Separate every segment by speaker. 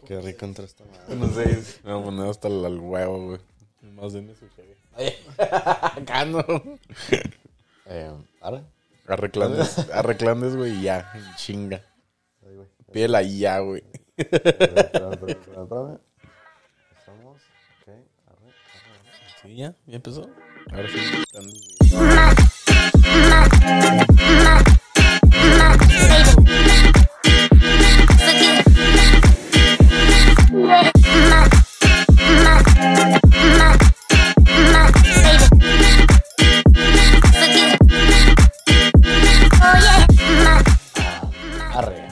Speaker 1: Qué rico entre esta madre.
Speaker 2: No sé, me voy a poner hasta el huevo, güey. Más denme su cheve. Acá no.
Speaker 1: ¿Ahora?
Speaker 2: Arreclandes, güey, y ya, en chinga. Pídela y ya, güey.
Speaker 1: Espérame. Estamos. Ok, arre.
Speaker 2: Sí, ya empezó. Ahora sí.
Speaker 1: Arre.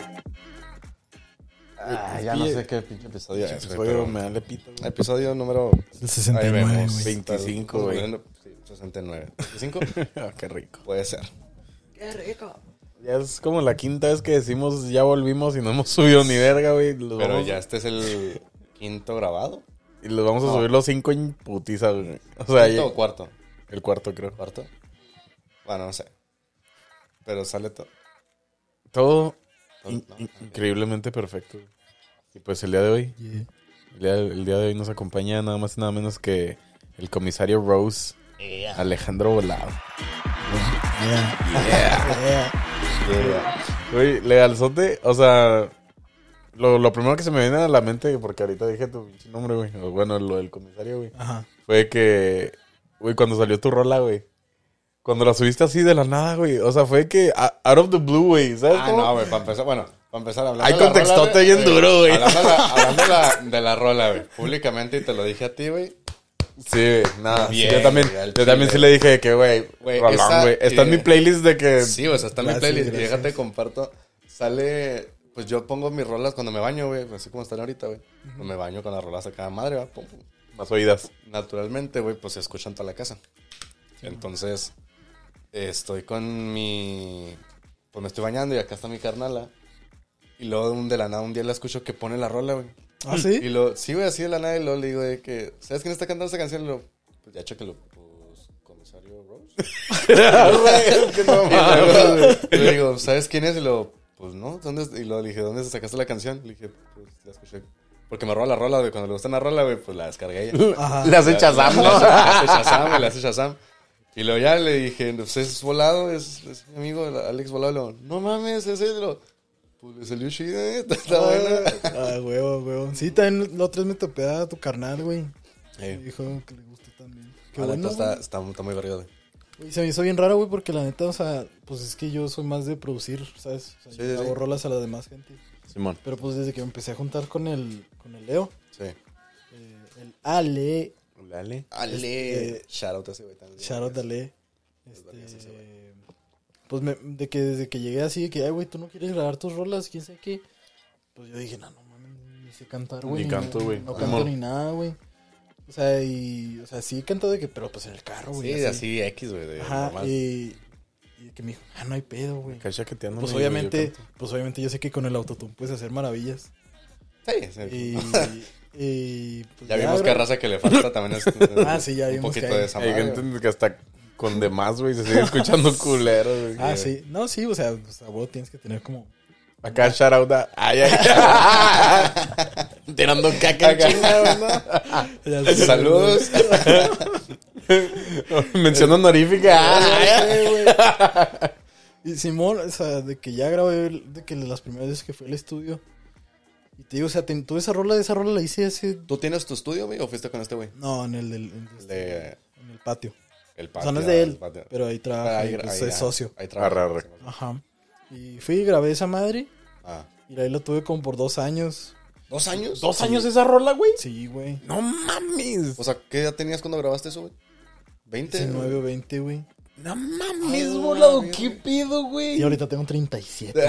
Speaker 1: Ya no sé qué pinche episodio es, güey, pero
Speaker 2: me da le pito, güey.
Speaker 1: episodio número...
Speaker 3: El 69,
Speaker 1: Ahí vemos,
Speaker 3: güey.
Speaker 2: 25, güey.
Speaker 1: Sí, 69. ¿25?
Speaker 2: Ah, qué rico.
Speaker 1: Puede ser.
Speaker 2: Ya es como la quinta vez que decimos ya volvimos y no hemos subido ni verga, güey.
Speaker 1: Pero ya este es el quinto grabado.
Speaker 2: Y los vamos a subir los 5 en putiza, güey. O sea,
Speaker 1: ¿Quinto o cuarto?
Speaker 2: El cuarto, creo.
Speaker 1: ¿Cuarto? Bueno, no sé. Pero sale todo.
Speaker 2: Todo
Speaker 1: No,
Speaker 2: increíblemente perfecto. Y pues el día de hoy,
Speaker 3: Yeah.
Speaker 2: el día de hoy nos acompaña nada más y nada menos que el comisario Rose, Alejandro Volado. Güey, legalzote, o sea, lo primero que se me viene a la mente, porque ahorita dije tu pinche nombre, güey, o bueno, lo del comisario, güey,
Speaker 3: Ajá.
Speaker 2: fue que, güey, cuando salió tu rola, güey, cuando la subiste así de la nada, güey, o sea, fue que out of the blue, güey, ¿sabes cómo?
Speaker 1: No, güey, para empezar hablando
Speaker 2: Hay
Speaker 1: de la
Speaker 2: contextote
Speaker 1: rola,
Speaker 2: bien duro, güey.
Speaker 1: Hablando de la rola, güey, públicamente, y te lo dije a ti, güey.
Speaker 2: Sí, nada,
Speaker 1: Bien,
Speaker 2: sí, yo también
Speaker 1: güey,
Speaker 2: sí le dije que, güey, rolón,
Speaker 1: esa-
Speaker 2: güey, está en mi playlist de que...
Speaker 1: Sí, o sea, está en mi
Speaker 3: Gracias,
Speaker 1: playlist. Y
Speaker 3: gracias.
Speaker 1: déjate, comparto. Sale, pues yo pongo mis rolas cuando me baño, güey, así como están ahorita, güey. Pues me baño con las rolas a cada madre, va, pum, pum.
Speaker 2: Más oídas.
Speaker 1: Naturalmente, güey, pues se escuchan toda la casa. Entonces, estoy con mi... Pues me estoy bañando y acá está mi carnala. Y luego de la nada un día la escucho que pone la rola, güey.
Speaker 3: ¿Ah, sí?
Speaker 1: Y lo, sí, güey, así de la nada, y luego le digo de que, ¿sabes quién está cantando esta canción? Y luego, pues ya chéquelo, pues, comisario Rose. Y le digo, ¿sabes quién es? Y luego, pues no, ¿dónde? Y luego le dije, ¿dónde sacaste la canción? Le dije, pues la escuché. Porque me roba la rola, güey. Cuando le gusta una rola, güey, pues la descargué ella.
Speaker 3: Ajá.
Speaker 2: Le hace Shazam, ¿no?
Speaker 1: Le hace Shazam. Y luego ya le dije, pues es Volado, es mi amigo, Alex Volado. Y luego, no mames, ese es lo... Pues le salió chida, está buena.
Speaker 3: Ah, huevo. Sí, también la otra vez me topé a tu carnal, güey.
Speaker 1: Sí.
Speaker 3: Me dijo que le gustó también. Qué
Speaker 1: La
Speaker 3: bueno,
Speaker 1: neta
Speaker 3: güey.
Speaker 1: está muy verga, güey.
Speaker 3: Güey, se me hizo bien raro, güey, porque la neta, o sea, pues es que yo soy más de producir, ¿sabes? O sea,
Speaker 1: Sí,
Speaker 3: yo
Speaker 1: sí,
Speaker 3: hago
Speaker 1: sí.
Speaker 3: rolas a la demás gente.
Speaker 2: Simón.
Speaker 3: Pero pues desde que me empecé a juntar con el Leo,
Speaker 1: Sí.
Speaker 3: el Ale,
Speaker 2: Dale.
Speaker 1: Ale. Shout out a ese güey también.
Speaker 3: shout out Ale,
Speaker 1: Gracias, ese güey.
Speaker 3: pues desde que llegué así, de que, ay, güey, tú no quieres grabar tus rolas, quién sabe qué. Pues yo dije, no mames, ni sé cantar, güey.
Speaker 2: Ni canto, güey.
Speaker 3: No
Speaker 2: Simón.
Speaker 3: canto ni nada, güey. O sea, sí canto de que, pero pues en el carro, güey.
Speaker 1: Sí, así X, güey. de
Speaker 3: Ajá,
Speaker 1: normal.
Speaker 3: y que me dijo, no hay pedo, güey.
Speaker 2: Cacha que te ando
Speaker 3: Pues
Speaker 2: medio,
Speaker 3: obviamente,
Speaker 2: yo canto.
Speaker 3: yo sé que con el autotune puedes hacer maravillas.
Speaker 1: Sí, sí.
Speaker 3: Y pues
Speaker 1: Ya vimos que raza que le falta también es
Speaker 3: sí, ya
Speaker 1: un
Speaker 3: vimos
Speaker 1: poquito
Speaker 3: que hay.
Speaker 1: de esa
Speaker 2: Hay
Speaker 1: madre, güey.
Speaker 2: gente que hasta con demás, güey, se sigue escuchando culero, güey.
Speaker 3: Ah, sí. No, sí, o sea, vos tienes que tener como...
Speaker 2: Acá shout out a... Ay. Tirando caca en chinga, güey, ¿no?
Speaker 1: Saludos.
Speaker 2: Mención honorífica.
Speaker 3: Y Simón, o sea, de que ya grabé, de que las primeras veces que fui al estudio. Y te digo, o sea, tuve esa rola la hice hace...
Speaker 1: ¿Tú tienes tu estudio, güey, o fuiste con este güey?
Speaker 3: No, en
Speaker 1: De
Speaker 3: en el patio.
Speaker 1: el
Speaker 3: O
Speaker 1: patio.
Speaker 3: sea, no es de
Speaker 1: el
Speaker 3: él,
Speaker 1: patio.
Speaker 3: pero ahí trabaja, y, pues, es socio.
Speaker 1: Ahí trabaja.
Speaker 2: Arre.
Speaker 3: Ajá. Y fui y grabé esa madre.
Speaker 1: Ah.
Speaker 3: Y ahí lo tuve como por 2 años.
Speaker 1: ¿2 años?
Speaker 2: ¿2 años esa rola, güey?
Speaker 3: Sí, güey.
Speaker 2: No mames.
Speaker 1: O sea, ¿qué edad tenías cuando grabaste eso, güey? ¿20?
Speaker 3: 19 o 20, güey.
Speaker 2: No mames,
Speaker 1: Ah,
Speaker 2: volado.
Speaker 1: mira.
Speaker 2: ¿Qué pido, güey?
Speaker 3: Y ahorita tengo 37.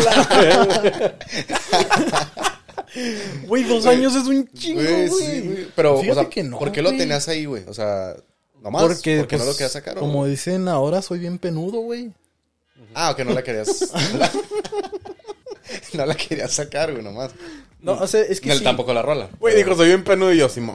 Speaker 3: Güey, 2 años es un chingo,
Speaker 1: Güey,
Speaker 3: güey.
Speaker 1: sí, güey. Pero, o
Speaker 3: Fíjate
Speaker 1: sea,
Speaker 3: que no,
Speaker 1: ¿por qué lo
Speaker 3: güey.
Speaker 1: tenías ahí, güey? O sea, nomás.
Speaker 3: Porque
Speaker 1: no
Speaker 3: pues,
Speaker 1: lo querías sacar, o?
Speaker 3: como dicen ahora, soy bien penudo, güey.
Speaker 1: Ah, que no la querías. No la querías sacar, güey, nomás.
Speaker 3: No, o sea, es que
Speaker 1: Él
Speaker 3: sí.
Speaker 1: tampoco la rola.
Speaker 2: Güey, dijo, soy bien penudo y yo, Simón.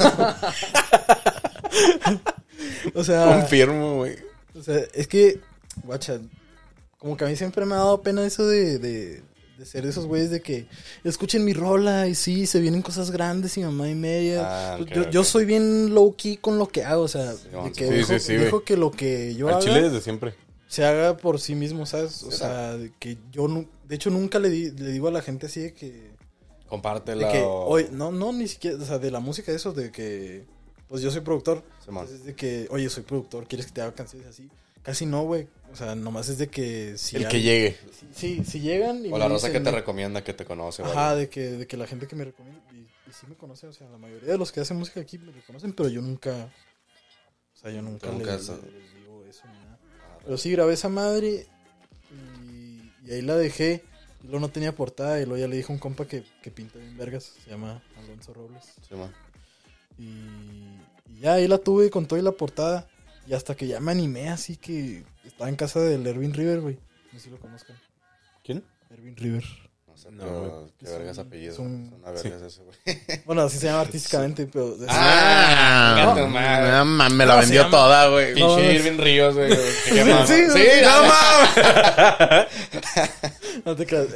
Speaker 3: O sea,
Speaker 2: Confirmo, güey.
Speaker 3: es que, guacha, como que a mí siempre me ha dado pena eso de de ser de esos güeyes de que escuchen mi rola y sí, se vienen cosas grandes y mamá y media.
Speaker 1: Ah, ok,
Speaker 3: Yo
Speaker 1: ok.
Speaker 3: soy bien low key con lo que hago, o sea,
Speaker 1: Sí,
Speaker 3: de que
Speaker 2: sí,
Speaker 3: dejo,
Speaker 2: sí,
Speaker 3: dejo
Speaker 2: güey.
Speaker 3: que lo que yo
Speaker 2: Al
Speaker 3: haga
Speaker 2: chile desde siempre.
Speaker 3: se haga por sí mismo, ¿sabes? O
Speaker 1: Sí,
Speaker 3: sea, de que yo, de hecho, nunca le digo a la gente así de que...
Speaker 1: Compártela
Speaker 3: De que,
Speaker 1: o...
Speaker 3: oye, no, ni siquiera, o sea, de la música, eso, de que, pues yo soy productor.
Speaker 1: Simón.
Speaker 3: Entonces, de que, oye, soy productor, ¿quieres que te haga canciones así? Casi no, güey. O sea, nomás es de que si
Speaker 2: El que llegue.
Speaker 3: Sí, si llegan y
Speaker 1: O la
Speaker 3: me
Speaker 1: raza que
Speaker 3: dicen,
Speaker 1: te recomienda, que te conoce.
Speaker 3: ajá,
Speaker 1: güey.
Speaker 3: de que la gente que me recomienda, y sí me conoce, o sea, la mayoría de los que hacen música aquí me reconocen, pero yo nunca, o sea, yo nunca,
Speaker 1: Nunca
Speaker 3: les,
Speaker 1: eso.
Speaker 3: les digo eso ni nada. Pero sí, grabé esa madre y ahí la dejé. Y luego no tenía portada y luego ya le dije a un compa que pinta bien vergas. Se llama Alonso Robles.
Speaker 1: Simón.
Speaker 3: Y ya ahí la tuve con todo y la portada. Y hasta que ya me animé así que estaba en casa del Erwin River, güey. No sé si lo conozcan.
Speaker 2: ¿Quién?
Speaker 3: Erwin River.
Speaker 1: No sé,
Speaker 2: No,
Speaker 1: pero
Speaker 2: güey.
Speaker 1: qué vergas apellido.
Speaker 3: es un-
Speaker 1: Una vergas ese, güey.
Speaker 3: Bueno, así se llama artísticamente, pero...
Speaker 1: Ah,
Speaker 2: no,
Speaker 1: tu madre.
Speaker 2: me la
Speaker 3: No,
Speaker 2: vendió
Speaker 3: se llama-
Speaker 2: toda, güey.
Speaker 3: No,
Speaker 1: Pinche
Speaker 3: es-
Speaker 1: Irving Ríos, güey. Qué mamá.
Speaker 3: sí,
Speaker 1: Sí,
Speaker 3: no
Speaker 1: mames.
Speaker 3: No te creas.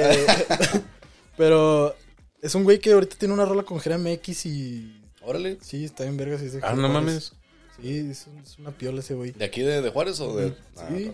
Speaker 3: Pero es un güey que ahorita tiene una rola con Jera MX y...
Speaker 1: Órale.
Speaker 3: Sí, está bien vergas. Sí,
Speaker 2: Ah, no mames.
Speaker 3: Sí, es una piola ese güey.
Speaker 1: ¿De aquí de Juárez o de...?
Speaker 3: Sí.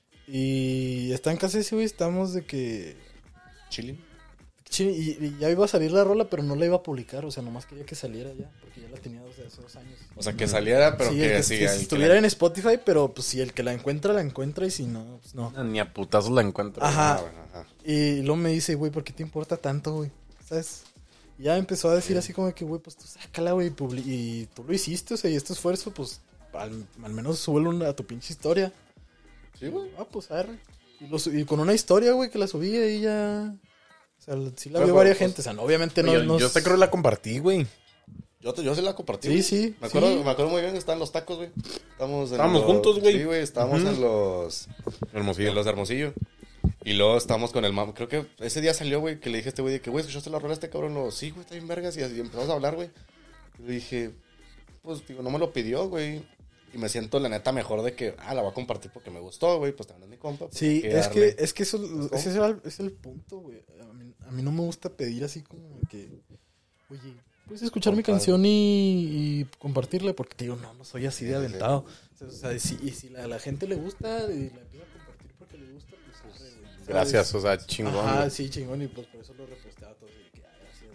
Speaker 3: Y está en casa de ese güey, estamos de que...
Speaker 1: Chile.
Speaker 3: Sí, y ya iba a salir la rola, pero no la iba a publicar, o sea, nomás quería que saliera ya, porque ya la tenía desde hace 2 años.
Speaker 1: O sea, que saliera, pero
Speaker 3: sí,
Speaker 1: que
Speaker 3: el
Speaker 1: sí.
Speaker 3: que
Speaker 1: el que
Speaker 3: estuviera
Speaker 1: la-
Speaker 3: en Spotify, pero pues si el que la encuentra, y si no, pues no.
Speaker 2: Ni a putazos la encuentro.
Speaker 3: Ajá.
Speaker 1: Ah, bueno, ajá.
Speaker 3: Y luego me dice, güey, ¿por qué te importa tanto, güey? ¿Sabes? Y ya empezó a decir así como que, güey, pues tú sácala, güey, y tú lo hiciste, o sea, y este esfuerzo, pues, al menos súbelo a tu pinche historia.
Speaker 1: Sí, güey.
Speaker 3: Ah, pues, arre. Y con una historia, güey, que la subí y ya... O sea, sí la
Speaker 1: Pero,
Speaker 3: vio varias
Speaker 1: pues,
Speaker 3: gente, o sea, no, obviamente no...
Speaker 2: Oye,
Speaker 3: no
Speaker 2: yo hasta creo que la compartí, güey.
Speaker 1: Yo se la compartí.
Speaker 3: Sí,
Speaker 1: güey.
Speaker 3: sí,
Speaker 1: Me acuerdo,
Speaker 3: sí.
Speaker 1: me acuerdo muy bien, estaban los tacos, güey.
Speaker 2: Estábamos juntos, güey.
Speaker 1: Sí, güey, estábamos
Speaker 2: Ujú.
Speaker 1: en los...
Speaker 2: Hermosillo.
Speaker 1: En los de Hermosillo. Y luego estábamos con el mam. Creo que ese día salió, güey, que le dije a este güey de que, güey, ¿escuchaste la rola de este cabrón? Lo, sí, güey, está bien vergas. Y así empezamos a hablar, güey. Y le dije, pues, digo, no me lo pidió, güey. Y me siento, la neta, mejor de que, la voy a compartir porque me gustó, güey. Pues también es mi compa. pues,
Speaker 3: Sí,
Speaker 1: hay
Speaker 3: es
Speaker 1: darle.
Speaker 3: que eso, ese es el punto, güey. A mí no me gusta pedir así como que, oye, ¿puedes escuchar mi
Speaker 1: Compadre.
Speaker 3: canción y compartirla? Porque te digo, no soy así de
Speaker 1: Sí, sí,
Speaker 3: aventado. O sea, si a la gente le gusta y la empieza a compartir porque le gusta, pues arre, güey. ¿Sabes?
Speaker 2: Gracias, o sea, chingón.
Speaker 3: Ajá,
Speaker 2: güey.
Speaker 3: sí, chingón. Y pues por eso lo reposteaba todo. Y que, gracias,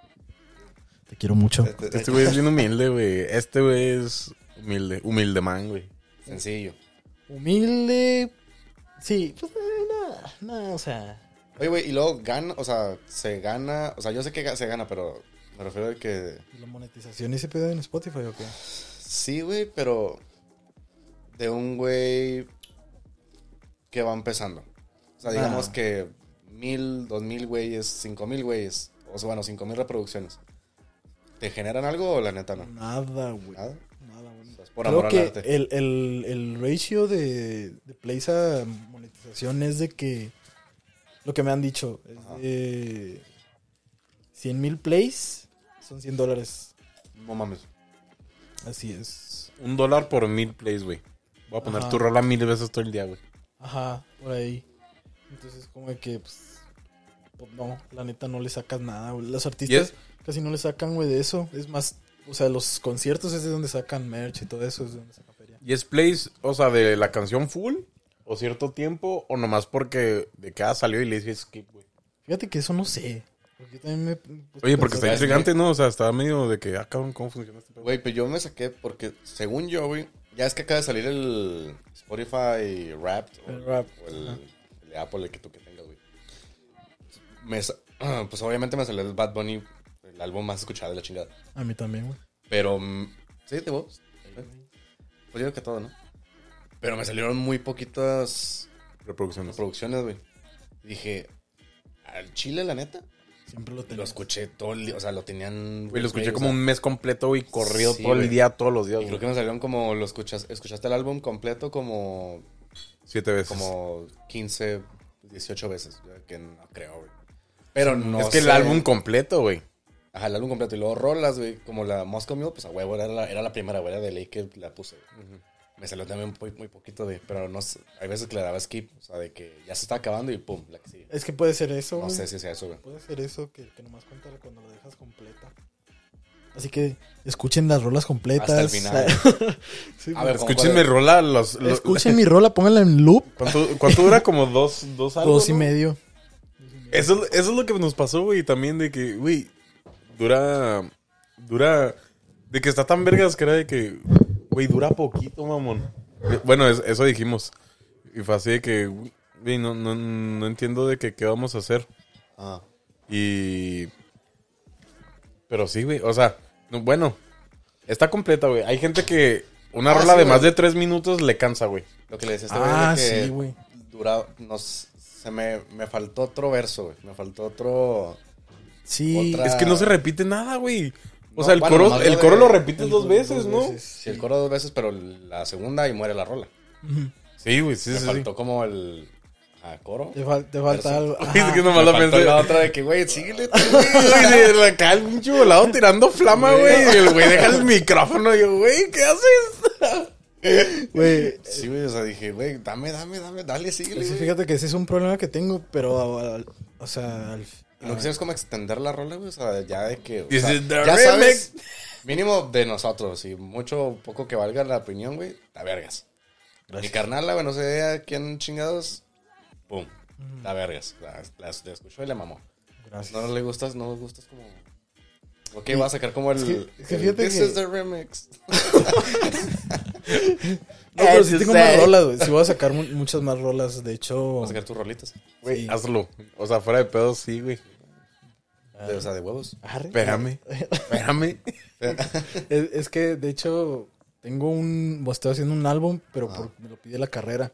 Speaker 3: güey. Te quiero mucho.
Speaker 2: Este güey es bien humilde, güey. Este güey es humilde. Humilde man, güey.
Speaker 1: Sencillo.
Speaker 3: Humilde. Sí, pues nada, o sea.
Speaker 1: Oye, güey, y luego gana, o sea, se gana, o sea, yo sé que se gana, pero me refiero a que
Speaker 3: ¿Y la monetización y ese pedo en Spotify o qué?
Speaker 1: sí, güey, pero de un güey que va empezando. O sea, digamos que 1,000, 2,000 güeyes, 5,000 güeyes, o sea, bueno, 5,000 reproducciones. ¿Te generan algo o la neta no?
Speaker 3: Nada, güey.
Speaker 1: Nada.
Speaker 3: Nada, güey.
Speaker 1: O sea, es por
Speaker 3: Creo
Speaker 1: amor al
Speaker 3: que
Speaker 1: arte.
Speaker 3: el ratio de plays a monetización es de que lo que me han dicho es
Speaker 1: Ajá.
Speaker 3: de 100,000 plays son $100.
Speaker 1: No mames.
Speaker 3: Así es.
Speaker 2: $1 por 1,000 plays, güey. Voy a poner
Speaker 3: Ajá.
Speaker 2: tu rola 1,000 veces todo el día, güey.
Speaker 3: Ajá, por ahí. Entonces, como de que, pues no, la neta no le sacas nada, güey. Los artistas casi no le sacan, güey, de eso. Es más, o sea, los conciertos es de donde sacan merch y todo eso, es de donde sacan feria.
Speaker 2: ¿Y es plays, o sea, de la canción full? ¿O cierto tiempo? ¿O nomás porque de cada salió y le hice skip, güey?
Speaker 3: Fíjate que eso no sé. Porque yo también me puse
Speaker 2: Oye,
Speaker 3: a
Speaker 2: porque está
Speaker 3: pensar-
Speaker 2: intrigante, ¿no? O sea, está medio de que, cabrón, ¿cómo funciona este pedo?
Speaker 1: Güey, pero yo me saqué porque, según yo, güey, ya es que acaba de salir el Spotify Wrapped o
Speaker 3: El Wrapped,
Speaker 1: o el,
Speaker 3: ajá.
Speaker 1: el de Apple, el que tú que tengas, güey. Pues obviamente me salió el Bad Bunny, el álbum más escuchado de la chingada.
Speaker 3: A mí también, güey.
Speaker 1: Pero, ¿sí, de vos? Pues yo creo que todo, ¿no? Pero me salieron muy poquitas
Speaker 2: Reproducciones.
Speaker 1: producciones, güey. Dije, ¿al chile, la neta?
Speaker 3: Siempre lo tengo.
Speaker 1: Lo escuché todo el día, o sea, lo tenían...
Speaker 2: Güey, lo escuché
Speaker 1: o
Speaker 2: como
Speaker 1: sea,
Speaker 2: un mes completo, güey, corrido
Speaker 1: Sí,
Speaker 2: todo el
Speaker 1: güey.
Speaker 2: día, todos los días,
Speaker 1: Y creo
Speaker 2: güey.
Speaker 1: que me salieron como, escuchaste el álbum completo como
Speaker 2: 7 veces.
Speaker 1: como 15, 18 veces. Yo que no creo, güey. Pero no
Speaker 2: es que el
Speaker 1: sé.
Speaker 2: álbum completo, güey.
Speaker 1: Ajá, el álbum completo. Y luego rolas, güey. Como la Moscow Mule, pues a huevo, era la primera, güey. Era de ley que la puse. Güey. me salió también muy poquito pero no sé, hay veces que le daba skip, o sea, de que ya se está acabando y pum, la que sigue.
Speaker 3: Es que puede ser eso,
Speaker 1: No
Speaker 3: güey.
Speaker 1: sé si sea eso, güey.
Speaker 3: Puede ser eso, que nomás cuenta cuando la dejas completa. Así que escuchen las rolas completas.
Speaker 1: Hasta el final.
Speaker 3: Sí,
Speaker 1: A ver,
Speaker 2: Escuchen mi rola.
Speaker 3: escuchen mi rola, pónganla en loop.
Speaker 2: ¿Cuánto dura? Como dos algo,
Speaker 3: 2 y
Speaker 2: ¿no?
Speaker 3: medio.
Speaker 2: Eso es lo que nos pasó, güey. También de que, güey, dura. De que está tan vergas que era de que, güey, dura poquito, mamón. Bueno, eso dijimos. Y fue así de que, güey, no entiendo de que qué vamos a hacer.
Speaker 1: Ah,
Speaker 2: Pero sí, güey, o sea, bueno, está completa, güey. Hay gente que una
Speaker 1: Ah,
Speaker 2: rola
Speaker 1: sí,
Speaker 2: de
Speaker 1: güey.
Speaker 2: más de 3 minutos le cansa, güey.
Speaker 1: lo que le decía este güey es de que
Speaker 3: Sí, güey.
Speaker 1: me faltó otro verso, güey. Me faltó otro...
Speaker 3: Sí.
Speaker 1: Otra-
Speaker 2: Es que no se repite nada, güey. O
Speaker 1: No,
Speaker 2: sea, el
Speaker 1: bueno,
Speaker 2: coro,
Speaker 1: nomás
Speaker 2: el
Speaker 1: lo
Speaker 2: coro
Speaker 1: de-
Speaker 2: lo repites
Speaker 3: el
Speaker 2: dos
Speaker 3: coro
Speaker 2: veces,
Speaker 3: dos
Speaker 2: ¿no?
Speaker 3: veces.
Speaker 1: Sí, el coro 2 veces, pero la segunda y muere la rola.
Speaker 3: Ujú.
Speaker 2: Sí, güey, sí,
Speaker 1: Me
Speaker 2: sí.
Speaker 1: faltó como el... coro.
Speaker 3: Te falta
Speaker 1: Verso.
Speaker 3: algo.
Speaker 2: Sí. Es que nomás
Speaker 1: Me
Speaker 2: la
Speaker 1: faltó
Speaker 2: pensé.
Speaker 1: la otra de que, güey, síguele.
Speaker 2: Güey, acá el pinche volado tirando flama, güey. Y el güey deja el micrófono. Y yo, güey, ¿qué haces?
Speaker 3: Güey,
Speaker 1: Sí, güey, o sea, dije, güey, dame, dale, síguele,
Speaker 3: sí,
Speaker 1: güey.
Speaker 3: fíjate que ese es un problema que tengo, pero, o sea,
Speaker 1: Y no quisieras como extender la rola, güey, o sea, ya de que... o
Speaker 2: This
Speaker 1: sea,
Speaker 2: is the
Speaker 1: ya
Speaker 2: remix.
Speaker 1: sabes, mínimo de nosotros, y mucho o poco que valga la opinión, güey, la vergas. Mi carnal, güey, no sé a quién chingados, pum, la vergas. La escuchó y le mamó.
Speaker 3: gracias.
Speaker 1: No le gustas como... Ok, va a sacar como el...
Speaker 3: es que fíjate
Speaker 1: This
Speaker 3: que-
Speaker 1: is the remix.
Speaker 3: No, pero sí tengo más rolas, güey. Sí voy a sacar muchas más rolas, de hecho.
Speaker 1: Va a sacar tus rolitas.
Speaker 2: Güey,
Speaker 3: Sí.
Speaker 2: hazlo. O sea, fuera de pedos, sí, güey.
Speaker 1: O sea, de huevos.
Speaker 3: Arre.
Speaker 2: Espérame.
Speaker 3: Es que, de hecho, estoy haciendo un álbum, pero me lo pide la carrera.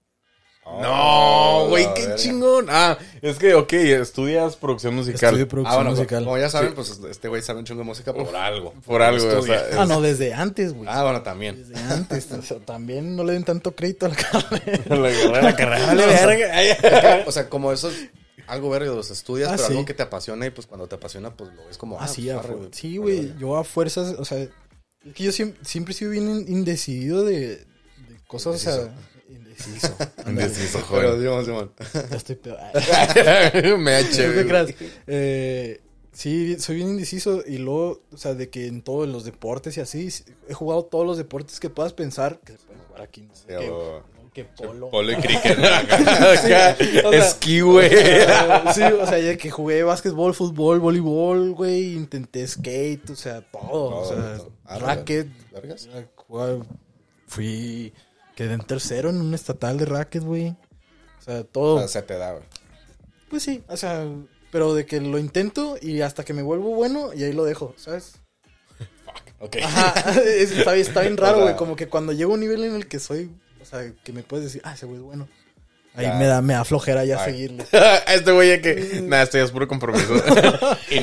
Speaker 2: No, güey,
Speaker 1: la
Speaker 2: qué
Speaker 1: verga.
Speaker 2: chingón. Ah, es que, ok, estudias producción musical.
Speaker 3: Estudio producción
Speaker 1: Bueno,
Speaker 3: musical.
Speaker 1: como ya saben, pues este güey sabe un chingo de música por algo.
Speaker 2: Por algo, o
Speaker 1: Estudia.
Speaker 2: sea,
Speaker 3: No, desde antes, güey.
Speaker 1: Bueno, también.
Speaker 3: Desde antes. O sea, también no le den tanto crédito a la carrera.
Speaker 2: la carrera vale
Speaker 1: No, o sea,
Speaker 2: verga.
Speaker 1: O sea, como eso es algo verga, los estudias, pero
Speaker 3: sí.
Speaker 1: algo que te apasiona y pues cuando te apasiona, pues lo ves como...
Speaker 3: Sí,
Speaker 1: pues,
Speaker 3: a
Speaker 1: arre,
Speaker 3: sí,
Speaker 1: vale,
Speaker 3: güey.
Speaker 1: vale.
Speaker 3: Yo a fuerzas, o sea, es que yo siempre he sido bien indecidido de cosas, o sea, indeciso.
Speaker 2: Indeciso,
Speaker 1: Pero,
Speaker 2: joven.
Speaker 1: digamos, Simón.
Speaker 3: Ya estoy pedo.
Speaker 2: Me
Speaker 3: No te creas. Sí, soy bien indeciso y luego, o sea, de que en todos los deportes y así, he jugado todos los deportes que puedas pensar que se pueden jugar aquí. ¿no?
Speaker 1: Sí,
Speaker 3: que,
Speaker 1: o-
Speaker 3: que polo.
Speaker 1: Polo y cricket.
Speaker 2: Acá,
Speaker 3: o sea,
Speaker 2: esquí, güey.
Speaker 3: Sí, o sea, ya que jugué básquetbol, fútbol, voleibol, güey, intenté skate, o sea, todo. O sea,
Speaker 1: todo.
Speaker 3: racket.
Speaker 1: ¿Vergas?
Speaker 3: Quedé en tercero en un estatal de racket, güey. O sea, todo.
Speaker 1: O sea, se te da, güey.
Speaker 3: Pues sí, o sea, pero de que lo intento y hasta que me vuelvo bueno y ahí lo dejo, ¿sabes?
Speaker 1: Ok.
Speaker 3: Ajá, está bien raro,
Speaker 1: O sea,
Speaker 3: güey, como que cuando llego a un nivel en el que soy, o sea, que me puedes decir, ese güey es bueno. Ahí
Speaker 1: Ya.
Speaker 3: me da flojera ya
Speaker 1: Ay.
Speaker 3: seguirle.
Speaker 2: Este güey ya que... Nada, esto ya es puro compromiso.
Speaker 1: ¿Y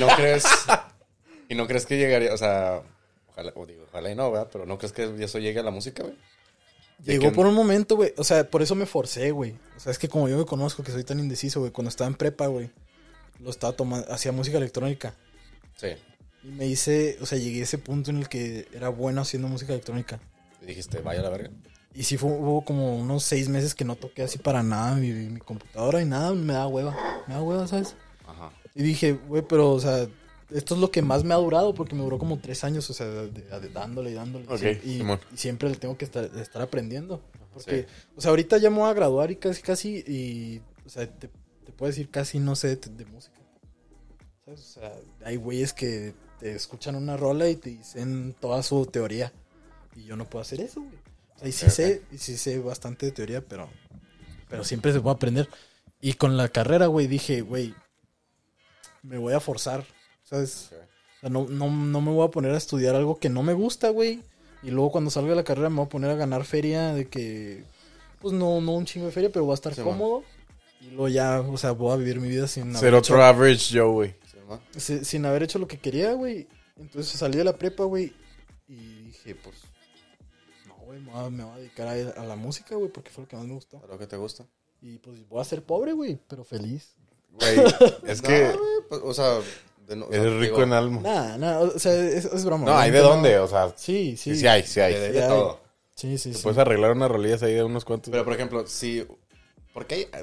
Speaker 1: no crees que llegaría, o sea, ojalá y no, ¿verdad? Pero no crees que eso llegue a la música, güey? De
Speaker 3: Llegó
Speaker 1: que-
Speaker 3: por un momento, güey. O sea, por eso me forcé, güey. O sea, es que como yo me conozco, que soy tan indeciso, güey. Cuando estaba en prepa, güey, lo estaba tomando, hacía música electrónica.
Speaker 1: Sí.
Speaker 3: Y me hice, o sea, llegué a ese punto en el que era bueno haciendo música electrónica.
Speaker 1: Y dijiste, vaya a la verga.
Speaker 3: Y sí hubo como unos 6 meses que no toqué así para nada mi computadora y nada, me da hueva. Me da hueva, ¿sabes?
Speaker 1: Ajá.
Speaker 3: Y dije, güey, pero, o sea, esto es lo que más me ha durado porque me duró como 3 años, o sea, dándole y dándole.
Speaker 2: Ok,
Speaker 3: y,
Speaker 2: Simón.
Speaker 3: y siempre le tengo que estar aprendiendo. Porque,
Speaker 1: Sí.
Speaker 3: o sea, ahorita ya me voy a graduar y casi, y, o sea, te puedo decir casi no sé de música. ¿Sabes? O sea, hay güeyes que te escuchan una rola y te dicen toda su teoría. Y yo no puedo hacer eso, güey. O sea, y sí sé bastante de teoría, pero siempre se puede aprender. Y con la carrera, güey, dije, güey, me voy a forzar, ¿sabes?
Speaker 1: Ok.
Speaker 3: O sea, no me voy a poner a estudiar algo que no me gusta, güey. Y luego cuando salga de la carrera me voy a poner a ganar feria de que... Pues no un chingo de feria, pero voy a estar
Speaker 1: Sí,
Speaker 3: cómodo. Y luego ya, o sea, voy a vivir mi vida sin
Speaker 2: Ser
Speaker 3: haber
Speaker 2: otro average Joe, güey.
Speaker 1: ¿Sí, no?
Speaker 3: sin haber hecho lo que quería, güey. Entonces salí de la prepa, güey. Y dije, pues... No, güey, me voy a dedicar a la música, güey, porque fue lo que más me gustó.
Speaker 1: ¿A lo que te gusta?
Speaker 3: Y pues voy a ser pobre, güey, pero feliz.
Speaker 2: Güey, es que
Speaker 1: No, güey, pues, o sea... o sea,
Speaker 2: eres rico
Speaker 1: digo,
Speaker 2: en alma.
Speaker 3: Nada, o sea, es broma.
Speaker 2: No, hay de
Speaker 3: obviamente
Speaker 2: dónde, o sea...
Speaker 3: Sí.
Speaker 2: Sí hay.
Speaker 1: De
Speaker 3: Ya,
Speaker 1: todo.
Speaker 3: Sí, sí,
Speaker 2: Te
Speaker 3: sí.
Speaker 2: puedes arreglar unas rolillas ahí de unos cuantos.
Speaker 1: Pero, por ejemplo, si... Porque hay...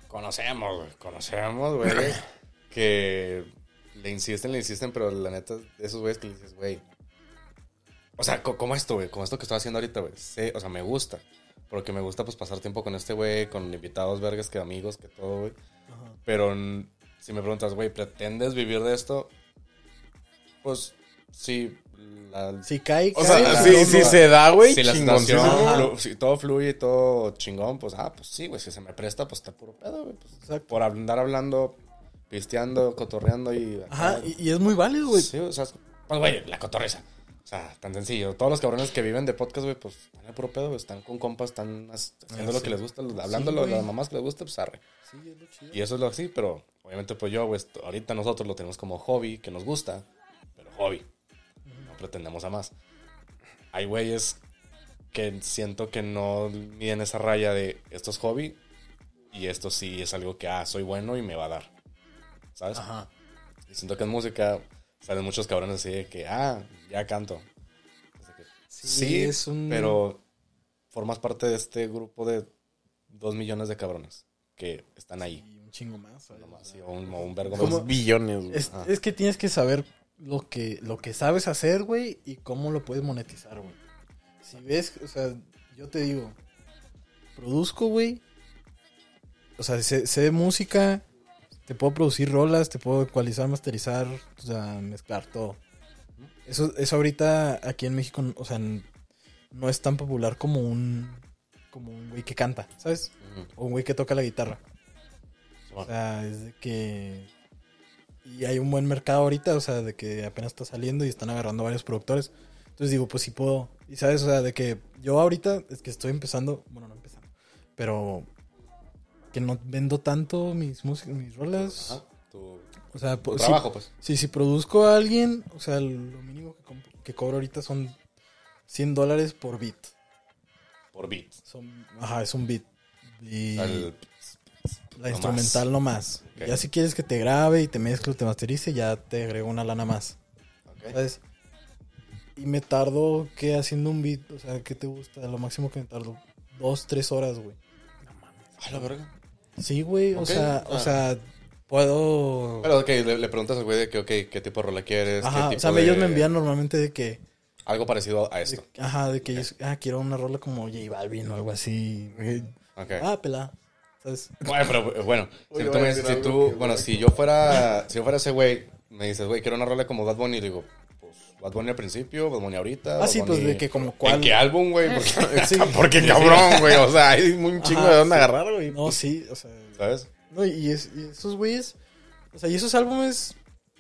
Speaker 1: Conocemos, güey, que le insisten, pero la neta, esos güeyes que le dices, güey... O sea, como esto, güey, como esto que estoy haciendo ahorita, güey. O sea, me gusta. Porque me gusta, pues, pasar tiempo con este güey, con invitados vergas, que amigos, que todo, güey.
Speaker 3: Ajá.
Speaker 1: Pero si me preguntas, güey, ¿pretendes vivir de esto? Pues, sí.
Speaker 3: Si cae,
Speaker 2: O
Speaker 3: cae.
Speaker 2: sea,
Speaker 1: sí,
Speaker 2: si se da, güey,
Speaker 1: Si la
Speaker 2: chingoncísimo.
Speaker 1: situación, si todo fluye y todo chingón, pues, pues sí, güey. Si se me presta, pues está puro pedo, güey. Pues,
Speaker 3: Exacto.
Speaker 1: por andar hablando, pisteando, cotorreando y...
Speaker 3: Ajá, y es muy válido, güey.
Speaker 1: Sí, o sea, pues, güey, la cotorreza. O sea, tan sencillo. Todos los cabrones que viven de podcast, güey, pues están en puro pedo, güey. Están con compas, están haciendo lo
Speaker 3: sí.
Speaker 1: que les gusta, hablando
Speaker 3: Sí,
Speaker 1: lo de
Speaker 3: güey.
Speaker 1: las mamás que les gusta, pues arre.
Speaker 3: Sí, es lo chido.
Speaker 1: Y eso es lo así, pero obviamente, pues yo, güey, ahorita nosotros lo tenemos como hobby, que nos gusta, pero hobby. No pretendemos a más. Hay güeyes que siento que no miden esa raya de esto es hobby y esto sí es algo que, soy bueno y me va a dar. ¿Sabes?
Speaker 3: Ajá.
Speaker 1: Y siento que en música salen muchos cabrones así de que, ya canto. Sí,
Speaker 3: es un...
Speaker 1: pero formas parte de este grupo de 2 millones de cabrones que están ahí.
Speaker 3: Y un chingo más, ¿sabes?
Speaker 1: Nomás, sí, o un vergo
Speaker 3: ¿Cómo?
Speaker 1: más.
Speaker 2: 2 billones, güey.
Speaker 3: Es que tienes que saber lo que sabes hacer, güey, y cómo lo puedes monetizar, güey. Si ves, o sea, yo te digo, produzco, güey. O sea, sé de música, te puedo producir rolas, te puedo ecualizar, masterizar, o sea, mezclar todo. Eso ahorita aquí en México, o sea, no es tan popular como un güey que canta, ¿sabes? O un güey que toca la guitarra. O sea, es de que... Y hay un buen mercado ahorita, o sea, de que apenas está saliendo y están agarrando varios productores. Entonces digo, pues sí puedo. Y sabes, o sea, de que yo ahorita es que estoy empezando, bueno, no empezando, pero que no vendo tanto mis rolas.
Speaker 1: Ajá.
Speaker 3: O sea,
Speaker 1: Tu trabajo, pues.
Speaker 3: Si produzco a alguien, o sea, lo mínimo que cobro ahorita son $100 por beat.
Speaker 1: Por beat.
Speaker 3: Ajá, es un beat. Y la
Speaker 1: nomás.
Speaker 3: instrumental nomás.
Speaker 1: Ok.
Speaker 3: Ya si quieres que te grabe y te mezcle, te masterice, ya te agrego una lana más.
Speaker 1: Ok.
Speaker 3: ¿Sabes? Y me tardo, ¿qué? Haciendo un beat, o sea, ¿qué te gusta? Lo máximo que me tardo, 2-3 horas, güey.
Speaker 1: A la verga.
Speaker 3: Sí, güey,
Speaker 1: Ok.
Speaker 3: o sea, puedo...
Speaker 1: Pero, ok, le preguntas al güey de que, ok, ¿qué tipo de rola quieres?
Speaker 3: Ajá,
Speaker 1: ¿Qué
Speaker 3: o sea,
Speaker 1: tipo
Speaker 3: ellos
Speaker 1: de-
Speaker 3: me envían normalmente de que...
Speaker 1: Algo parecido a esto.
Speaker 3: de que ellos, quiero una rola como J Balvin o algo así.
Speaker 1: Ok.
Speaker 3: Pelá, ¿sabes?
Speaker 1: Bueno, pero bueno,
Speaker 2: Oye, voy a decir algo que-
Speaker 1: bueno, si yo fuera ese güey, me dices, güey, quiero una rola como Bad Bunny, y digo, pues, Bad Bunny al principio, Bad Bunny ahorita. Bad
Speaker 3: Sí,
Speaker 1: Bunny-
Speaker 3: pues de que como cuál...
Speaker 1: ¿En qué álbum, güey? Porque,
Speaker 3: Sí.
Speaker 2: Porque cabrón, güey. O sea, hay un chingo
Speaker 3: Ajá,
Speaker 2: de dónde
Speaker 3: sí.
Speaker 2: agarrar, güey.
Speaker 3: No, sí, o sea...
Speaker 1: ¿sabes?
Speaker 3: No, y esos güeyes, o sea, y esos álbumes,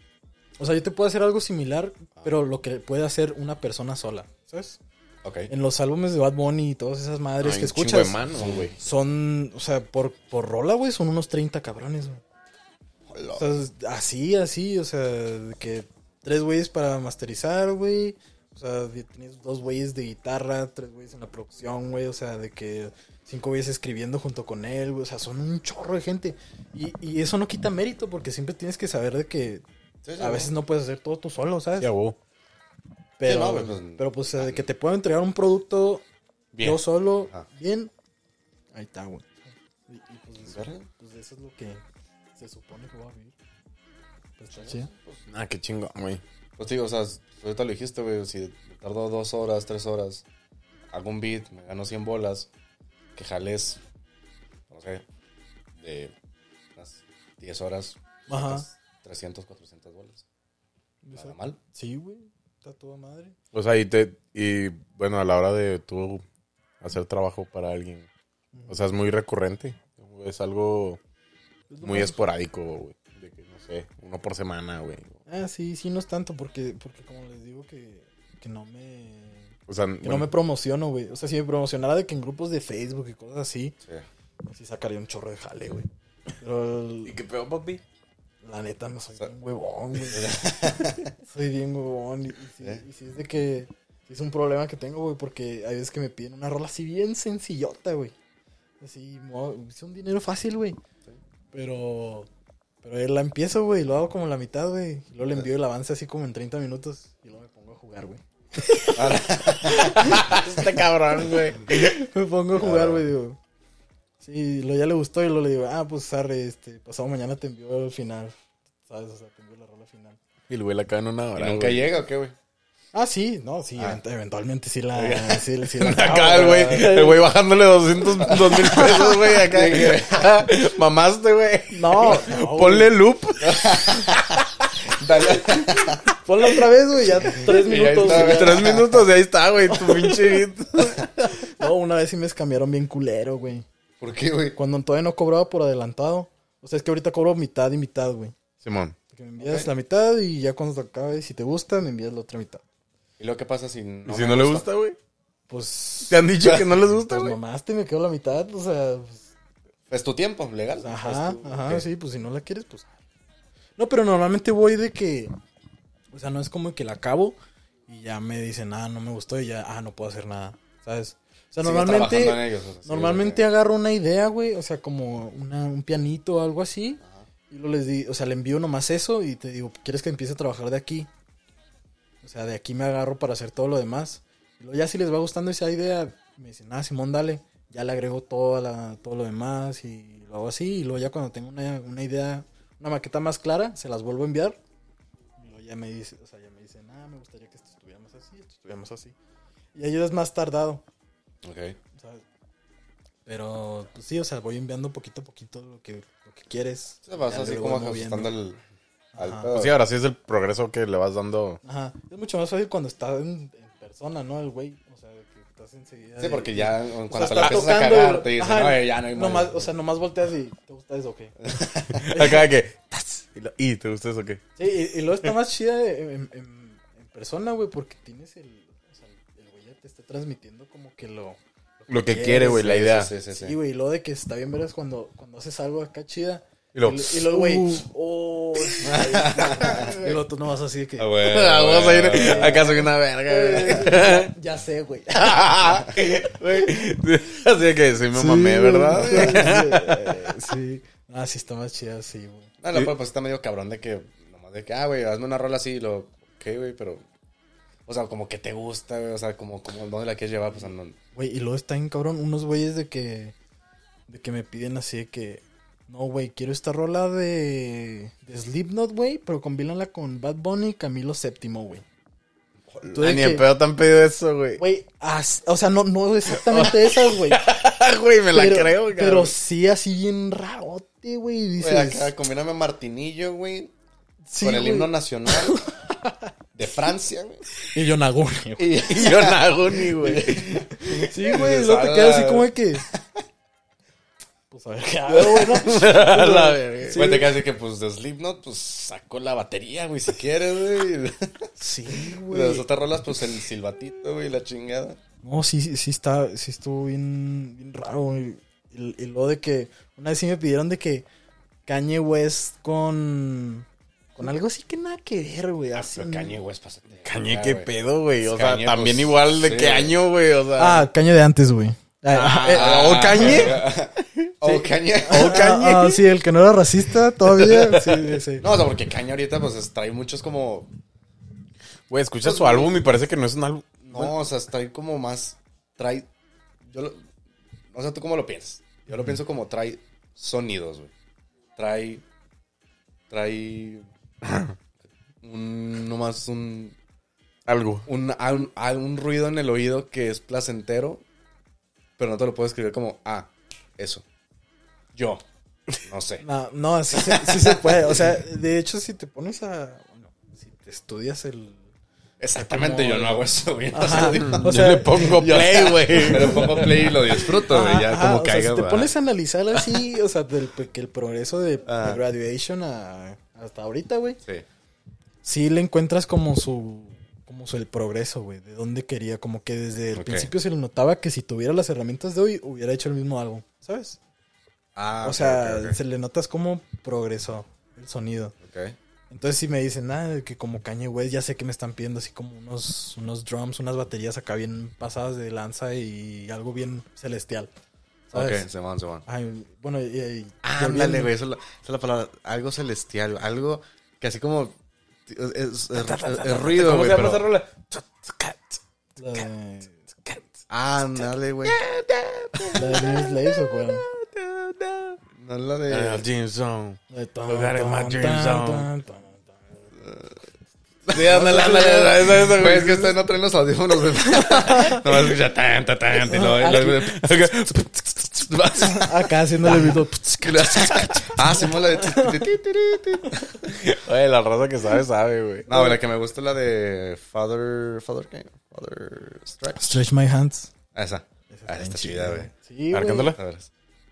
Speaker 3: o sea, yo te puedo hacer algo similar, pero lo que puede hacer una persona sola, ¿sabes?
Speaker 1: Ok.
Speaker 3: En los álbumes de Bad Bunny y todas esas madres
Speaker 2: Hay
Speaker 3: que
Speaker 2: un chingo
Speaker 3: escuchas,
Speaker 2: de manos, güey.
Speaker 3: son, o sea, por rola, güey, son unos 30 cabrones, güey. O sea, así, o sea, de que 3 güeyes para masterizar, güey. O sea, tienes 2 güeyes de guitarra, 3 güeyes en la producción, güey. O sea, de que 5 güeyes escribiendo junto con él, güey. O sea, son un chorro de gente. Y eso no quita mérito, porque siempre tienes que saber de que a veces no puedes hacer todo tú solo, ¿sabes?
Speaker 2: Ya, güey.
Speaker 3: Pero,
Speaker 1: Sí, no, güey, pues,
Speaker 3: pero pues, de que te puedo entregar un producto
Speaker 1: Bien.
Speaker 3: yo solo,
Speaker 1: Ajá.
Speaker 3: bien. Ahí está, güey. Y pues,
Speaker 1: ¿Verga?
Speaker 3: pues eso es lo que se supone que voy a vivir. Pues está chido.
Speaker 2: Ah, qué chingo, güey.
Speaker 1: Pues digo, o sea, ahorita lo dijiste, güey, si me tardo 2 horas, 3 horas, hago un beat, me gano 100 bolas, que jales, no sé, de unas 10 horas,
Speaker 3: Ajá.
Speaker 1: sacas 300, 400 bolas. Nada
Speaker 3: Exacto.
Speaker 1: mal.
Speaker 3: Sí, güey. Está toda madre.
Speaker 2: O sea, y bueno, a la hora de tú hacer trabajo para alguien, o sea, es muy recurrente. Es algo muy esporádico, güey. De que, no sé, uno por semana, güey.
Speaker 3: Sí, no es tanto porque como les digo que no me...
Speaker 2: O sea,
Speaker 3: Que no me promociono, güey. O sea, si me promocionara de que en grupos de Facebook y cosas así,
Speaker 1: Sí.
Speaker 3: sí sacaría un chorro de jale, güey. Pero
Speaker 2: ¿Y qué pedo, papi?
Speaker 3: la neta no soy bien huevón, güey. Soy bien huevón. Y sí es de que... Sí es un problema que tengo, güey, porque hay veces que me piden una rola así bien sencillota, güey. Así, es un dinero fácil, güey. Pero la empiezo, güey, y lo hago como la mitad, güey. Y luego le envío el avance así como en 30 minutos y luego me pongo a jugar, güey.
Speaker 2: Este cabrón, güey.
Speaker 3: Me pongo a jugar, güey, digo. Sí, ya le gustó y luego le digo, pues arre, pasado mañana te envió el final. ¿Sabes? O sea, te envió la rola final.
Speaker 2: Y el güey la acaba en una
Speaker 1: ¿Y
Speaker 2: hora,
Speaker 1: nunca
Speaker 2: güey.
Speaker 1: llega o qué, güey?
Speaker 3: Sí, no, sí, eventualmente sí la
Speaker 2: Acá el güey bajándole 2,000 pesos, güey, acá. Mamaste, güey.
Speaker 3: No,
Speaker 2: Ponle loop.
Speaker 1: Dale.
Speaker 3: Ponlo otra vez, güey, ya 3 minutos.
Speaker 1: está,
Speaker 3: güey.
Speaker 2: 3 minutos y ahí está, güey, tu pinche beat.
Speaker 3: No, una vez sí me escamearon bien culero, güey.
Speaker 1: ¿Por qué, güey?
Speaker 3: Cuando todavía no cobraba por adelantado. O sea, es que ahorita cobro mitad y mitad, güey.
Speaker 2: Simón.
Speaker 3: Que me envías la mitad y ya cuando te acabe, si te gusta, me envías la otra mitad.
Speaker 1: ¿Y luego qué pasa si no
Speaker 2: ¿Y si
Speaker 1: me
Speaker 2: no le gusta, güey?
Speaker 3: Pues...
Speaker 2: ¿Te han dicho que no les gusta,
Speaker 3: Pues
Speaker 2: güey?
Speaker 3: mamaste, me quedo la mitad, o sea... Pues,
Speaker 1: Es tu tiempo, legal.
Speaker 3: ajá,
Speaker 1: Es tu-
Speaker 3: ajá,
Speaker 1: ok.
Speaker 3: sí, pues si no la quieres, pues... No, pero normalmente voy de que... O sea, no es como que la acabo y ya me dicen, no me gustó y ya, no puedo hacer nada, ¿sabes? O sea,
Speaker 1: Sigues trabajando en
Speaker 3: normalmente...
Speaker 1: ellos, o sea, sí,
Speaker 3: Normalmente agarro una idea, güey, o sea, como un pianito o algo así. Y luego o sea, le envío nomás eso y te digo, ¿quieres que empiece a trabajar de aquí? O sea, de aquí me agarro para hacer todo lo demás. Y luego ya si les va gustando esa idea, me dicen, Simón, dale. Ya le agrego todo lo demás y lo hago así. Y luego ya cuando tengo una idea, una maqueta más clara, se las vuelvo a enviar. Y luego ya me dicen, me gustaría que esto estuviera más así. Y ahí es más tardado.
Speaker 1: Ok.
Speaker 3: ¿Sabes? Pero, pues sí, o sea, voy enviando poquito a poquito lo que quieres.
Speaker 1: Se vas
Speaker 3: Ya
Speaker 1: así
Speaker 3: le
Speaker 1: como
Speaker 3: voy moviendo.
Speaker 1: ajustando al
Speaker 3: Ajá.
Speaker 1: pedo.
Speaker 2: Pues sí, ahora sí es el progreso que le vas dando.
Speaker 3: Ajá. Es mucho más fácil cuando está en persona, ¿no? El güey. O sea, que estás enseguida.
Speaker 1: Sí, porque ya
Speaker 3: o
Speaker 1: cuando
Speaker 3: sea,
Speaker 1: te la
Speaker 3: estás
Speaker 1: empiezas a
Speaker 3: tocando
Speaker 1: cagar,
Speaker 3: y-
Speaker 1: te dicen,
Speaker 3: ajá,
Speaker 1: no, ya no hay más.
Speaker 3: nomás, o sea, nomás volteas y ¿te gusta eso o qué?
Speaker 2: Acá que. ¿Y te gusta eso o qué?
Speaker 3: Sí, y luego está más chida en persona, güey, porque tienes o sea, el güey ya te está transmitiendo como que
Speaker 2: Lo que
Speaker 3: quieres,
Speaker 2: quiere, güey, la idea.
Speaker 1: Sí.
Speaker 3: Sí, güey, y luego de que está bien verás cuando haces algo acá chida.
Speaker 2: Y luego,
Speaker 3: Y luego, güey, y luego tú nomás así de que...
Speaker 1: Ah, güey,
Speaker 2: Vamos a ir.
Speaker 1: güey.
Speaker 2: Acá soy una verga, güey.
Speaker 3: Ya sé, güey.
Speaker 2: Güey. Así de que sí me mamé, ¿verdad?
Speaker 3: Sí. Sí está más chida, sí, güey.
Speaker 1: No, la pues está medio cabrón de que, nomás de que, güey, hazme una rola así, y lo, ok, güey, pero, o sea, como que te gusta, güey, o sea, como, ¿dónde la quieres llevar? Pues, no,
Speaker 3: Güey, y luego está bien cabrón unos güeyes de que me piden así de que, no, güey, quiero esta rola de Slipknot, güey, pero combínala con Bad Bunny y Camilo VII, güey. Tú de
Speaker 2: Ni
Speaker 3: que-
Speaker 2: en pedo te han pedido eso, güey.
Speaker 3: Güey, o sea, no exactamente esas, güey.
Speaker 2: Güey, me la
Speaker 3: Pero-
Speaker 2: creo, güey.
Speaker 3: Pero sí así bien rarote, güey. Y
Speaker 1: güey,
Speaker 3: dices...
Speaker 1: acá combíname a Martinillo, güey,
Speaker 3: sí,
Speaker 1: con el
Speaker 3: güey.
Speaker 1: himno nacional de Francia, güey.
Speaker 3: Y yo Naguni, güey.
Speaker 1: Y
Speaker 2: Yo no hago ni, güey.
Speaker 3: Sí, güey,
Speaker 1: Dices,
Speaker 3: luego te
Speaker 1: "Ala".
Speaker 3: quedas así como de que... Pues a ver qué hago, güey, ¿no?
Speaker 2: A la verga.
Speaker 3: Sí.
Speaker 1: Güey, te quedas así que, pues, de Slipknot, pues, sacó la batería, güey, si quieres, güey.
Speaker 3: Sí,
Speaker 1: De
Speaker 3: güey.
Speaker 1: las otras rolas, pues, el silbatito, güey, la chingada.
Speaker 3: No, sí estuvo bien raro, güey. Y lo de que una vez sí me pidieron de que Kanye West con algo así que nada que ver, güey. Así,
Speaker 1: Pero Kanye West, pásate.
Speaker 2: Cañé,
Speaker 1: Ya,
Speaker 2: qué
Speaker 1: güey.
Speaker 2: pedo, güey. O sea,
Speaker 1: Kanye,
Speaker 2: también
Speaker 1: pues,
Speaker 2: igual de
Speaker 1: sí,
Speaker 2: qué
Speaker 1: güey.
Speaker 2: año, güey. O sea.
Speaker 3: Kanye de antes, güey.
Speaker 2: ¿O Kanye?
Speaker 1: ¿O Kanye?
Speaker 2: ¿O Kanye?
Speaker 3: Sí, el que no era racista todavía. Sí, sí.
Speaker 1: No, o sea, porque Kanye ahorita, pues, trae muchos como...
Speaker 2: Güey, escucha su álbum y parece que no es un álbum.
Speaker 1: No, o sea, trae como más... Trae... O sea, ¿tú cómo lo piensas? Yo lo pienso como trae sonidos, güey. Trae... Nomás
Speaker 2: Algo.
Speaker 1: un ruido en el oído que es placentero, pero no te lo puedo escribir como, eso. Yo. No sé.
Speaker 3: No, sí se puede. O sea, de hecho, si te pones bueno, si te estudias el...
Speaker 1: Exactamente,
Speaker 3: como-
Speaker 1: yo no hago eso, güey.
Speaker 3: Ajá.
Speaker 2: O sea, le pongo play, güey.
Speaker 1: Me lo pongo play y lo disfruto, güey. Ya
Speaker 3: Ajá,
Speaker 1: como
Speaker 3: o sea,
Speaker 1: caiga,
Speaker 3: si te
Speaker 1: güey.
Speaker 3: pones a analizar así, o sea, que el progreso de
Speaker 1: Ah.
Speaker 3: Graduation hasta ahorita, güey,
Speaker 1: Sí.
Speaker 3: sí le encuentras como el progreso, güey, de dónde quería, como que desde el
Speaker 1: Ok.
Speaker 3: principio se le notaba que si tuviera las herramientas de hoy, hubiera hecho el mismo álbum, ¿sabes? O sea,
Speaker 1: ok.
Speaker 3: se le notas como progresó el sonido.
Speaker 1: Ok.
Speaker 3: Entonces si me dicen, que como Kanye West, ya sé que me están pidiendo así como unos drums, unas baterías acá bien pasadas de lanza y algo bien celestial, ¿sabes?
Speaker 1: Ok, se van.
Speaker 3: Ay, bueno,
Speaker 1: Ándale, güey. Esa es la palabra. Algo celestial. Algo que así como... Es ruido,
Speaker 2: ¿Cómo
Speaker 1: güey.
Speaker 2: se llama esa
Speaker 1: Pero...
Speaker 2: rola?
Speaker 1: Ándale, güey.
Speaker 3: La de Green Slaves, ¿o cuál?
Speaker 1: No es la de...
Speaker 2: Dream Zone.
Speaker 3: La de
Speaker 2: Lugar en my dream zone.
Speaker 3: tan.
Speaker 2: Sí, ándale. Esa,
Speaker 1: Güey, es que ustedes no traen los audífonos, güey. No vas a escuchar tan, tan, tan. Y luego...
Speaker 3: Acá haciéndole video.
Speaker 1: Ah, sí, mola de...
Speaker 2: Oye, la raza que sabe, güey.
Speaker 1: No, la que me gusta es la de Father ¿qué? Father Strike.
Speaker 3: Stretch my hands.
Speaker 1: Esa. Ah, está chida, güey.
Speaker 3: Sí,
Speaker 2: A ver,
Speaker 3: güey.
Speaker 2: cántala.
Speaker 1: A ver.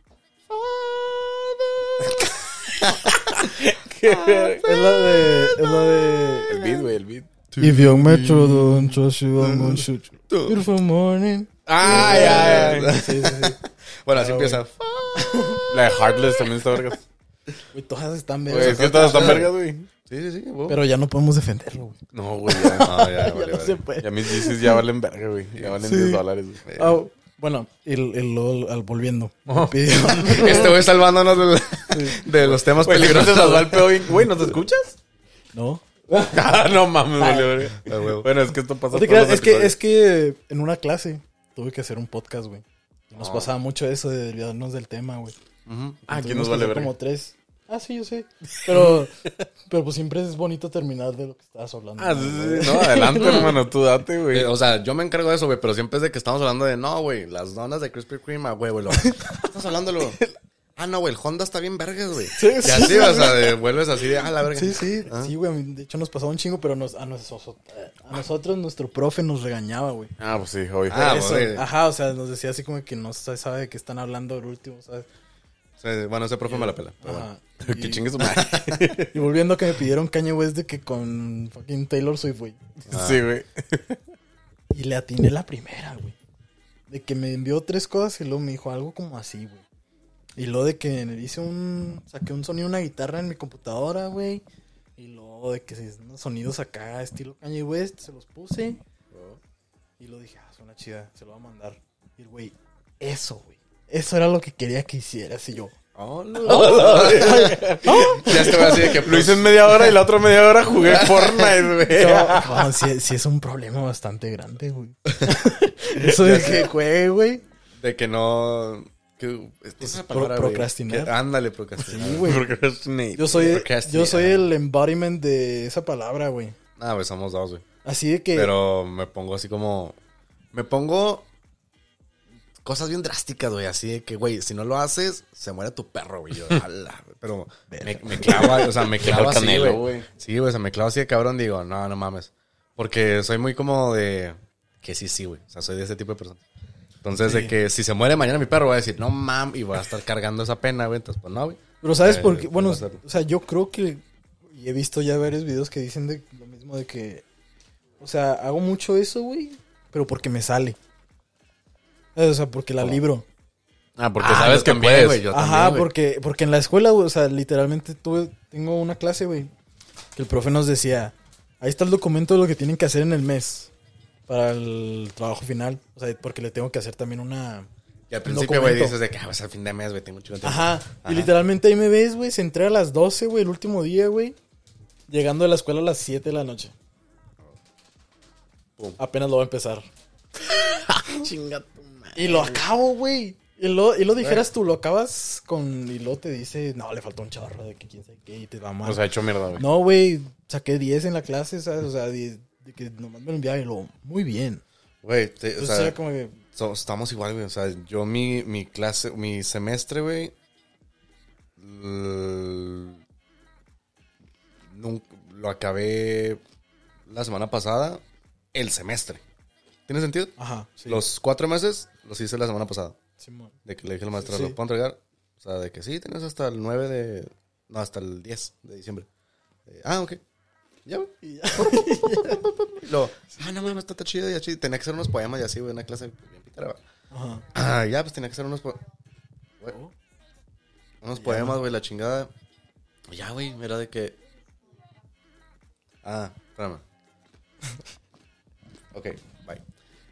Speaker 3: Es la de...
Speaker 2: El beat, güey, el beat.
Speaker 3: If young metro don't trust you, I'm gonna shoot you. Beautiful morning.
Speaker 2: Ah, ya.
Speaker 3: Sí, sí, sí.
Speaker 1: Bueno, así empieza.
Speaker 2: La de Heartless también está vergas.
Speaker 3: Güey, todas están
Speaker 2: Güey,
Speaker 3: vergas.
Speaker 2: es que todas están vergas, güey.
Speaker 1: Sí, sí, güey.
Speaker 3: Pero ya no podemos defenderlo, güey.
Speaker 2: No, güey, ya.
Speaker 1: No, ya,
Speaker 3: Ya
Speaker 1: vale,
Speaker 3: no se
Speaker 1: vale.
Speaker 3: puede.
Speaker 2: Ya mis Yeezys ya valen verga, güey. Ya valen
Speaker 3: Sí.
Speaker 2: $10, güey.
Speaker 3: Ah, bueno, al volviendo. Me pidió...
Speaker 1: Este güey salvándonos de los temas
Speaker 2: Güey, siempre te
Speaker 1: peligrosos.
Speaker 2: salva el pedo bien. Güey, ¿nos escuchas?
Speaker 3: No.
Speaker 2: Ah, no mames, vale, verga.
Speaker 1: Ah, huevo.
Speaker 2: Bueno, es que esto pasa
Speaker 3: No te
Speaker 2: todos
Speaker 3: creas,
Speaker 2: los episodios.
Speaker 3: es que en una clase tuve que hacer un podcast, güey. Y nos pasaba mucho eso de desviarnos del tema, güey.
Speaker 1: Ujú.
Speaker 2: Ah, ¿quién
Speaker 3: Tuvimos
Speaker 2: nos
Speaker 3: que
Speaker 2: vale
Speaker 3: hacer
Speaker 2: verga?
Speaker 3: como 3. Ah, sí, yo sé. Pero pues siempre es bonito terminar de lo que estabas hablando.
Speaker 2: Ah, sí, sí, no, adelante, hermano, tú date, güey.
Speaker 1: O sea, yo me encargo de eso, güey, pero siempre es de que estamos hablando de, no, güey, las donas de Krispy Kreme, güey, güey. Estamos hablando de lo... Ah, no, güey, el Honda está bien vergas, güey.
Speaker 3: Sí,
Speaker 1: Y
Speaker 3: sí.
Speaker 1: así, o sea, vuelves así de, la verga.
Speaker 3: Sí, sí,
Speaker 1: Ah.
Speaker 3: sí, güey. De hecho, nos pasaba un chingo, pero a nosotros nuestro profe nos regañaba, güey.
Speaker 2: Ah, pues sí, obvio.
Speaker 1: Ah,
Speaker 3: Eso,
Speaker 1: güey.
Speaker 3: ajá, o sea, nos decía así como que no se sabe de qué están hablando el último, ¿sabes?
Speaker 1: Sí, bueno, ese profe me la pela. Pero bueno.
Speaker 3: Ajá.
Speaker 2: Que chingue su madre.
Speaker 3: Y volviendo a que me pidieron Kanye West de que con fucking Taylor Swift, güey.
Speaker 2: Sí, güey.
Speaker 3: Y le atiné la primera, güey. De que me envió 3 cosas y luego me dijo algo como así, güey. Y luego de que me saqué un sonido, una guitarra en mi computadora, güey. Y luego de que unos sonidos acá, estilo Kanye West, se los puse. Y lo dije, suena chida, se lo voy a mandar. Y el güey, eso, güey. Eso era lo que quería que hicieras. Y yo,
Speaker 1: Ya estoy así de que...
Speaker 2: Lo hice en media hora y la otra media hora jugué Fortnite, güey.
Speaker 3: no, sí es un problema bastante grande, güey. Eso de que juegue, güey.
Speaker 1: De que no... Que, esa palabra, güey.
Speaker 3: procrastinar.
Speaker 1: Ándale, procrastinar.
Speaker 3: Sí, güey.
Speaker 2: Procrastinate.
Speaker 3: Yo soy
Speaker 1: Procrastinar.
Speaker 3: el embodiment de esa palabra, güey.
Speaker 1: Ah, güey, somos dos, güey.
Speaker 3: Así de que...
Speaker 1: Pero me pongo así como... Me pongo... Cosas bien drásticas, güey. Así de que, güey, si no lo haces, se muere tu perro, güey. Yo, ala, güey. Pero me clavo, o sea, me clavo así,
Speaker 2: Canelo,
Speaker 1: güey.
Speaker 2: güey.
Speaker 1: Sí, güey, o sea, me clavo así de cabrón. Digo, no mames. Porque soy muy como de... Que sí, güey. O sea, soy de ese tipo de persona. Entonces, de que si se muere mañana mi perro, voy a decir, no mames, y voy a estar cargando esa pena, güey. Entonces, pues no, güey.
Speaker 3: Pero ¿sabes por qué? Bueno,
Speaker 1: voy a hacerlo.
Speaker 3: o sea, yo creo que... Y he visto ya varios videos que dicen de lo mismo de que... O sea, hago mucho eso, güey. Pero porque me sale. O sea, porque la libro.
Speaker 2: Ah, porque
Speaker 1: Ah,
Speaker 2: sabes
Speaker 1: yo
Speaker 2: que
Speaker 1: también,
Speaker 2: puedes.
Speaker 1: güey, yo
Speaker 3: Ajá,
Speaker 1: también, güey.
Speaker 3: porque en la escuela, güey, o sea, literalmente tengo una clase, güey, que el profe nos decía, ahí está el documento de lo que tienen que hacer en el mes para el trabajo final. O sea, porque le tengo que hacer también una...
Speaker 1: Y al
Speaker 3: un
Speaker 1: principio, güey,
Speaker 3: documento.
Speaker 1: dices de que, pues al fin de mes, güey, tengo un chico de tiempo.
Speaker 3: Ajá. Y literalmente ahí me ves, güey, se entré a las 12, güey, el último día, güey, llegando de la escuela a las 7 de la noche.
Speaker 1: Pum.
Speaker 3: Apenas lo voy a empezar.
Speaker 2: Chinga tu madre.
Speaker 3: Y lo acabo, güey. Y lo dijeras tú, lo acabas con... Y luego te dice, no, le faltó un chorro de que quién sabe qué y te va mal.
Speaker 2: O sea, hecho mierda, güey.
Speaker 3: No, güey, saqué 10 en la clase, ¿sabes? O sea, de que nomás me lo enviaba y lo... Muy bien.
Speaker 1: Güey, o
Speaker 3: Entonces
Speaker 1: sea,
Speaker 3: era como que...
Speaker 1: estamos igual, güey. O sea, yo mi clase, mi semestre, güey. Lo acabé la semana pasada. El semestre. ¿Tiene sentido?
Speaker 3: Ajá, sí.
Speaker 1: Los 4 meses los hice la semana pasada.
Speaker 3: Simón.
Speaker 1: De que le dije al maestro,
Speaker 3: Sí.
Speaker 1: ¿lo puedo entregar? O sea, de que sí, tienes hasta el 9 de... No, hasta el 10 de diciembre. Ok. Ya, güey.
Speaker 3: Y ya.
Speaker 1: Y luego, no mames, está chido y así. Tenía que hacer unos poemas y así, güey, una clase bien pitera, güey.
Speaker 3: Ajá.
Speaker 1: Ya, pues tenía que hacer unos unos poemas, güey, la chingada. Ya, güey, era de que... Espérame. Ok, bye.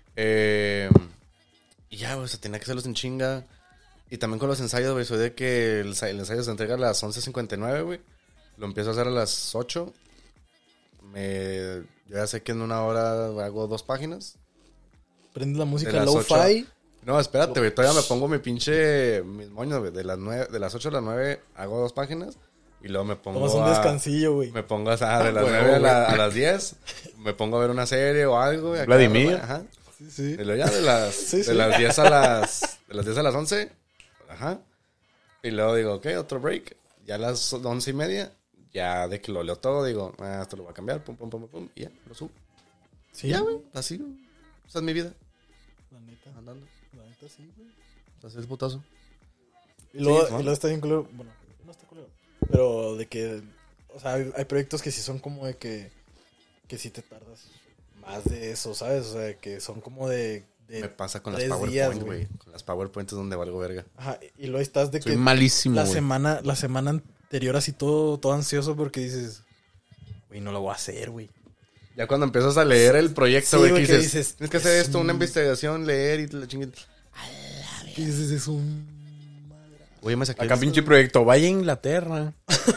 Speaker 1: Y ya, güey, o sea, tenía que hacerlos en chinga. Y también con los ensayos, güey, soy de que el ensayo se entrega a las 11:59, güey. Lo empiezo a hacer a las 8. Yo ya sé que en una hora hago 2 páginas.
Speaker 3: Prendes la música
Speaker 1: De las
Speaker 3: lo-fi.
Speaker 1: No, espérate, güey. Todavía me pongo mis moños, güey. De las 8 a las 9 hago 2 páginas. Y luego me pongo
Speaker 3: Tomas un descansillo, güey.
Speaker 1: Me pongo, o sea, de las 9 a las 10. Me pongo a ver una serie o algo, güey.
Speaker 2: Vladimir.
Speaker 1: Ajá.
Speaker 3: Sí.
Speaker 1: Y luego ya de las,
Speaker 3: Sí, sí.
Speaker 1: de las 10 a las 11. Ajá. Y luego digo, ok, otro break. Ya a las 11:30. Ya de que lo leo todo, digo, esto lo voy a cambiar. Pum, pum, pum, pum. Y ya, lo subo.
Speaker 3: Sí,
Speaker 1: Ya, güey. Así, güey. Esa es mi vida.
Speaker 3: La neta.
Speaker 1: Andando.
Speaker 3: La neta, sí, güey.
Speaker 1: Así es putazo.
Speaker 3: Y luego,
Speaker 1: Sí, ¿no?
Speaker 3: y luego está bien culero. Bueno, no está culero. Pero de que... O sea, hay proyectos que sí son como de que sí te tardas más de eso, ¿sabes? O sea, que son como de
Speaker 1: Me pasa con las
Speaker 3: 3
Speaker 1: PowerPoint,
Speaker 3: días,
Speaker 1: güey. Con las PowerPoint es donde valgo verga.
Speaker 3: Ajá, y luego estás de
Speaker 2: Soy
Speaker 3: que
Speaker 2: malísimo,
Speaker 3: la
Speaker 2: güey.
Speaker 3: semana anterior así todo ansioso porque dices, güey, no lo voy a hacer, güey.
Speaker 1: Ya cuando empiezas a leer el proyecto,
Speaker 3: Sí,
Speaker 1: güey,
Speaker 3: güey,
Speaker 1: que
Speaker 3: que
Speaker 1: dices,
Speaker 3: dices,
Speaker 1: tienes que hacer esto, una investigación, leer y la chingada.
Speaker 3: Y dices, es un...
Speaker 1: Oye, me saqué
Speaker 2: Acá
Speaker 1: el-
Speaker 2: pinche proyecto. Vaya a Inglaterra.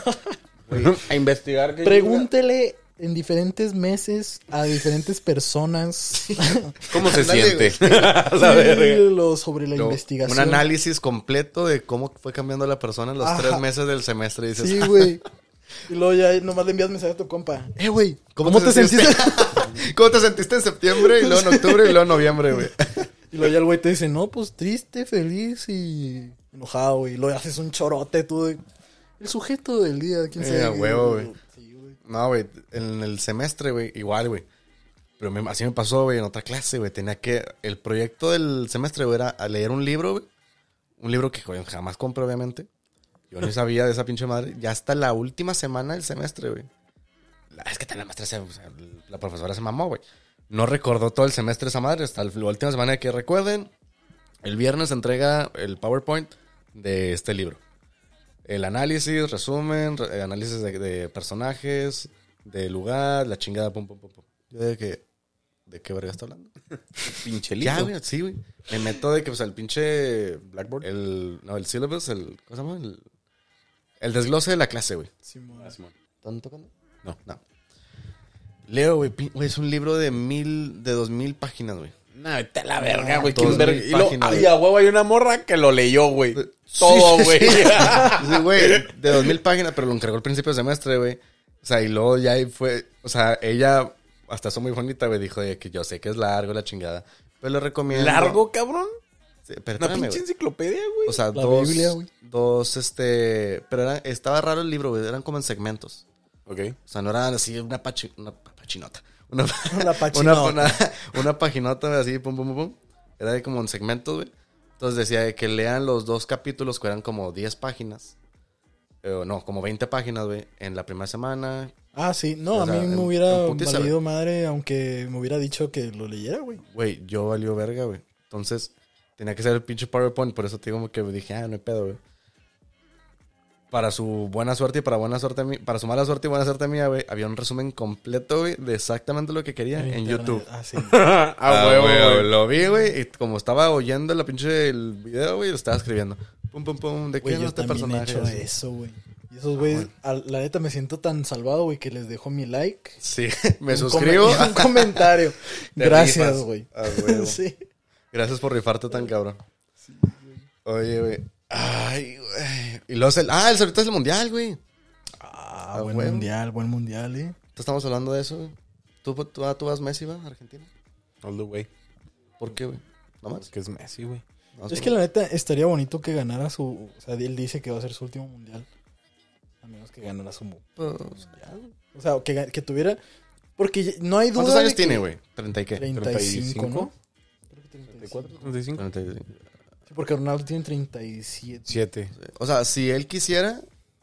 Speaker 2: A investigar. qué
Speaker 3: Pregúntele en diferentes meses a diferentes personas
Speaker 2: chinga- ¿Cómo se
Speaker 1: Ándale,
Speaker 2: siente? A la verga.
Speaker 3: sobre la
Speaker 1: Lo-
Speaker 3: investigación.
Speaker 1: Un análisis completo de cómo fue cambiando la persona en los
Speaker 3: Ajá.
Speaker 1: 3 meses del semestre. Y dices,
Speaker 3: Sí, güey. Y luego ya nomás le envías mensaje a tu compa. Güey,
Speaker 1: ¿cómo te
Speaker 3: sentiste?
Speaker 1: ¿cómo te sentiste en septiembre? Y luego en octubre y luego en noviembre, güey.
Speaker 3: Y luego ya el güey te dice, no, pues triste, feliz y enojado, güey. Y luego haces un chorote tú de... El sujeto del día, quién sabe.
Speaker 1: A huevo, güey.
Speaker 3: Sí, güey.
Speaker 1: No, güey, en el semestre, güey, igual, güey. Pero así me pasó, güey, en otra clase, güey. Tenía que... El proyecto del semestre, güey, era a leer un libro, güey. Un libro que güey, jamás compré, obviamente. Yo ni sabía de esa pinche madre. Ya hasta la última semana del semestre, güey. Es que la maestra, la profesora se mamó, güey. No recordó todo el semestre esa madre. Hasta la última semana que recuerden. El viernes se entrega el PowerPoint de este libro. El análisis, resumen, análisis de personajes, de lugar, la chingada, pum, pum, pum, pum. Yo de qué verga está hablando.
Speaker 2: Pinchelito.
Speaker 1: Ya, güey, sí, güey. Me meto de que, pues, el pinche Blackboard, el syllabus, ¿cómo se llama? El desglose de la clase, güey.
Speaker 3: Simón.
Speaker 1: ¿Están tocando?
Speaker 2: No.
Speaker 1: Leo, güey, es un libro de 2000 páginas, güey.
Speaker 2: No, vete a la verga, güey.
Speaker 1: Todos
Speaker 2: ¿Quién verga?
Speaker 1: mil
Speaker 2: Y, lo,
Speaker 1: páginas,
Speaker 2: y a huevo hay una morra que lo leyó, güey.
Speaker 1: Sí,
Speaker 2: Todo,
Speaker 1: sí,
Speaker 2: güey.
Speaker 1: sí. Sí, güey, de 2000 páginas, pero lo encargó al principio del semestre, güey. O sea, y luego ya ahí fue, o sea, ella, hasta eso muy bonita, güey, dijo de que yo sé que es largo la chingada, pero le recomiendo.
Speaker 2: ¿Largo, cabrón?
Speaker 1: Sí, pero
Speaker 2: Una
Speaker 1: espérame,
Speaker 2: pinche
Speaker 1: güey.
Speaker 2: enciclopedia, güey.
Speaker 1: O sea,
Speaker 3: La Biblia, güey.
Speaker 1: pero estaba raro el libro, güey, eran como en segmentos.
Speaker 2: Ok.
Speaker 1: O sea, no era así una pachinota. Una
Speaker 3: pachinota.
Speaker 1: una paginota, güey, así, pum, pum, pum, pum. Era de como en segmentos, güey. Entonces decía de que lean los 2 capítulos que eran como 10 páginas. No, como 20 páginas, güey, en la primera semana.
Speaker 3: Ah, sí. No,
Speaker 1: O
Speaker 3: a
Speaker 1: sea,
Speaker 3: mí me
Speaker 1: en
Speaker 3: hubiera
Speaker 1: putiza,
Speaker 3: valido madre aunque me hubiera dicho que lo leyera, güey.
Speaker 1: Güey, yo valió verga, güey. Entonces, tenía que ser el pinche PowerPoint. Por eso te digo que dije, no hay pedo, güey. Para su buena suerte y para su mala suerte y buena suerte mía, güey, había un resumen completo, güey, de exactamente lo que quería en
Speaker 3: internet.
Speaker 1: YouTube.
Speaker 3: Ah, sí.
Speaker 2: A huevo, güey.
Speaker 1: Lo vi, güey, y como estaba oyendo el video, güey, lo estaba escribiendo. Pum, pum, pum, ¿de qué
Speaker 3: Güey,
Speaker 1: es
Speaker 3: yo
Speaker 1: este
Speaker 3: también he
Speaker 1: personaje?
Speaker 3: hecho
Speaker 1: Así.
Speaker 3: eso, güey. Y esos güeyes, la neta me siento tan salvado, güey, que les dejo mi like.
Speaker 1: Sí, me
Speaker 3: Un
Speaker 1: suscribo.
Speaker 3: un comentario.
Speaker 1: Te
Speaker 3: Gracias,
Speaker 1: rifas.
Speaker 3: güey.
Speaker 1: Ah, huevo.
Speaker 3: Sí.
Speaker 1: Gracias por rifarte tan cabrón. Oye, güey. Ay, güey. Y luego el ahorita es el mundial, güey.
Speaker 3: Ah,
Speaker 1: Ah,
Speaker 3: buen
Speaker 1: huevo.
Speaker 3: mundial,
Speaker 1: Estamos hablando de eso, güey. ¿Tú vas Messi, va? Argentina.
Speaker 2: All the way.
Speaker 1: ¿Por qué, güey? ¿No más?
Speaker 2: Es que es Messi, güey.
Speaker 3: Es que la neta estaría bonito que ganara su... O sea, él dice que va a ser su último mundial. A menos que ganara su mundial. O sea, que tuviera... Porque no hay duda
Speaker 1: ¿Cuántos
Speaker 3: de
Speaker 1: años
Speaker 3: que-
Speaker 1: tiene, güey? ¿30 y qué?
Speaker 3: 35, ¿no?
Speaker 2: 34, 35.
Speaker 1: 35.
Speaker 3: Sí, porque Ronaldo tiene 37.
Speaker 2: 7.
Speaker 1: O sea, si él quisiera...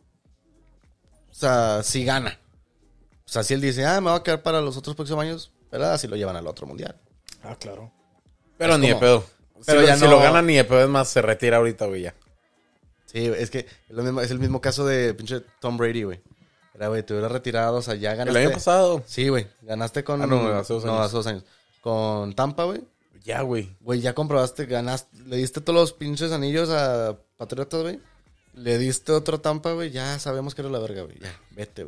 Speaker 1: O sea, si gana. O sea, si él dice, me voy a quedar para los otros próximos años, ¿verdad? Si lo llevan al otro mundial.
Speaker 3: Ah, claro.
Speaker 2: Pero
Speaker 1: Es
Speaker 2: ni de
Speaker 1: como-
Speaker 2: pedo.
Speaker 1: Pero
Speaker 2: si,
Speaker 1: ya
Speaker 2: si
Speaker 1: no-
Speaker 2: lo gana ni de pedo, es más, se retira ahorita, güey, ya.
Speaker 1: Sí, es que es el mismo caso de pinche Tom Brady, güey. Era, güey, te hubieras retirado, o sea, ya
Speaker 2: El
Speaker 1: ganaste.
Speaker 2: año pasado.
Speaker 1: Sí, güey, ganaste con...
Speaker 2: Ah, no, hace 2 años.
Speaker 1: No, hace 2 años. Con Tampa, güey.
Speaker 2: Ya, güey.
Speaker 1: Güey, ya comprobaste, ganaste, le diste todos los pinches anillos a Patriotas, güey. Le diste otro Tampa, güey. Ya sabemos que era la verga, güey. Ya, vete, güey.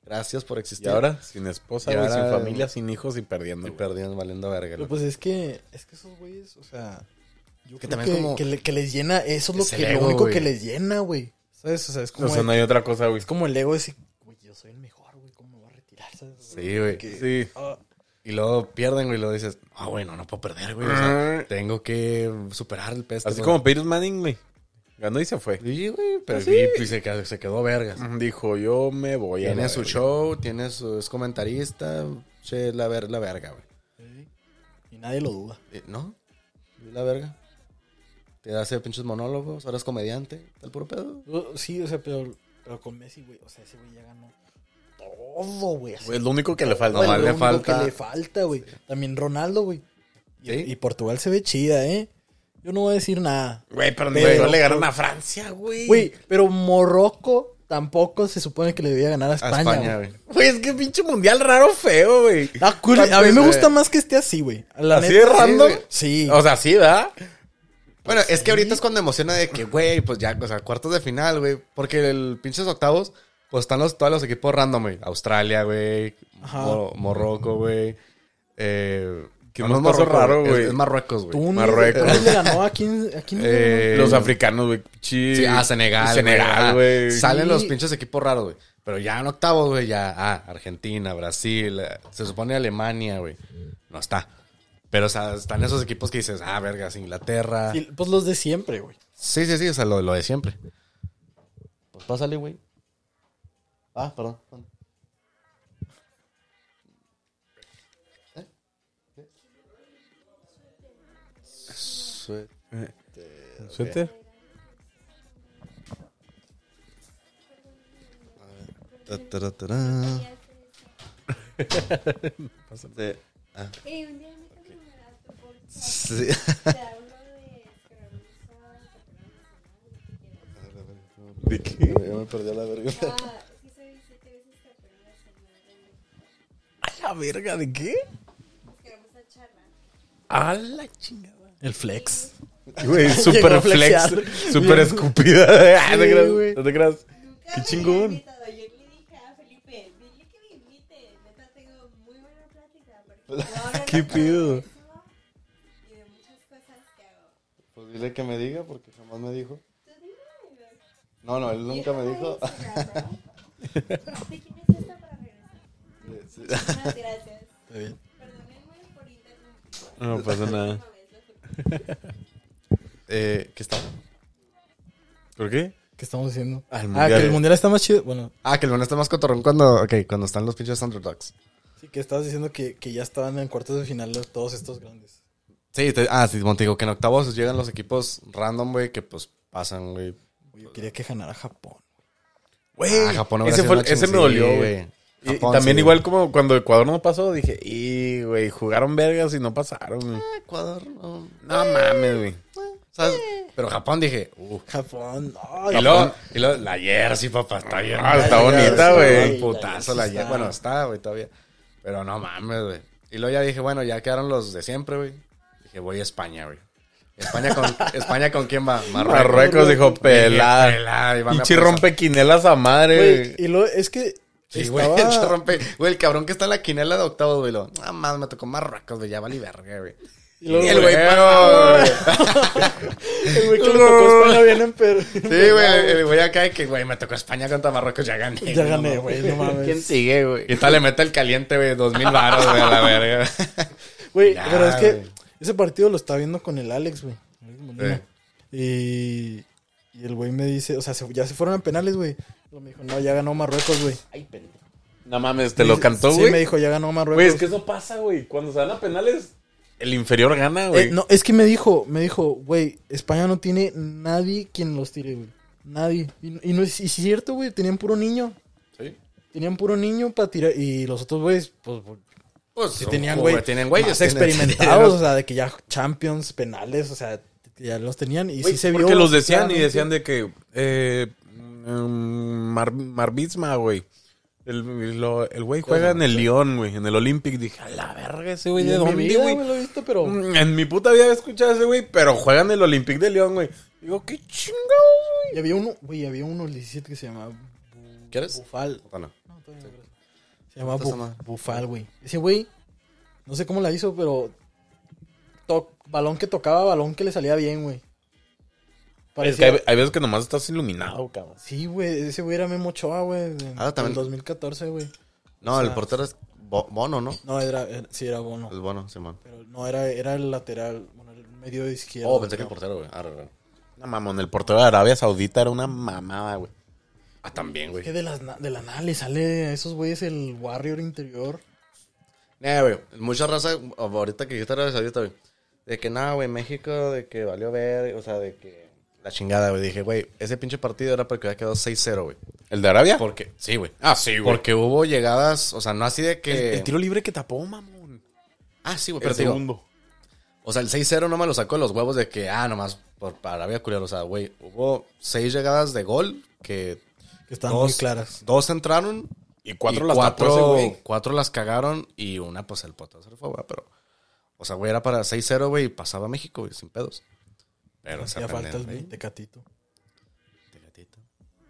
Speaker 1: Gracias por
Speaker 2: Y
Speaker 1: existir.
Speaker 2: ahora, sin esposa,
Speaker 1: Y
Speaker 2: güey, sin
Speaker 1: ahora-
Speaker 2: familia, sin hijos y perdiendo.
Speaker 1: Y
Speaker 2: güey.
Speaker 1: perdiendo, valiendo verga.
Speaker 3: Pero
Speaker 1: loco.
Speaker 3: pues es que esos güeyes, o sea, yo
Speaker 1: Que
Speaker 3: creo
Speaker 1: también como-
Speaker 3: que les llena, eso es lo
Speaker 1: es el
Speaker 3: que
Speaker 1: ego,
Speaker 3: lo único
Speaker 1: güey.
Speaker 3: que les llena, güey. ¿Sabes? O sea, es como
Speaker 2: O sea, no hay otra cosa, güey.
Speaker 3: es como el ego de decir, güey, yo soy el mejor, güey, ¿cómo me voy a retirar? ¿Sabes?
Speaker 1: Sí, güey.
Speaker 3: Que-
Speaker 2: Sí.
Speaker 3: ah,
Speaker 1: Y luego pierden, güey, y luego dices, güey, no puedo perder, güey. O sea, tengo que superar el peste.
Speaker 2: Así
Speaker 1: güey.
Speaker 2: como Peyton Manning, güey. Ganó y se fue.
Speaker 1: Sí, güey, pero
Speaker 3: ¿Ah, sí?
Speaker 1: y se quedó vergas.
Speaker 2: Dijo, yo me voy a...
Speaker 1: Tiene
Speaker 2: la
Speaker 1: su
Speaker 2: verga.
Speaker 1: show, es comentarista, che, la verga, güey.
Speaker 3: sí. Y nadie lo duda.
Speaker 1: ¿No? ¿Es la verga? Te hace pinches monólogos, ahora es comediante, el puro pedo.
Speaker 3: Sí, o sea, pero con Messi, güey, o sea, ese güey ya ganó todo, güey. así.
Speaker 2: Güey, es lo único que le falta.
Speaker 1: Nomás
Speaker 3: Lo
Speaker 1: le
Speaker 3: único
Speaker 1: falta-
Speaker 3: que le falta, güey. También Ronaldo, güey. Y,
Speaker 1: ¿Sí?
Speaker 3: y Portugal se ve chida, ¿eh? Yo no voy a decir nada.
Speaker 2: Güey, pero
Speaker 3: Pero-
Speaker 2: no le ganaron a Francia, güey.
Speaker 3: Güey, pero Morocco tampoco se supone que le debía ganar a
Speaker 1: A
Speaker 3: España.
Speaker 1: España,
Speaker 3: güey.
Speaker 1: güey.
Speaker 2: Güey, es que pinche mundial raro feo, güey.
Speaker 3: Ah, cool. A mí me
Speaker 1: Pues,
Speaker 3: gusta más que esté así, güey. La
Speaker 2: ¿Así
Speaker 3: neta,
Speaker 2: de random?
Speaker 3: Sí.
Speaker 2: O sea, sí, ¿verdad?
Speaker 1: Bueno, es que ahorita es cuando emociona de que, güey, pues ya, o sea, cuartos de final, güey. Porque el pinches octavos, pues están todos los equipos random, güey. Australia, güey.
Speaker 3: Ajá.
Speaker 1: Morocco, güey.
Speaker 2: ¿Qué
Speaker 1: no
Speaker 2: nos
Speaker 1: es
Speaker 2: pasó
Speaker 1: Morocco,
Speaker 2: raro,
Speaker 1: es-
Speaker 2: güey?
Speaker 1: Es Marruecos, güey.
Speaker 3: Túnez,
Speaker 2: Marruecos.
Speaker 3: Túnez le ganó a quién le ganó?
Speaker 2: Los africanos, güey.
Speaker 1: Sí, Senegal.
Speaker 2: Senegal, güey.
Speaker 1: Salen
Speaker 3: Sí.
Speaker 1: los pinches equipos raros, güey. Pero ya en octavos, güey, ya. Argentina, Brasil. Se supone Alemania, güey. No está. Pero, o sea, están esos equipos que dices, vergas, Inglaterra.
Speaker 3: Sí, pues los de siempre, güey.
Speaker 1: Sí, o sea, lo de siempre. Pues pásale, güey. Perdón.
Speaker 2: ¿Suéter?
Speaker 4: Un día me cambió un dato por
Speaker 1: Sí.
Speaker 4: te hablo de
Speaker 2: ¿De qué?
Speaker 1: Ya me perdí a la verga.
Speaker 4: sí soy 7 veces campeón nacional de
Speaker 2: ¿A la verga de qué?
Speaker 4: queremos a charla.
Speaker 2: A la chingada.
Speaker 3: El flex.
Speaker 2: Güey,
Speaker 3: Llegó
Speaker 2: super
Speaker 3: a
Speaker 2: flex.
Speaker 3: flexear.
Speaker 2: Super escupida. No te creas,
Speaker 3: güey.
Speaker 2: no te creas.
Speaker 4: Nunca
Speaker 2: Qué
Speaker 4: me
Speaker 2: chingón.
Speaker 4: había invitado. Yo le dije a Felipe, dile que me invite. Neta, tengo muy buena plática. Porque puedo hablar
Speaker 2: ¿Qué
Speaker 4: de
Speaker 2: pedo?
Speaker 4: todo eso y de muchas cosas que hago.
Speaker 1: Pues dile que me diga, porque jamás me dijo.
Speaker 4: Tú dime.
Speaker 1: No, él nunca me dijo.
Speaker 4: ¿De quién es esta para regresar? Muchas gracias.
Speaker 3: Está bien.
Speaker 4: Perdónenme por interrumpir.
Speaker 2: No pasa nada.
Speaker 4: Última vez, lo juro.
Speaker 1: ¿Qué está?
Speaker 2: ¿Por qué?
Speaker 3: ¿Qué estamos haciendo?
Speaker 2: Al
Speaker 3: Que
Speaker 2: mundial.
Speaker 3: el mundial está más chido. Bueno,
Speaker 1: Que el bueno está más cotorrón cuando están los pinches underdogs.
Speaker 3: sí, que estabas diciendo que ya estaban en cuartos de final todos estos grandes.
Speaker 1: Sí, sí, Montigo, que en octavos llegan los equipos random, güey, que pues pasan, güey.
Speaker 3: Güey, yo quería que ganara Japón.
Speaker 2: Güey,
Speaker 1: Japón hubiera
Speaker 2: ese,
Speaker 1: sido una
Speaker 2: ese me
Speaker 1: chingada,
Speaker 2: dolió,
Speaker 1: sí,
Speaker 2: güey. Y
Speaker 1: Japón,
Speaker 2: también
Speaker 1: sí,
Speaker 2: igual como cuando Ecuador no pasó, dije, y güey, jugaron vergas y no pasaron, güey.
Speaker 1: Ecuador, no.
Speaker 2: No mames, güey.
Speaker 1: ¿Sabes? Pero Japón dije,
Speaker 3: Japón.
Speaker 1: Y luego, la jersey, papá, está bien.
Speaker 2: Está bonita, güey.
Speaker 1: Un putazo la jersey. Bueno, está, güey, todavía. Pero no mames, güey. Y luego ya dije, bueno, ya quedaron los de siempre, güey. Dije, voy a España, güey. ¿España con quién va?
Speaker 2: Marruecos dijo, pelada.
Speaker 1: Pelada.
Speaker 2: Pinche rompe quinelas a madre,
Speaker 3: Güey,
Speaker 2: güey.
Speaker 3: y luego es que
Speaker 1: Sí, güey,
Speaker 3: estaba...
Speaker 1: se rompe. Güey, el cabrón que está en la quinela de octavos, güey. Más me tocó Marruecos, güey. Ya vale verga, güey.
Speaker 3: Y luego,
Speaker 1: Y el güey,
Speaker 3: el güey que le tocó España viene pero...
Speaker 1: Sí, güey, el güey acá de que, güey, me tocó España contra Marruecos, ya gané.
Speaker 3: Ya gané, güey, no mames.
Speaker 2: ¿Quién sigue, güey?
Speaker 1: Y tal le mete el caliente, güey, 2,000 varos, güey, a la verga.
Speaker 3: Güey,
Speaker 1: Ya,
Speaker 3: pero es que
Speaker 1: güey.
Speaker 3: ese partido lo estaba viendo con el Alex, güey. Alex Molina. Y el güey me dice, o sea, ya se fueron a penales, güey. Luego me dijo, no, ya ganó Marruecos, güey.
Speaker 2: No mames, te lo cantó,
Speaker 3: Sí,
Speaker 2: güey.
Speaker 3: me dijo, ya ganó Marruecos.
Speaker 2: Güey, es que eso pasa, güey. Cuando se dan a penales, el inferior gana, güey.
Speaker 3: No, es que me dijo, güey, España no tiene nadie quien los tire, güey. Nadie. Y no es, y sí es cierto, güey, tenían puro niño.
Speaker 1: Sí.
Speaker 3: Tenían puro niño para tirar. Y los otros güeyes, pues
Speaker 1: Pues
Speaker 3: sí
Speaker 1: son
Speaker 3: tenían,
Speaker 1: güey,
Speaker 3: güey,
Speaker 1: tienen güeyes.
Speaker 3: más
Speaker 1: tienen-
Speaker 3: experimentados, o sea, de que ya Champions, penales, o sea, que ya los tenían. Y
Speaker 2: Güey,
Speaker 3: sí se vio.
Speaker 2: porque los decían y
Speaker 3: claramente.
Speaker 2: decían de que Marbizma, güey. El güey juega en el Lyon, güey, en el Olympic. Dije, a la verga ese güey,
Speaker 3: Y
Speaker 2: ¿de
Speaker 3: en mi
Speaker 2: dónde,
Speaker 3: vida,
Speaker 2: güey?
Speaker 3: lo he visto, pero...
Speaker 2: En mi puta vida había escuchado a ese güey, pero juega en el Olympic de Lyon, güey. Digo, qué chingado, güey.
Speaker 3: Y había uno, güey, había uno el 17 que se llamaba
Speaker 1: ¿Quieres?
Speaker 3: Bufal.
Speaker 1: ¿O no?
Speaker 3: No, todavía no, gracias. Se llama
Speaker 1: ¿Cómo se llama?
Speaker 3: Bufal, güey. Ese güey, no sé cómo la hizo, pero balón que tocaba, balón que le salía bien, güey.
Speaker 2: Es que hay veces que nomás estás iluminado, cabrón.
Speaker 3: Sí, güey, ese güey era Memo Ochoa, güey, en
Speaker 1: también.
Speaker 3: el 2014, güey.
Speaker 1: No,
Speaker 3: O
Speaker 1: el
Speaker 3: sea,
Speaker 1: portero es Bono, ¿no?
Speaker 3: No, sí era Bono.
Speaker 1: El Bono, Simón.
Speaker 3: Pero no, era el lateral, bueno, el medio de izquierda.
Speaker 1: Oh, pensé que el
Speaker 3: creo.
Speaker 1: portero, güey. Arre.
Speaker 2: No, mamón, el portero de Arabia Saudita era una mamada, güey.
Speaker 1: Ah, también, güey.
Speaker 3: Es que de la nada le sale a esos güeyes el Warrior interior.
Speaker 1: Güey, mucha raza, ahorita que dijiste Arabia Saudita, güey, de que nada, güey, México, de que valió ver, o sea, de que la chingada, güey. Dije, güey, ese pinche partido era porque había quedado 6-0, güey.
Speaker 2: ¿El de Arabia?
Speaker 1: Porque, sí, güey.
Speaker 2: Ah, sí, güey.
Speaker 1: Porque hubo llegadas, o sea, no así de que...
Speaker 2: El tiro libre que tapó, mamón.
Speaker 1: Ah, sí, güey,
Speaker 2: El
Speaker 1: pero te digo,
Speaker 2: segundo.
Speaker 1: o sea, el 6-0 no me lo sacó de los huevos de que, nomás para Arabia culero. O sea, güey, hubo 6 llegadas de gol que
Speaker 3: Que están muy claras.
Speaker 1: 2 entraron
Speaker 2: Y 4
Speaker 1: y
Speaker 2: las tapó ese güey.
Speaker 1: 4 las cagaron y una, pues, el potazo se fue, güey. Pero, o sea, güey, era para 6-0, güey, y pasaba a México, güey, sin pedos. Pero se
Speaker 3: Hacía falta
Speaker 1: aprenden,
Speaker 3: el
Speaker 1: güey.
Speaker 3: Tecatito.
Speaker 1: Tecatito.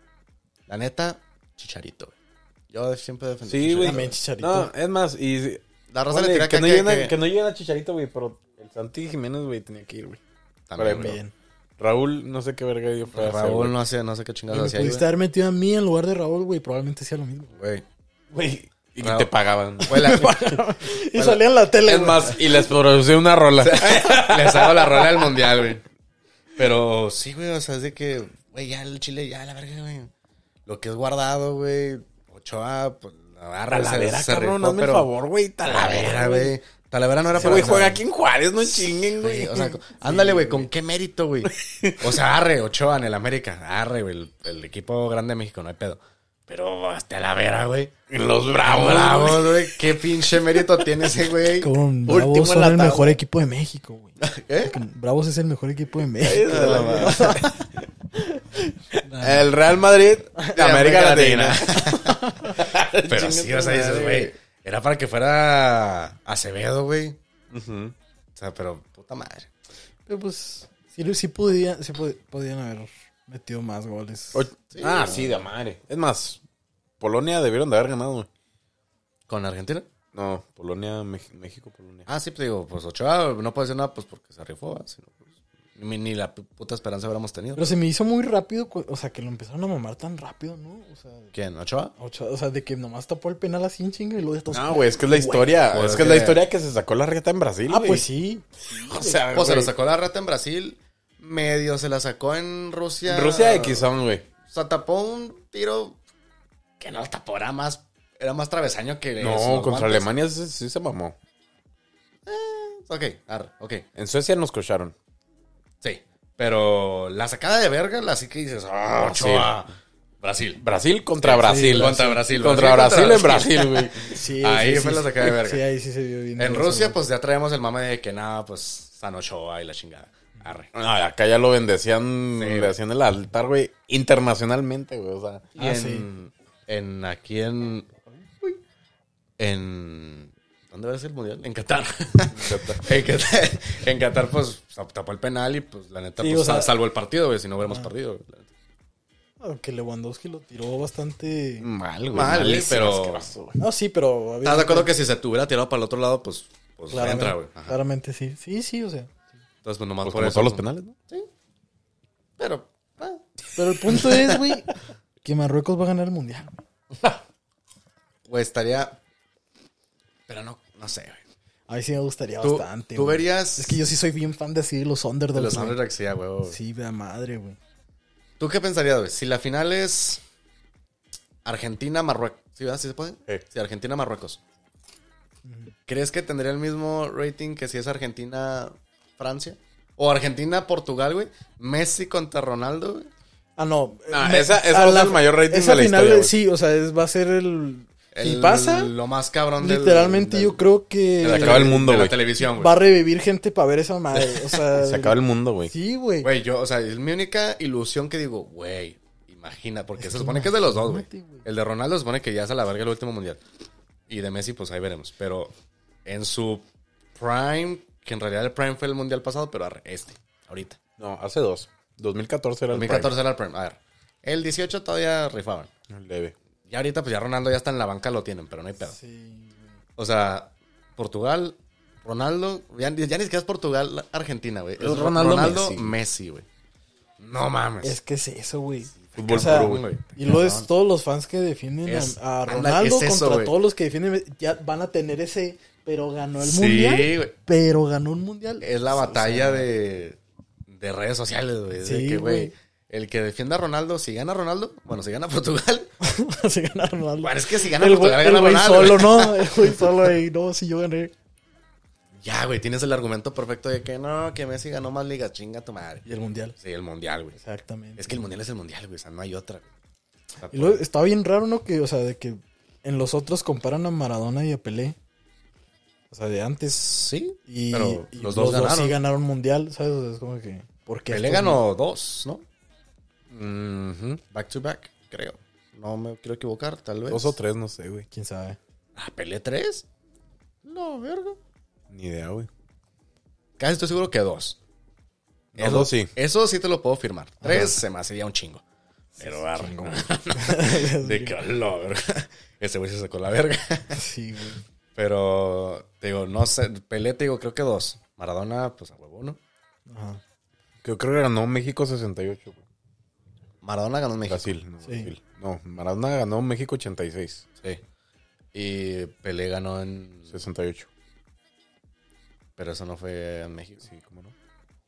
Speaker 1: La neta, Chicharito, güey. Yo siempre defendí
Speaker 2: Sí, güey.
Speaker 3: También Chicharito.
Speaker 2: No, es más, y...
Speaker 1: La raza
Speaker 2: Ponle
Speaker 1: le tira
Speaker 2: que, no
Speaker 1: caca
Speaker 2: lleguen, que no lleguen a Chicharito, güey, pero el Santi Jiménez, güey, tenía que ir, güey.
Speaker 1: También,
Speaker 2: Para-
Speaker 1: güey.
Speaker 3: Bien.
Speaker 2: Raúl, no sé qué verga dio fue a hacer,
Speaker 1: Raúl
Speaker 2: güey.
Speaker 1: no hacía, no sé qué
Speaker 3: Y
Speaker 1: chingados
Speaker 3: me
Speaker 1: hacía ahí,
Speaker 3: pudiste haber metido a mí en lugar de Raúl, güey. Probablemente hacía lo mismo.
Speaker 1: güey.
Speaker 2: Güey, y
Speaker 1: Raúl.
Speaker 2: te pagaban.
Speaker 1: Güey, la-
Speaker 3: Y salía en la tele,
Speaker 2: Es
Speaker 3: güey.
Speaker 2: más, y les producé una rola.
Speaker 1: Les hago la rola del mundial, güey. Pero sí, güey, o sea, es de que, güey, ya el Chile, ya la verga, güey. Lo que es guardado, güey. Ochoa, pues, agarra
Speaker 2: Talavera, cabrón, hazme el favor, güey.
Speaker 1: Talavera, güey. Talavera no era
Speaker 2: Ese
Speaker 1: para...
Speaker 2: güey
Speaker 1: o sea,
Speaker 2: juega aquí en Juárez, no chinguen, güey.
Speaker 1: o sea, ándale, güey, ¿con qué mérito, güey? O sea, arre, Ochoa en el América. Arre, güey, el equipo grande de México, no hay pedo. Pero hasta Talavera, güey.
Speaker 2: En los Bravos,
Speaker 1: Bravos, güey. ¿Qué pinche mérito tiene ese güey?
Speaker 3: Con
Speaker 2: Último
Speaker 3: Bravos
Speaker 2: en
Speaker 3: son
Speaker 2: la
Speaker 3: el
Speaker 2: tabla.
Speaker 3: mejor equipo de México, güey.
Speaker 1: ¿Eh?
Speaker 3: Bravos es el mejor equipo de México.
Speaker 2: El Real Madrid de América Latina.
Speaker 1: Pero sí, o sea, dices, güey, era para que fuera Acevedo, güey.
Speaker 2: Ujú.
Speaker 1: O sea, pero puta madre.
Speaker 3: Pero pues, sí podían haber metido más goles.
Speaker 2: Sí, de madre. Es más, Polonia debieron de haber ganado, güey.
Speaker 1: ¿Con Argentina?
Speaker 2: No, Polonia, México, Polonia.
Speaker 1: Ah, sí, pues digo, pues Ochoa no puede decir nada, pues porque se rifó, ¿va? Sino, pues, ni la puta esperanza hubiéramos tenido.
Speaker 3: Pero se me hizo muy rápido, o sea, que lo empezaron a mamar tan rápido, ¿no? O sea,
Speaker 1: ¿Quién? ¿Ochoa?
Speaker 3: o sea, de que nomás tapó el penal así en chinga y luego de todos.
Speaker 2: No, güey, es que es la historia.
Speaker 1: Güey,
Speaker 2: es que es la historia que se sacó la reta en Brasil,
Speaker 3: Ah,
Speaker 2: güey.
Speaker 3: pues sí.
Speaker 2: O sea,
Speaker 1: Pues se lo
Speaker 2: güey.
Speaker 1: sacó la rata en Brasil, medio se la sacó en Rusia.
Speaker 2: Rusia X son, güey.
Speaker 1: O sea, tapó un tiro que no lo tapó, era más travesaño que...
Speaker 2: No,
Speaker 1: los
Speaker 2: contra
Speaker 1: guantes.
Speaker 2: Alemania sí se mamó.
Speaker 1: Ok, ok.
Speaker 2: En Suecia nos cocharon.
Speaker 1: Sí, pero la sacada de verga, la sí que dices, ¡ah, Ochoa! Brasil.
Speaker 2: Brasil contra Brasil.
Speaker 1: Contra Brasil.
Speaker 2: Contra Brasil en Brasil, güey.
Speaker 3: Sí,
Speaker 1: Ahí
Speaker 3: sí,
Speaker 1: fue
Speaker 3: sí,
Speaker 1: la sacada de verga.
Speaker 3: Sí, ahí sí se vio bien.
Speaker 1: En
Speaker 3: eso,
Speaker 1: Rusia,
Speaker 3: güey.
Speaker 1: pues ya traemos el mame de que nada, pues San Ochoa y la chingada. Arre.
Speaker 2: No, acá ya lo bendecían,
Speaker 1: Sí,
Speaker 2: le
Speaker 1: güey.
Speaker 2: hacían el altar, güey, internacionalmente, güey. O sea,
Speaker 1: Y aquí en ¿dónde va a ser el mundial? En Qatar. en Qatar, pues tapó el penal y pues la neta,
Speaker 3: Sí,
Speaker 1: pues
Speaker 3: o sea-
Speaker 1: salvó el partido, güey, si no hubiéramos perdido. Güey, la neta.
Speaker 3: Aunque Lewandowski lo tiró bastante.
Speaker 2: mal, güey.
Speaker 1: Mal,
Speaker 2: malísimo,
Speaker 1: pero-
Speaker 2: asqueroso, güey.
Speaker 3: No, sí, pero.
Speaker 1: ¿Estás de acuerdo que si se te hubiera tirado para el otro lado, pues
Speaker 3: Claramente,
Speaker 1: entra, güey? Ajá.
Speaker 3: claramente sí. Sí, o sea.
Speaker 1: Entonces, pues nomás
Speaker 2: Pues
Speaker 1: por
Speaker 2: como
Speaker 1: eso.
Speaker 2: todos los
Speaker 1: ¿no?
Speaker 2: penales, ¿no?
Speaker 1: Pero,
Speaker 3: Pero el punto es, güey, que Marruecos va a ganar el mundial.
Speaker 1: güey, estaría... Pero no sé, güey.
Speaker 3: A mí sí me gustaría
Speaker 1: Tú-
Speaker 3: bastante.
Speaker 1: tú
Speaker 3: güey.
Speaker 1: verías-
Speaker 3: Es que yo sí soy bien fan de así los
Speaker 1: De
Speaker 3: underdogs.
Speaker 1: los
Speaker 3: güey.
Speaker 1: Underdogs, sí, a huevo.
Speaker 3: Sí, de madre, güey.
Speaker 1: ¿Tú qué pensarías, güey? Si la final es Argentina-Marruecos. ¿Sí, verdad? ¿Sí se puede?
Speaker 2: Sí.
Speaker 1: Sí, Argentina-Marruecos. ¿Crees que tendría el mismo rating que si es Argentina-Francia? O Argentina-Portugal, güey. Messi contra Ronaldo, güey.
Speaker 3: Ah, no.
Speaker 2: esa
Speaker 3: a
Speaker 2: va a ser el mayor rating
Speaker 3: esa
Speaker 2: de la
Speaker 3: final,
Speaker 2: historia, güey.
Speaker 3: sí, o sea, va a ser el... Si pasa,
Speaker 1: Lo más cabrón del...
Speaker 3: literalmente yo creo que...
Speaker 2: Se acaba el mundo,
Speaker 1: de la
Speaker 2: güey.
Speaker 1: televisión,
Speaker 3: Va a
Speaker 1: güey.
Speaker 3: revivir gente para ver esa madre. O sea...
Speaker 2: Se acaba el mundo, güey.
Speaker 3: Sí, güey.
Speaker 1: Güey, yo, o sea, es mi única ilusión que digo, güey, imagina, porque
Speaker 3: Es
Speaker 1: se
Speaker 3: que
Speaker 1: supone que es de los dos, güey.
Speaker 3: imagínate, güey.
Speaker 1: El de Ronaldo se supone que ya es a la verga el último mundial. Y de Messi, pues ahí veremos. Pero en su prime, que en realidad el prime fue el mundial pasado, pero ahorita.
Speaker 2: No, hace 2. 2014 era el
Speaker 1: 2014 era el prime. A ver, el 18 todavía rifaban.
Speaker 2: prime. El leve.
Speaker 1: Ya ahorita, pues ya Ronaldo ya está en la banca, lo tienen, pero no hay pedo.
Speaker 3: Sí, güey.
Speaker 1: O sea, Portugal, Ronaldo, ya ni siquiera es Portugal, Argentina, güey. Es
Speaker 2: Es Ronaldo
Speaker 1: Ronaldo,
Speaker 2: Messi.
Speaker 1: Messi, güey. No mames.
Speaker 3: Es que es eso, güey.
Speaker 2: Fútbol
Speaker 3: O sea,
Speaker 2: puro, güey.
Speaker 3: Y luego es todos los fans que defienden
Speaker 1: Es-
Speaker 3: a
Speaker 1: anda,
Speaker 3: Ronaldo
Speaker 1: es eso,
Speaker 3: contra
Speaker 1: güey.
Speaker 3: todos los que defienden. Ya van a tener ese. Pero ganó el
Speaker 1: Sí,
Speaker 3: mundial.
Speaker 1: güey.
Speaker 3: Pero ganó un mundial.
Speaker 1: Es la
Speaker 3: O sea,
Speaker 1: batalla de redes sociales, güey.
Speaker 3: Sí,
Speaker 1: de que, güey,
Speaker 3: güey.
Speaker 1: el que defienda a Ronaldo, si gana Ronaldo, bueno, si gana Portugal.
Speaker 3: si gana Ronaldo.
Speaker 1: Bueno, es que si gana
Speaker 3: el güey,
Speaker 1: Portugal,
Speaker 3: el
Speaker 1: gana
Speaker 3: güey
Speaker 1: Ronaldo.
Speaker 3: solo,
Speaker 1: güey.
Speaker 3: ¿no? El güey solo ahí. No, si yo gané.
Speaker 1: Ya, güey, tienes el argumento perfecto de que no, que Messi ganó más ligas, chinga tu madre.
Speaker 3: Y el mundial.
Speaker 1: Sí, el mundial, güey.
Speaker 3: Exactamente.
Speaker 1: Es que el mundial es el mundial, güey, o sea, no hay otra. Güey. O sea,
Speaker 3: Y luego está bien raro, ¿no? Que, o sea, de que en los otros comparan a Maradona y a Pelé. O sea, de antes.
Speaker 1: sí,
Speaker 3: Y,
Speaker 1: pero
Speaker 3: y
Speaker 1: los dos ganaron.
Speaker 3: sí ganaron mundial, ¿sabes? O sea, es como que. ¿Por qué
Speaker 1: Pelé
Speaker 3: estos
Speaker 1: ganó 2, ¿no? Ujú, back to back, creo. No me quiero equivocar, tal vez.
Speaker 2: 2 o 3, no sé, güey.
Speaker 3: no? ¿Quién sabe?
Speaker 1: Ah, Pelé 3. No, verga.
Speaker 2: Ni idea, güey.
Speaker 1: Casi estoy seguro que 2.
Speaker 2: No, 2 sí.
Speaker 1: Eso sí te lo puedo firmar. 3 se me hacía un chingo. Pero arre. De que la verga. Ese güey se sacó la verga.
Speaker 3: Sí, güey.
Speaker 1: Pero, te digo, no sé. Pelé, te digo, creo que 2. Maradona, pues a huevo, ¿no?
Speaker 3: Ajá.
Speaker 2: Creo que ganó México 68, güey.
Speaker 1: Maradona ganó en México.
Speaker 2: Brasil, no,
Speaker 3: Sí.
Speaker 2: Brasil. No, Maradona ganó México 86.
Speaker 1: Sí. Y Pelé ganó en...
Speaker 2: 68.
Speaker 1: Pero eso no fue en México.
Speaker 2: Sí, ¿cómo no?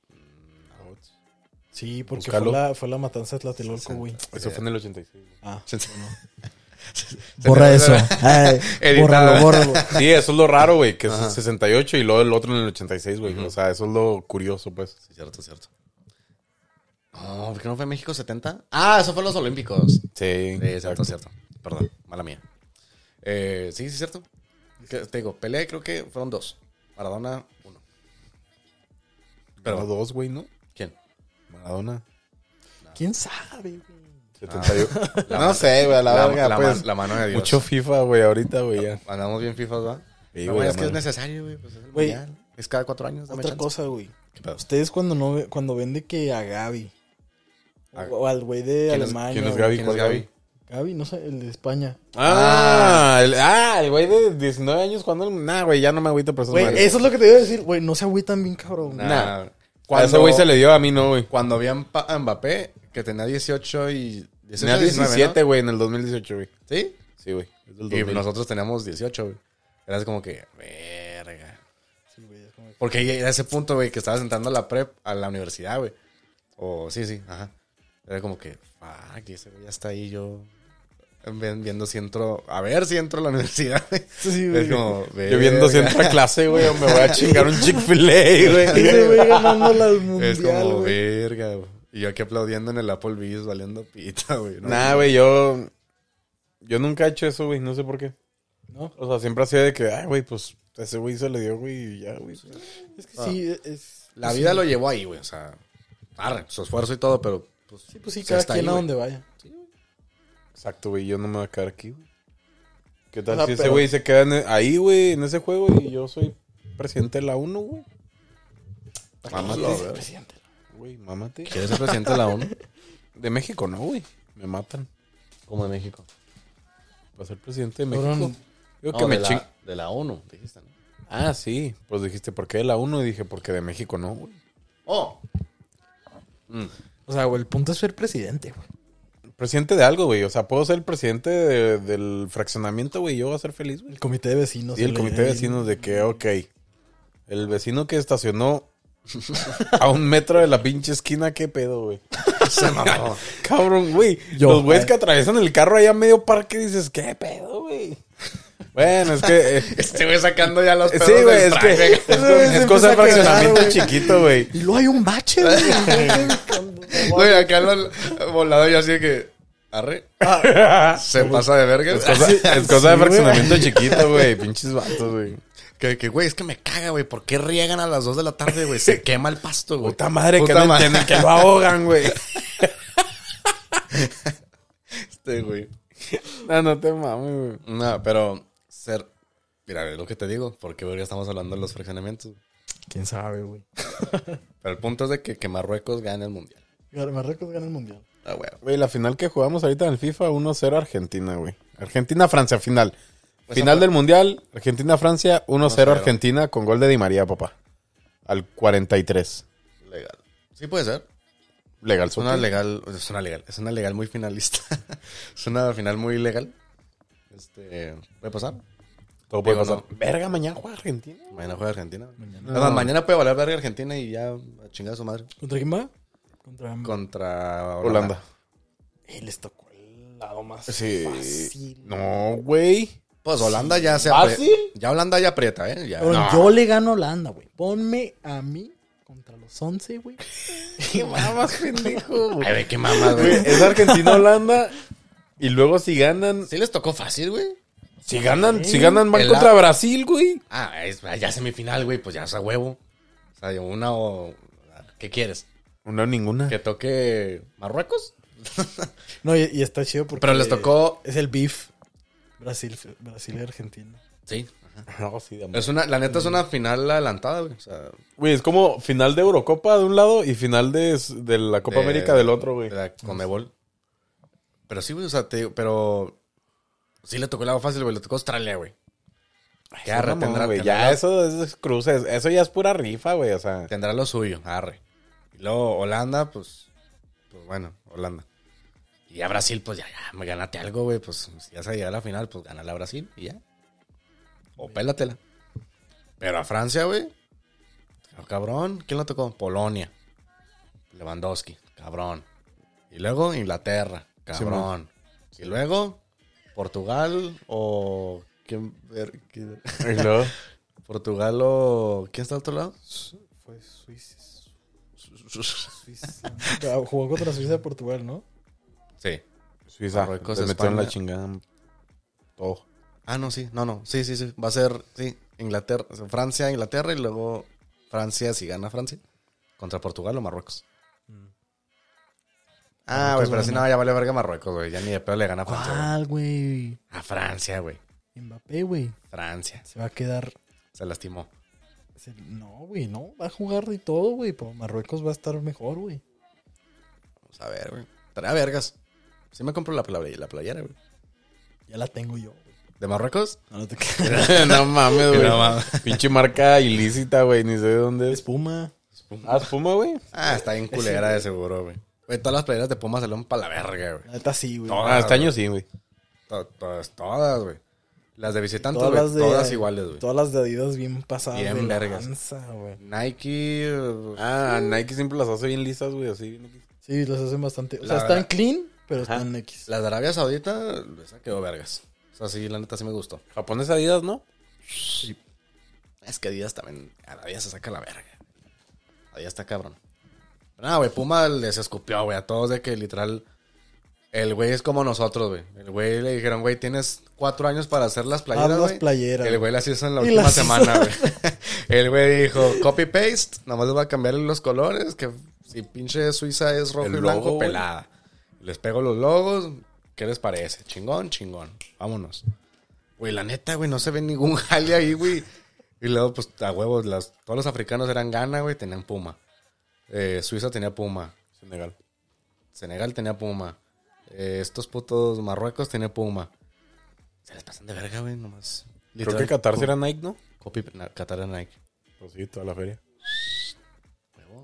Speaker 3: Sí, porque
Speaker 2: Búscalo.
Speaker 3: fue la matanza de Tlatelolco, güey.
Speaker 2: Eso fue en el 86. güey.
Speaker 3: Ah,
Speaker 1: Borra eso. Editada.
Speaker 3: Bórralo.
Speaker 2: Sí, eso es lo raro, güey, que es
Speaker 1: Ajá.
Speaker 2: 68 y luego el otro en el 86, güey.
Speaker 1: Ujú.
Speaker 2: O sea, eso es lo curioso, pues.
Speaker 1: Sí, cierto, cierto. No, ¿por qué no fue México 70? Ah, eso fue los Olímpicos.
Speaker 2: Sí,
Speaker 1: Sí, cierto, cierto. Perdón, mala mía. Sí, cierto. Te digo, Pelé creo que fueron 2. Maradona, 1.
Speaker 2: Pero 2, güey, ¿no?
Speaker 1: ¿Quién?
Speaker 2: Maradona.
Speaker 3: ¿Quién sabe, güey?
Speaker 2: 78. No sé, güey, a la verga, pues.
Speaker 1: la mano de Dios.
Speaker 2: Mucho FIFA, güey, ahorita, güey, ya.
Speaker 1: Andamos bien FIFA, ¿va?
Speaker 2: Sí,
Speaker 1: No,
Speaker 2: güey,
Speaker 1: es que es
Speaker 2: madre.
Speaker 1: necesario, güey. Pues es el
Speaker 3: Güey.
Speaker 1: mundial. Es cada 4 años. dame
Speaker 3: Otra
Speaker 1: chance.
Speaker 3: cosa, güey.
Speaker 1: ¿Qué pedo?
Speaker 3: Ustedes cuando ven de que a Gaby.
Speaker 1: A-
Speaker 3: O al güey de
Speaker 1: ¿Quién es-
Speaker 3: Alemania.
Speaker 2: ¿Quién es
Speaker 3: o-
Speaker 2: Gaby?
Speaker 1: ¿Quién
Speaker 2: ¿Cuál
Speaker 1: es Gaby?
Speaker 3: Gaby, no sé, el de España.
Speaker 2: El güey de 19 años cuando... Nah, güey, ya no me agüito por eso.
Speaker 3: Güey, eso es lo que te iba a decir, güey. No se agüitan bien, cabrón.
Speaker 1: Nah.
Speaker 2: A ese güey se le dio, a mí no, güey.
Speaker 1: Cuando vi a a Mbappé, que tenía 18 y... 18,
Speaker 2: Tenía
Speaker 1: 19,
Speaker 2: 17, güey, en el 2018, güey.
Speaker 1: ¿no? ¿Sí?
Speaker 2: Sí, güey. Es del
Speaker 1: Y
Speaker 2: 2000.
Speaker 1: nosotros teníamos 18, güey. Era así como que... Verga.
Speaker 3: Sí, güey, es como que-
Speaker 1: Porque era ese punto, güey, que estabas entrando a la prep, a la universidad, güey. O sí, ajá. Era como que, fuck, y ese güey ya está ahí yo viendo si entro, a ver si entro a la universidad, güey.
Speaker 3: Sí, güey.
Speaker 1: Es como,
Speaker 2: Yo viendo si
Speaker 1: verga.
Speaker 2: entra a clase, güey, o me voy a chingar un Chick-fil-A, güey.
Speaker 3: Ese güey ganando al
Speaker 1: Es
Speaker 3: mundial,
Speaker 1: como,
Speaker 3: güey.
Speaker 1: verga, güey. Y yo aquí aplaudiendo en el Applebee's, valiendo pita, güey. ¿no?
Speaker 2: Nah, güey, yo nunca he hecho eso, güey, no sé por qué.
Speaker 3: ¿No?
Speaker 2: O sea, siempre hacía de que, ay, güey, pues ese güey se le dio, güey, y ya, güey.
Speaker 3: Es que sí, es...
Speaker 1: La
Speaker 3: pues,
Speaker 1: vida
Speaker 3: sí.
Speaker 1: lo llevó ahí, güey. O sea, arre, su esfuerzo y todo, pero pues,
Speaker 3: Sí, pues sí,
Speaker 1: ya
Speaker 3: cada
Speaker 1: está
Speaker 3: quien
Speaker 1: ahí,
Speaker 3: a
Speaker 1: güey.
Speaker 3: donde vaya.
Speaker 2: Exacto, güey, yo no me voy a quedar aquí, güey. ¿Qué tal
Speaker 3: O sea,
Speaker 2: si ese
Speaker 3: pero-
Speaker 2: güey se queda ahí, güey, en ese juego y yo soy presidente de la 1, güey?
Speaker 1: Mámate,
Speaker 3: Sí,
Speaker 1: güey.
Speaker 3: presidente.
Speaker 2: Güey, mámate.
Speaker 1: ¿Quieres ser presidente de la ONU?
Speaker 2: De México, no, güey. Me matan.
Speaker 1: Como de México.
Speaker 2: Para ser presidente de
Speaker 3: Cabrón.
Speaker 2: México. Digo
Speaker 1: No,
Speaker 2: que me
Speaker 1: de,
Speaker 2: ching...
Speaker 1: de la ONU, dijiste, ¿no?
Speaker 2: Ah, sí. Pues dijiste, ¿por qué de la 1? Y dije, porque de México no, güey.
Speaker 1: ¡Oh!
Speaker 3: O sea, güey, el punto es ser presidente, güey.
Speaker 2: Presidente de algo, güey. O sea, puedo ser el presidente del fraccionamiento, güey. Yo voy a ser feliz, güey.
Speaker 3: El comité de vecinos.
Speaker 2: Sí, el comité de vecinos de que, ok. El vecino que estacionó a 1 metro de la pinche esquina, ¿qué pedo, güey?
Speaker 1: Se mamó.
Speaker 2: Cabrón, güey.
Speaker 3: Yo,
Speaker 2: Los güeyes que atraviesan el carro allá a medio parque dices, ¿qué pedo, güey? Bueno, es que...
Speaker 1: Este güey sacando ya los
Speaker 2: sí,
Speaker 1: pedos
Speaker 2: güey,
Speaker 1: del
Speaker 2: es que
Speaker 1: traje.
Speaker 2: es cosa de
Speaker 3: empieza a quedar,
Speaker 2: fraccionamiento
Speaker 3: güey.
Speaker 2: chiquito, güey.
Speaker 3: Y luego hay un bache, güey.
Speaker 1: Güey, acá volado yo así de que... Arre. Se pasa de verga.
Speaker 2: Es cosa de
Speaker 3: güey.
Speaker 2: fraccionamiento chiquito, güey. Pinches vatos, güey.
Speaker 1: Que, güey, es que me caga, güey. ¿Por qué riegan a las 2 de la tarde, güey? Se quema el pasto, güey.
Speaker 2: Puta madre, que
Speaker 1: Puta
Speaker 2: no
Speaker 1: madre.
Speaker 2: entienden que lo ahogan, güey.
Speaker 1: Este, güey.
Speaker 2: No te mames, güey.
Speaker 1: No, pero ser... Mira, es lo que te digo. Porque hoy ya estamos hablando de los fraccionamientos.
Speaker 3: ¿Quién sabe, güey?
Speaker 1: Pero el punto es de que Marruecos gane el mundial.
Speaker 3: Marruecos gana el mundial.
Speaker 1: Ah, güey.
Speaker 2: Güey, la final que jugamos ahorita en el FIFA, 1-0 Argentina, güey. Argentina-Francia, final.
Speaker 1: Pues
Speaker 2: Final
Speaker 1: fue-
Speaker 2: del Mundial, Argentina-Francia, 1-0
Speaker 1: 1-0.
Speaker 2: Argentina con gol de Di María, papá. Al 43.
Speaker 1: Legal. Sí puede ser.
Speaker 2: Legal,
Speaker 1: Es una legal. Es una legal muy finalista. Es una final muy legal. Puede pasar.
Speaker 2: Todo puede
Speaker 1: Digo,
Speaker 2: pasar. Verga, mañana juega Argentina.
Speaker 1: Mañana juega Argentina.
Speaker 3: Mañana.
Speaker 1: Además, mañana puede valer verga Argentina y ya a chingar a su madre.
Speaker 3: ¿Contra quién va?
Speaker 1: Contra
Speaker 2: Holanda.
Speaker 3: Les tocó el lado más
Speaker 2: Sí.
Speaker 3: fácil.
Speaker 2: No, güey.
Speaker 1: Pues Holanda ya se
Speaker 2: ¿Fácil?
Speaker 1: Ya Holanda ya aprieta, ¿eh? Ya.
Speaker 3: Pero
Speaker 2: No.
Speaker 3: yo le gano a Holanda, güey. Ponme a mí contra los 11, güey.
Speaker 2: Qué mamas, pendejo.
Speaker 1: Ay, ve qué mamás,
Speaker 2: Güey,
Speaker 1: güey.
Speaker 2: es Argentina-Holanda. Y luego si ganan.
Speaker 1: Sí les tocó fácil, güey.
Speaker 2: Si ganan van
Speaker 1: El
Speaker 2: contra
Speaker 1: A-
Speaker 2: Brasil, güey.
Speaker 1: Ya semifinal, güey. Pues ya es a huevo. O sea, una o... ¿Qué quieres?
Speaker 2: No, ninguna.
Speaker 1: ¿Que toque Marruecos?
Speaker 3: No, y está chido porque...
Speaker 1: Pero les tocó...
Speaker 3: Es el beef. Brasil y Argentina.
Speaker 1: Sí.
Speaker 2: No, sí, de amor.
Speaker 1: La neta es una final adelantada, güey. O sea...
Speaker 2: Güey, es como final de Eurocopa de un lado y final de la Copa América del otro, güey.
Speaker 1: De la Conmebol. Pero sí, güey, o sea, pero... Sí le tocó el agua fácil, güey. Le tocó Australia, güey. Que arre,
Speaker 2: No,
Speaker 1: tendrá,
Speaker 2: güey,
Speaker 1: tendrá
Speaker 2: ya
Speaker 1: lo-
Speaker 2: eso es cruces. Eso ya es pura rifa, güey. O sea,
Speaker 1: tendrá lo suyo, arre. Y luego Holanda, pues bueno, Holanda. Y ya Brasil, pues ya, me gánate algo, güey. Pues si ya se llega a la final, pues gánale a Brasil y ya. O pélatela. Pero a Francia, güey. Cabrón, ¿quién lo tocó? Polonia. Lewandowski, cabrón. Y luego Inglaterra, cabrón. Y luego Portugal o... ¿quién?
Speaker 2: y luego,
Speaker 1: Portugal o... ¿Quién está al otro lado?
Speaker 3: Fue Suiza. Ah, jugó contra Suiza de Portugal, ¿no?
Speaker 1: Sí.
Speaker 2: Suiza.
Speaker 1: Marruecos,
Speaker 2: Les metieron
Speaker 1: España.
Speaker 2: la chingada. Todo.
Speaker 1: Ah, no, sí. No. Sí. Va a ser, sí, Inglaterra, Francia, Inglaterra y luego Francia, si gana Francia, contra Portugal o Marruecos. Ah, güey, pero si no, ya vale verga Marruecos, güey. Ya ni de pedo le gana a Francia, güey.
Speaker 3: ¿Cuál, güey?
Speaker 1: A Francia, güey.
Speaker 3: Mbappé, güey.
Speaker 1: Francia.
Speaker 3: Se va a quedar...
Speaker 1: Se lastimó.
Speaker 3: No, güey, no. Va a jugar de todo, güey. Pero Marruecos va a estar mejor, güey.
Speaker 1: Vamos a ver, güey. Trae vergas. Sí me compro la playera, güey.
Speaker 3: Ya la tengo yo, güey.
Speaker 1: ¿De Marruecos?
Speaker 3: No te
Speaker 2: No mames, güey.
Speaker 1: No mames.
Speaker 2: Pinche marca ilícita, güey. Ni sé de dónde es.
Speaker 3: Puma.
Speaker 2: Ah, espuma, güey.
Speaker 1: Ah, está bien culera de seguro, güey. Güey, todas las playeras de Puma salieron para la verga, güey.
Speaker 3: La neta sí, güey.
Speaker 1: No.
Speaker 2: Ah, este año sí, güey.
Speaker 1: Todas, güey. Las de visitantes,
Speaker 3: Todas
Speaker 1: güey.
Speaker 3: las de-
Speaker 1: Todas iguales, güey.
Speaker 3: Todas las de Adidas bien pasadas.
Speaker 1: Bien
Speaker 3: de
Speaker 1: vergas.
Speaker 3: lanza, güey.
Speaker 1: Nike.
Speaker 2: Ah, Nike siempre las hace bien lisas, güey. Así.
Speaker 3: Sí, las hacen bastante. O sea,
Speaker 1: La
Speaker 3: están
Speaker 1: verdad.
Speaker 3: clean, pero
Speaker 2: Ajá.
Speaker 3: están X.
Speaker 1: Las de Arabia Saudita, esa quedó vergas. O sea, sí, la neta sí me gustó.
Speaker 2: Japonés Adidas, ¿no?
Speaker 1: Es que Adidas también. Adidas se saca la verga. Adidas está cabrón. Pero nada, güey, Puma les escupió, güey, a todos de que literal. El güey es como nosotros, güey. El güey le dijeron, güey, tienes 4 años para hacer las playeras,
Speaker 3: Haz las
Speaker 1: güey.
Speaker 3: playeras,
Speaker 1: El güey las hizo en la
Speaker 3: Y
Speaker 1: última
Speaker 3: las hizo.
Speaker 1: semana, güey. El güey dijo, copy-paste, nomás les voy a cambiar los colores, que si pinche Suiza es rojo
Speaker 2: El
Speaker 1: y blanco,
Speaker 2: logo, güey.
Speaker 1: pelada. Les pego los logos, ¿qué les parece? Chingón. Vámonos. Güey, la neta, güey, no se ve ningún jale ahí, güey. Y luego, pues, a huevos, todos los africanos eran Ghana, güey, tenían Puma. Suiza tenía Puma. Senegal tenía Puma. Estos putos Marruecos tenía Puma. Se les pasan de verga, güey, nomás.
Speaker 2: Creo que Qatar sí era Nike, ¿no?
Speaker 1: Qatar era Nike.
Speaker 2: Pues sí, toda la feria.
Speaker 1: Huevo.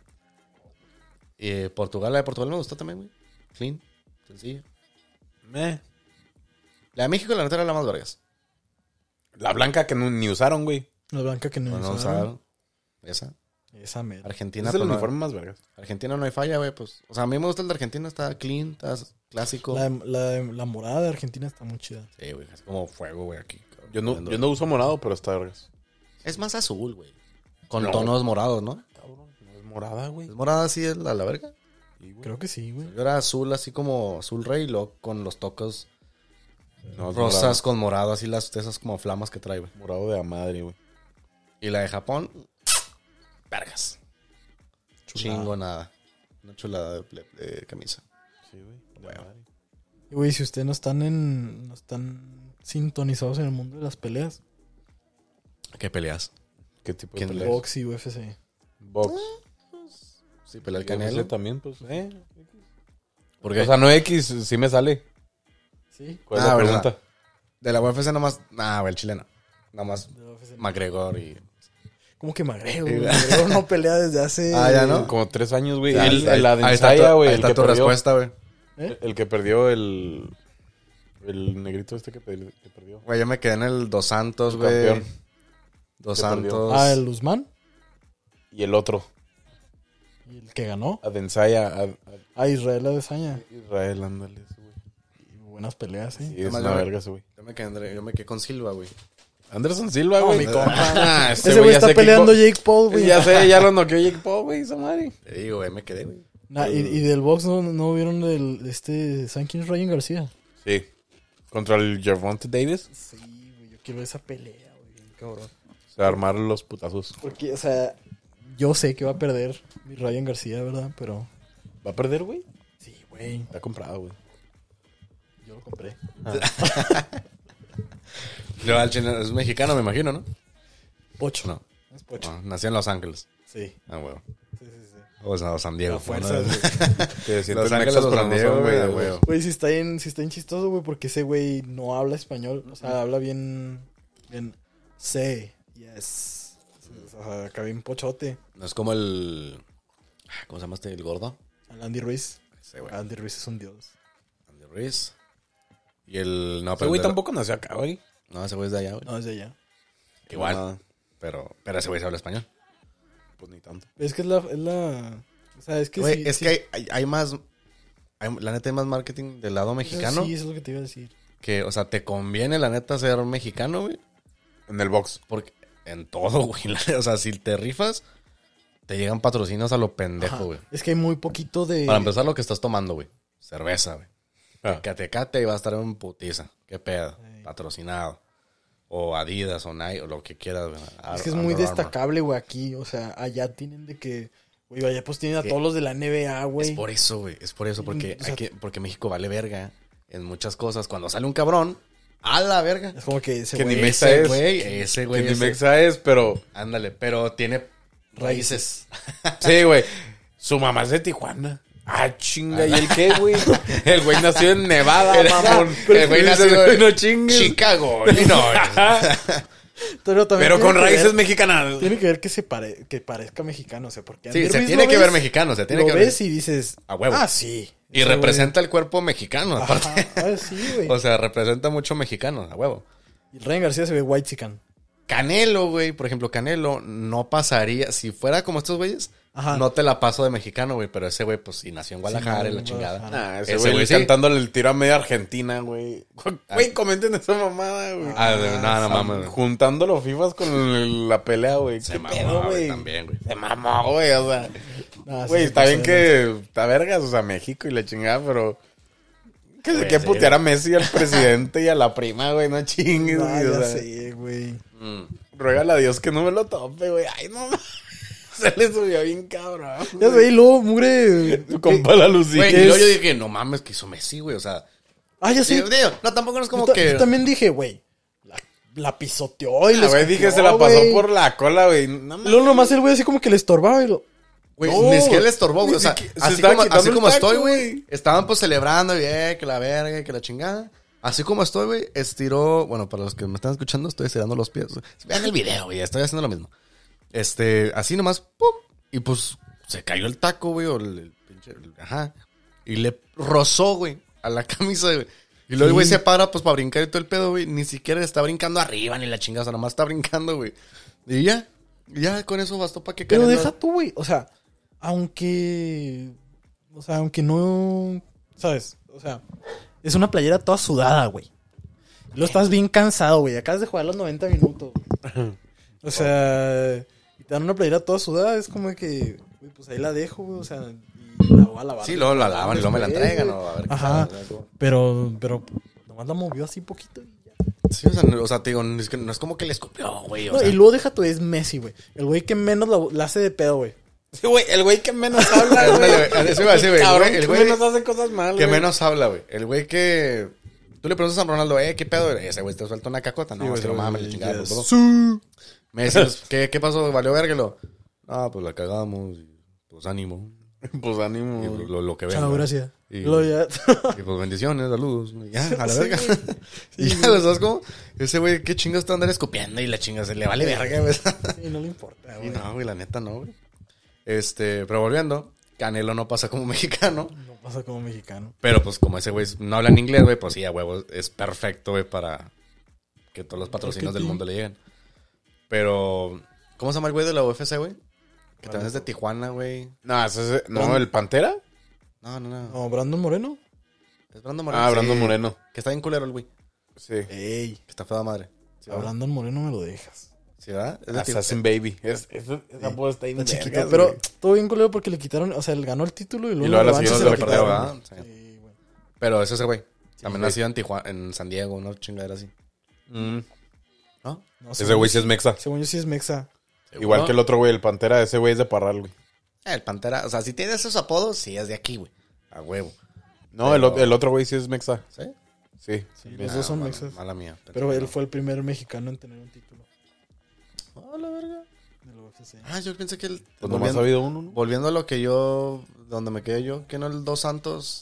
Speaker 1: Portugal, la de Portugal me gustó también, güey. Clean, sencilla. La de México, la neta, era la más vergas.
Speaker 2: La blanca que ni usaron, güey.
Speaker 3: La blanca que no
Speaker 1: No
Speaker 3: usaron.
Speaker 1: usaron. Esa.
Speaker 3: Esa mera.
Speaker 1: Argentina,
Speaker 2: Es el
Speaker 1: pues, no-
Speaker 2: uniforme más vergas.
Speaker 1: Argentina no hay falla, güey, pues. O sea, a mí me gusta el de Argentina, está clean, está clásico.
Speaker 3: La morada de Argentina está muy chida.
Speaker 1: Sí, güey, es como fuego, güey, aquí.
Speaker 2: Yo no uso morado, pero está vergas.
Speaker 1: Es más azul, güey. Con
Speaker 2: No.
Speaker 1: tonos morados, ¿no?
Speaker 2: Cabrón, no es morada, güey.
Speaker 1: Es morada así, es la verga.
Speaker 3: Creo que sí, güey.
Speaker 1: Yo era azul, así como azul rey, y luego con los tocos
Speaker 2: No, es
Speaker 1: rosas con morado, así esas como flamas que trae, güey.
Speaker 2: morado de a madre, güey.
Speaker 1: Y la de Japón, vergas.
Speaker 3: Chulada.
Speaker 1: Chingonada. Una chulada de camisa.
Speaker 2: Sí, güey. de
Speaker 1: Bueno.
Speaker 2: madre.
Speaker 3: Y, güey, si ustedes no están sintonizados en el mundo de las peleas,
Speaker 1: ¿Qué peleas?
Speaker 2: ¿Qué tipo de
Speaker 1: ¿Quién
Speaker 2: peleas?
Speaker 3: box y UFC.
Speaker 2: Box.
Speaker 1: Sí, pelea el
Speaker 2: Canelo
Speaker 1: Canelo.
Speaker 2: también, pues.
Speaker 1: ¿Por qué?
Speaker 2: O sea, no X, sí me sale.
Speaker 3: Sí.
Speaker 2: ¿Cuál es la
Speaker 1: ¿verdad?
Speaker 2: pregunta?
Speaker 1: De la UFC nomás... Nah, güey, el chileno. Nomás
Speaker 3: De la UFC.
Speaker 1: McGregor y...
Speaker 3: ¿Cómo que McGregor? McGregor no pelea desde hace...
Speaker 1: Ah, ya, ¿no?
Speaker 2: Como 3 años, güey.
Speaker 1: Ya,
Speaker 2: La de
Speaker 1: ahí está
Speaker 2: Ensaya, güey.
Speaker 1: ahí
Speaker 2: El
Speaker 1: está
Speaker 2: que
Speaker 1: tu
Speaker 2: perdió.
Speaker 1: respuesta, güey.
Speaker 2: El que perdió el negrito este que perdió.
Speaker 1: Güey, yo me quedé en el Dos Santos,
Speaker 2: El
Speaker 1: güey.
Speaker 2: campeón.
Speaker 1: Dos
Speaker 2: Que perdió.
Speaker 1: Santos.
Speaker 3: Ah, el Usman.
Speaker 2: Y el otro.
Speaker 3: Y el que ganó.
Speaker 2: Adensaya.
Speaker 3: Ah, Israel Adesanya.
Speaker 2: Israel, ándale, ese güey.
Speaker 3: Y buenas peleas, ¿sí?
Speaker 2: Sí, es
Speaker 1: Además,
Speaker 2: una
Speaker 1: yo-
Speaker 2: verga ese güey.
Speaker 1: Yo me quedé con Silva, güey.
Speaker 2: Anderson Silva,
Speaker 3: No,
Speaker 2: güey.
Speaker 3: mi compa.
Speaker 2: Ah,
Speaker 3: Ese güey
Speaker 2: ya
Speaker 3: está
Speaker 2: sé que
Speaker 3: peleando Jake Paul, güey.
Speaker 2: Ya sé, ya lo noqueó Jake Paul, güey, esa madre.
Speaker 1: Te digo, güey, me quedé, güey.
Speaker 3: Nah, y del box no vieron ¿saben quién es Ryan García?
Speaker 2: Sí. Contra el Gervonta Davis.
Speaker 3: Sí, güey, yo quiero esa pelea, güey, bien cabrón.
Speaker 2: Se armaron los putazos.
Speaker 3: Porque, o sea, yo sé que va a perder mi Ryan García, ¿verdad? Pero,
Speaker 2: ¿Va a perder, güey?
Speaker 3: sí, güey,
Speaker 2: Está comprado, güey.
Speaker 3: yo lo compré.
Speaker 1: Yo, al chileno es mexicano, me imagino, ¿no?
Speaker 3: Pocho.
Speaker 1: No.
Speaker 3: Es Pocho.
Speaker 1: No, nació en Los Ángeles.
Speaker 3: Sí,
Speaker 1: Ah, güey.
Speaker 3: sí, sí.
Speaker 1: O sea, San Diego.
Speaker 3: A fuerzas,
Speaker 1: ¿no?
Speaker 3: güey.
Speaker 2: Te sientes
Speaker 1: Los Ángeles
Speaker 2: nexos,
Speaker 1: o
Speaker 2: pero
Speaker 1: San
Speaker 2: no
Speaker 1: Diego,
Speaker 2: son,
Speaker 1: güey,
Speaker 2: güey.
Speaker 1: güey.
Speaker 3: Güey, sí está bien chistoso, güey, porque ese güey no habla español. O sea, habla bien, sí, yes. O sea, acá bien pochote.
Speaker 1: No es como el... ¿Cómo se llama el gordo?
Speaker 3: Al Andy Ruiz.
Speaker 1: Ese, güey.
Speaker 3: Andy Ruiz es un dios.
Speaker 1: Andy Ruiz. Y el... No,
Speaker 2: Ese
Speaker 1: pero
Speaker 2: güey
Speaker 1: el de-
Speaker 2: tampoco nació acá, güey.
Speaker 1: No, ese güey es de allá, güey.
Speaker 3: No, es de allá.
Speaker 1: Igual.
Speaker 2: Nada.
Speaker 1: Pero ese güey se habla español.
Speaker 2: Pues ni tanto.
Speaker 3: Es que es la o sea, es que
Speaker 1: Güey,
Speaker 3: sí,
Speaker 1: es
Speaker 3: sí.
Speaker 1: que hay más... la neta hay más marketing del lado mexicano.
Speaker 3: Sí, eso es lo que te iba a decir.
Speaker 1: Que, o sea, te conviene, la neta, ser mexicano, güey.
Speaker 2: En el box.
Speaker 1: Porque en todo, güey. O sea, si te rifas, te llegan patrocinios a lo pendejo,
Speaker 3: Ajá.
Speaker 1: güey.
Speaker 3: Es que hay muy poquito de...
Speaker 1: Para empezar, lo que estás tomando, güey. Cerveza, güey.
Speaker 2: Ah.
Speaker 1: Catecate y va a estar en putiza. ¿Qué pedo?
Speaker 3: Ey.
Speaker 1: Patrocinado. O Adidas o Nike o lo que quieras, güey.
Speaker 3: Es que es muy
Speaker 1: Under Armour.
Speaker 3: destacable, güey, aquí. O sea, allá tienen de que... Güey, allá pues tienen a todos los de la NBA, güey.
Speaker 1: Es por eso, güey. Es por eso. Porque,
Speaker 3: O sea-
Speaker 1: porque México vale verga en muchas cosas. Cuando sale un cabrón, a la verga.
Speaker 3: Es como que ese
Speaker 2: Que ni
Speaker 3: güey...
Speaker 2: Mexa
Speaker 1: Ese
Speaker 2: es.
Speaker 1: güey, ese güey.
Speaker 2: Que ni
Speaker 1: ese-
Speaker 2: Mexa es, pero...
Speaker 1: Ándale, pero tiene raíces.
Speaker 2: Sí, güey. Su mamá es de Tijuana. Ah, chinga. ¿Y el qué, güey? El güey nació en Nevada, mamón.
Speaker 1: El güey nació en
Speaker 2: No chingues.
Speaker 1: Chicago, Illinois.
Speaker 3: Pero también
Speaker 2: Pero
Speaker 3: tiene
Speaker 2: con
Speaker 3: que
Speaker 2: raíces
Speaker 3: ver-
Speaker 2: mexicanas.
Speaker 3: Tiene que ver que parezca mexicano, o sea, porque
Speaker 1: Sí,
Speaker 3: Andy
Speaker 1: se
Speaker 3: Ruiz
Speaker 1: tiene
Speaker 3: lo
Speaker 1: que ver
Speaker 3: ves-
Speaker 1: mexicano, se tiene
Speaker 3: lo
Speaker 1: que ver.
Speaker 3: ves y dices...
Speaker 1: A huevo.
Speaker 3: Ah, sí.
Speaker 1: Y
Speaker 3: Ese
Speaker 1: representa el cuerpo mexicano,
Speaker 3: güey-
Speaker 1: aparte.
Speaker 3: Ajá, sí, güey.
Speaker 1: O sea, representa mucho mexicano, a huevo.
Speaker 3: Y Ryan García se ve white chican.
Speaker 1: Canelo, güey, por ejemplo, Canelo no pasaría, si fuera como estos güeyes,
Speaker 3: Ajá.
Speaker 1: no te la paso de mexicano, güey, pero ese güey, pues, sí nació en Guadalajara
Speaker 3: Sí,
Speaker 1: y la
Speaker 3: en
Speaker 1: chingada.
Speaker 3: Guadalajara.
Speaker 2: Ah, ese güey
Speaker 1: sí.
Speaker 2: cantándole el tiro a media Argentina, güey. Güey, comenten esa mamada, güey.
Speaker 1: Ah, no mames. güey.
Speaker 2: Juntando los FIFAs con la pelea, güey.
Speaker 1: Se
Speaker 2: ¿Qué
Speaker 1: mamó,
Speaker 2: pedo,
Speaker 1: güey,
Speaker 2: güey?
Speaker 1: también, güey.
Speaker 2: Se mamó, güey, o sea.
Speaker 3: Ah, sí,
Speaker 2: Güey,
Speaker 3: se
Speaker 2: está
Speaker 3: pasó
Speaker 2: bien
Speaker 3: de
Speaker 2: que está vergas, o sea, México y la chingada, pero... Que se
Speaker 1: Güey,
Speaker 2: que
Speaker 1: sí,
Speaker 2: putear a Messi, al presidente y a la prima, güey, no chingues,
Speaker 3: lanza. Ah,
Speaker 2: güey, o
Speaker 3: ya
Speaker 2: sea.
Speaker 3: sé, güey.
Speaker 2: Ruégale a Dios que no me lo tope, güey. Ay, no, se le subió bien cabrón.
Speaker 3: Ya sé, y luego, mugre...
Speaker 2: Tu compa la Lucy.
Speaker 1: Güey,
Speaker 3: ¿qué
Speaker 1: y luego
Speaker 3: es?
Speaker 1: yo dije, no mames, que hizo Messi, güey, o sea...
Speaker 3: Ah, ya sé.
Speaker 1: Digo, no, tampoco no es como
Speaker 3: Yo
Speaker 1: que...
Speaker 3: también dije, güey, la pisoteó y le
Speaker 2: Güey,
Speaker 3: escupió,
Speaker 2: dije, se la pasó
Speaker 3: güey.
Speaker 2: por la cola, güey. No
Speaker 3: Y luego nomás el güey así como que le estorbaba y lo...
Speaker 1: Güey,
Speaker 2: No,
Speaker 1: ni siquiera le estorbó, güey.
Speaker 2: ni
Speaker 1: O sea,
Speaker 2: siquiera- se
Speaker 1: así
Speaker 2: estaba
Speaker 1: como,
Speaker 2: quitando
Speaker 1: así
Speaker 2: el
Speaker 1: como
Speaker 2: taco,
Speaker 1: estoy,
Speaker 2: güey.
Speaker 1: güey. Estaban pues celebrando, que la verga, que la chingada. Así como estoy, güey, estiró. Bueno, para los que me están escuchando, estoy estirando los pies. Vean el video, güey. Estoy haciendo lo mismo. Así nomás, ¡pum! Y pues se cayó el taco, güey. O el pinche. Ajá. Y le rozó, güey, a la camisa, güey. Y luego el güey se para, pues, para brincar y todo el pedo, güey. Ni siquiera está brincando arriba ni la chingada. O sea, nomás está brincando, güey. Y ya con eso bastó para que
Speaker 3: Pero
Speaker 1: Canelo-
Speaker 3: deja tú, güey. O sea, aunque no... ¿Sabes? O sea, es una playera toda sudada, güey. Y lo estás bien cansado, güey. Acabas de jugar los 90 minutos. Güey. O sea, y te dan una playera toda sudada. Es como que, güey, pues ahí la dejo, güey. O sea, y la voy a lavar.
Speaker 1: Sí, luego la lavan y luego me la
Speaker 3: Después,
Speaker 1: entregan.
Speaker 3: güey.
Speaker 1: O a ver qué
Speaker 3: Ajá.
Speaker 1: tal.
Speaker 3: Pero nomás la movió así poquito y ya.
Speaker 1: Sí, o sea, te digo, es que no es como que le escupió, güey. O
Speaker 3: No,
Speaker 1: sea,
Speaker 3: y luego deja tú, es Messi, güey. El güey que menos la hace de pedo, güey.
Speaker 2: Sí, güey, el güey que menos habla, güey.
Speaker 1: Ándale, güey, eso iba a decir, güey,
Speaker 2: Cabrón,
Speaker 1: el
Speaker 2: que
Speaker 1: güey-
Speaker 2: menos hace cosas mal,
Speaker 1: que
Speaker 2: güey.
Speaker 1: menos habla, güey. El güey que... Tú le preguntas a Ronaldo, ¿qué pedo? Ese güey te suelta una cacota. No, es que no mames, la chingada.
Speaker 3: Yes.
Speaker 1: Por todo. Me dices, ¿qué pasó? ¿Valió verguelo? Ah, pues la cagamos. Y, pues ánimo.
Speaker 2: Pues ánimo.
Speaker 1: Y
Speaker 2: güey.
Speaker 1: lo que venga.
Speaker 3: Chao, gracias.
Speaker 1: Y,
Speaker 3: Luego ya.
Speaker 1: y pues bendiciones, saludos. Y ya, a la
Speaker 3: Sí,
Speaker 1: verga.
Speaker 3: güey.
Speaker 1: Y ya, güey, ¿sabes cómo? Ese güey, qué chingas está andar escupiendo y la chinga se le vale verga, güey.
Speaker 3: Sí, no le importa,
Speaker 1: Y
Speaker 3: güey.
Speaker 1: no, güey, la neta no, güey. Pero volviendo, Canelo no pasa como mexicano.
Speaker 3: No pasa como mexicano.
Speaker 1: Pero pues como ese güey no habla en inglés, güey, pues sí, a huevo, es perfecto, güey, para que todos los patrocinios del mundo le lleguen. Pero, ¿cómo se llama el güey de la UFC, güey? Que también es de Tijuana, güey.
Speaker 2: No, no, el Pantera.
Speaker 1: No.
Speaker 3: No, Brandon Moreno.
Speaker 1: Es Brandon Moreno.
Speaker 2: Ah, Brandon
Speaker 1: Sí,
Speaker 2: Moreno.
Speaker 1: Que está bien culero el güey.
Speaker 2: Sí.
Speaker 3: Ey,
Speaker 1: Que está fea madre. ¿Sí,
Speaker 3: a Brandon Moreno me lo dejas.
Speaker 1: ¿Sí, verdad? Es de
Speaker 2: Assassin Baby. Esa apodo está bien
Speaker 3: Está chiquita,
Speaker 2: vergas,
Speaker 3: pero
Speaker 2: güey.
Speaker 3: todo bien culero porque le quitaron, o sea, él ganó el título y luego,
Speaker 2: luego a la
Speaker 3: revancha
Speaker 2: siguiente
Speaker 3: se
Speaker 2: se
Speaker 3: lo
Speaker 2: lo
Speaker 3: quitaron.
Speaker 1: perdió, ¿verdad? Sí.
Speaker 3: Sí, güey.
Speaker 1: Pero es ese güey. También
Speaker 2: güey.
Speaker 1: nacido en Tijuana, en San Diego, una chingadera así.
Speaker 2: Mm.
Speaker 1: ¿No?
Speaker 3: No,
Speaker 2: Ese güey sí es mexa.
Speaker 3: Según yo sí es mexa.
Speaker 2: Igual que el otro güey, el Pantera. Ese güey es de Parral, güey.
Speaker 1: El Pantera, o sea, si tiene esos apodos, sí es de aquí, güey. A huevo.
Speaker 2: No,
Speaker 1: Pero-
Speaker 2: el otro güey sí es mexa.
Speaker 1: ¿Sí?
Speaker 2: Sí.
Speaker 3: Sí, los dos son
Speaker 1: mala,
Speaker 3: mexas.
Speaker 1: Mala mía.
Speaker 3: Pero él fue el primer mexicano en tener un título
Speaker 1: Oh, la verga.
Speaker 3: de la UFC.
Speaker 1: Ah, yo pensé que el...
Speaker 2: Pues nomás ha habido uno, ¿no?
Speaker 1: Volviendo a lo que yo... Donde me quedé yo, que no el Dos Santos...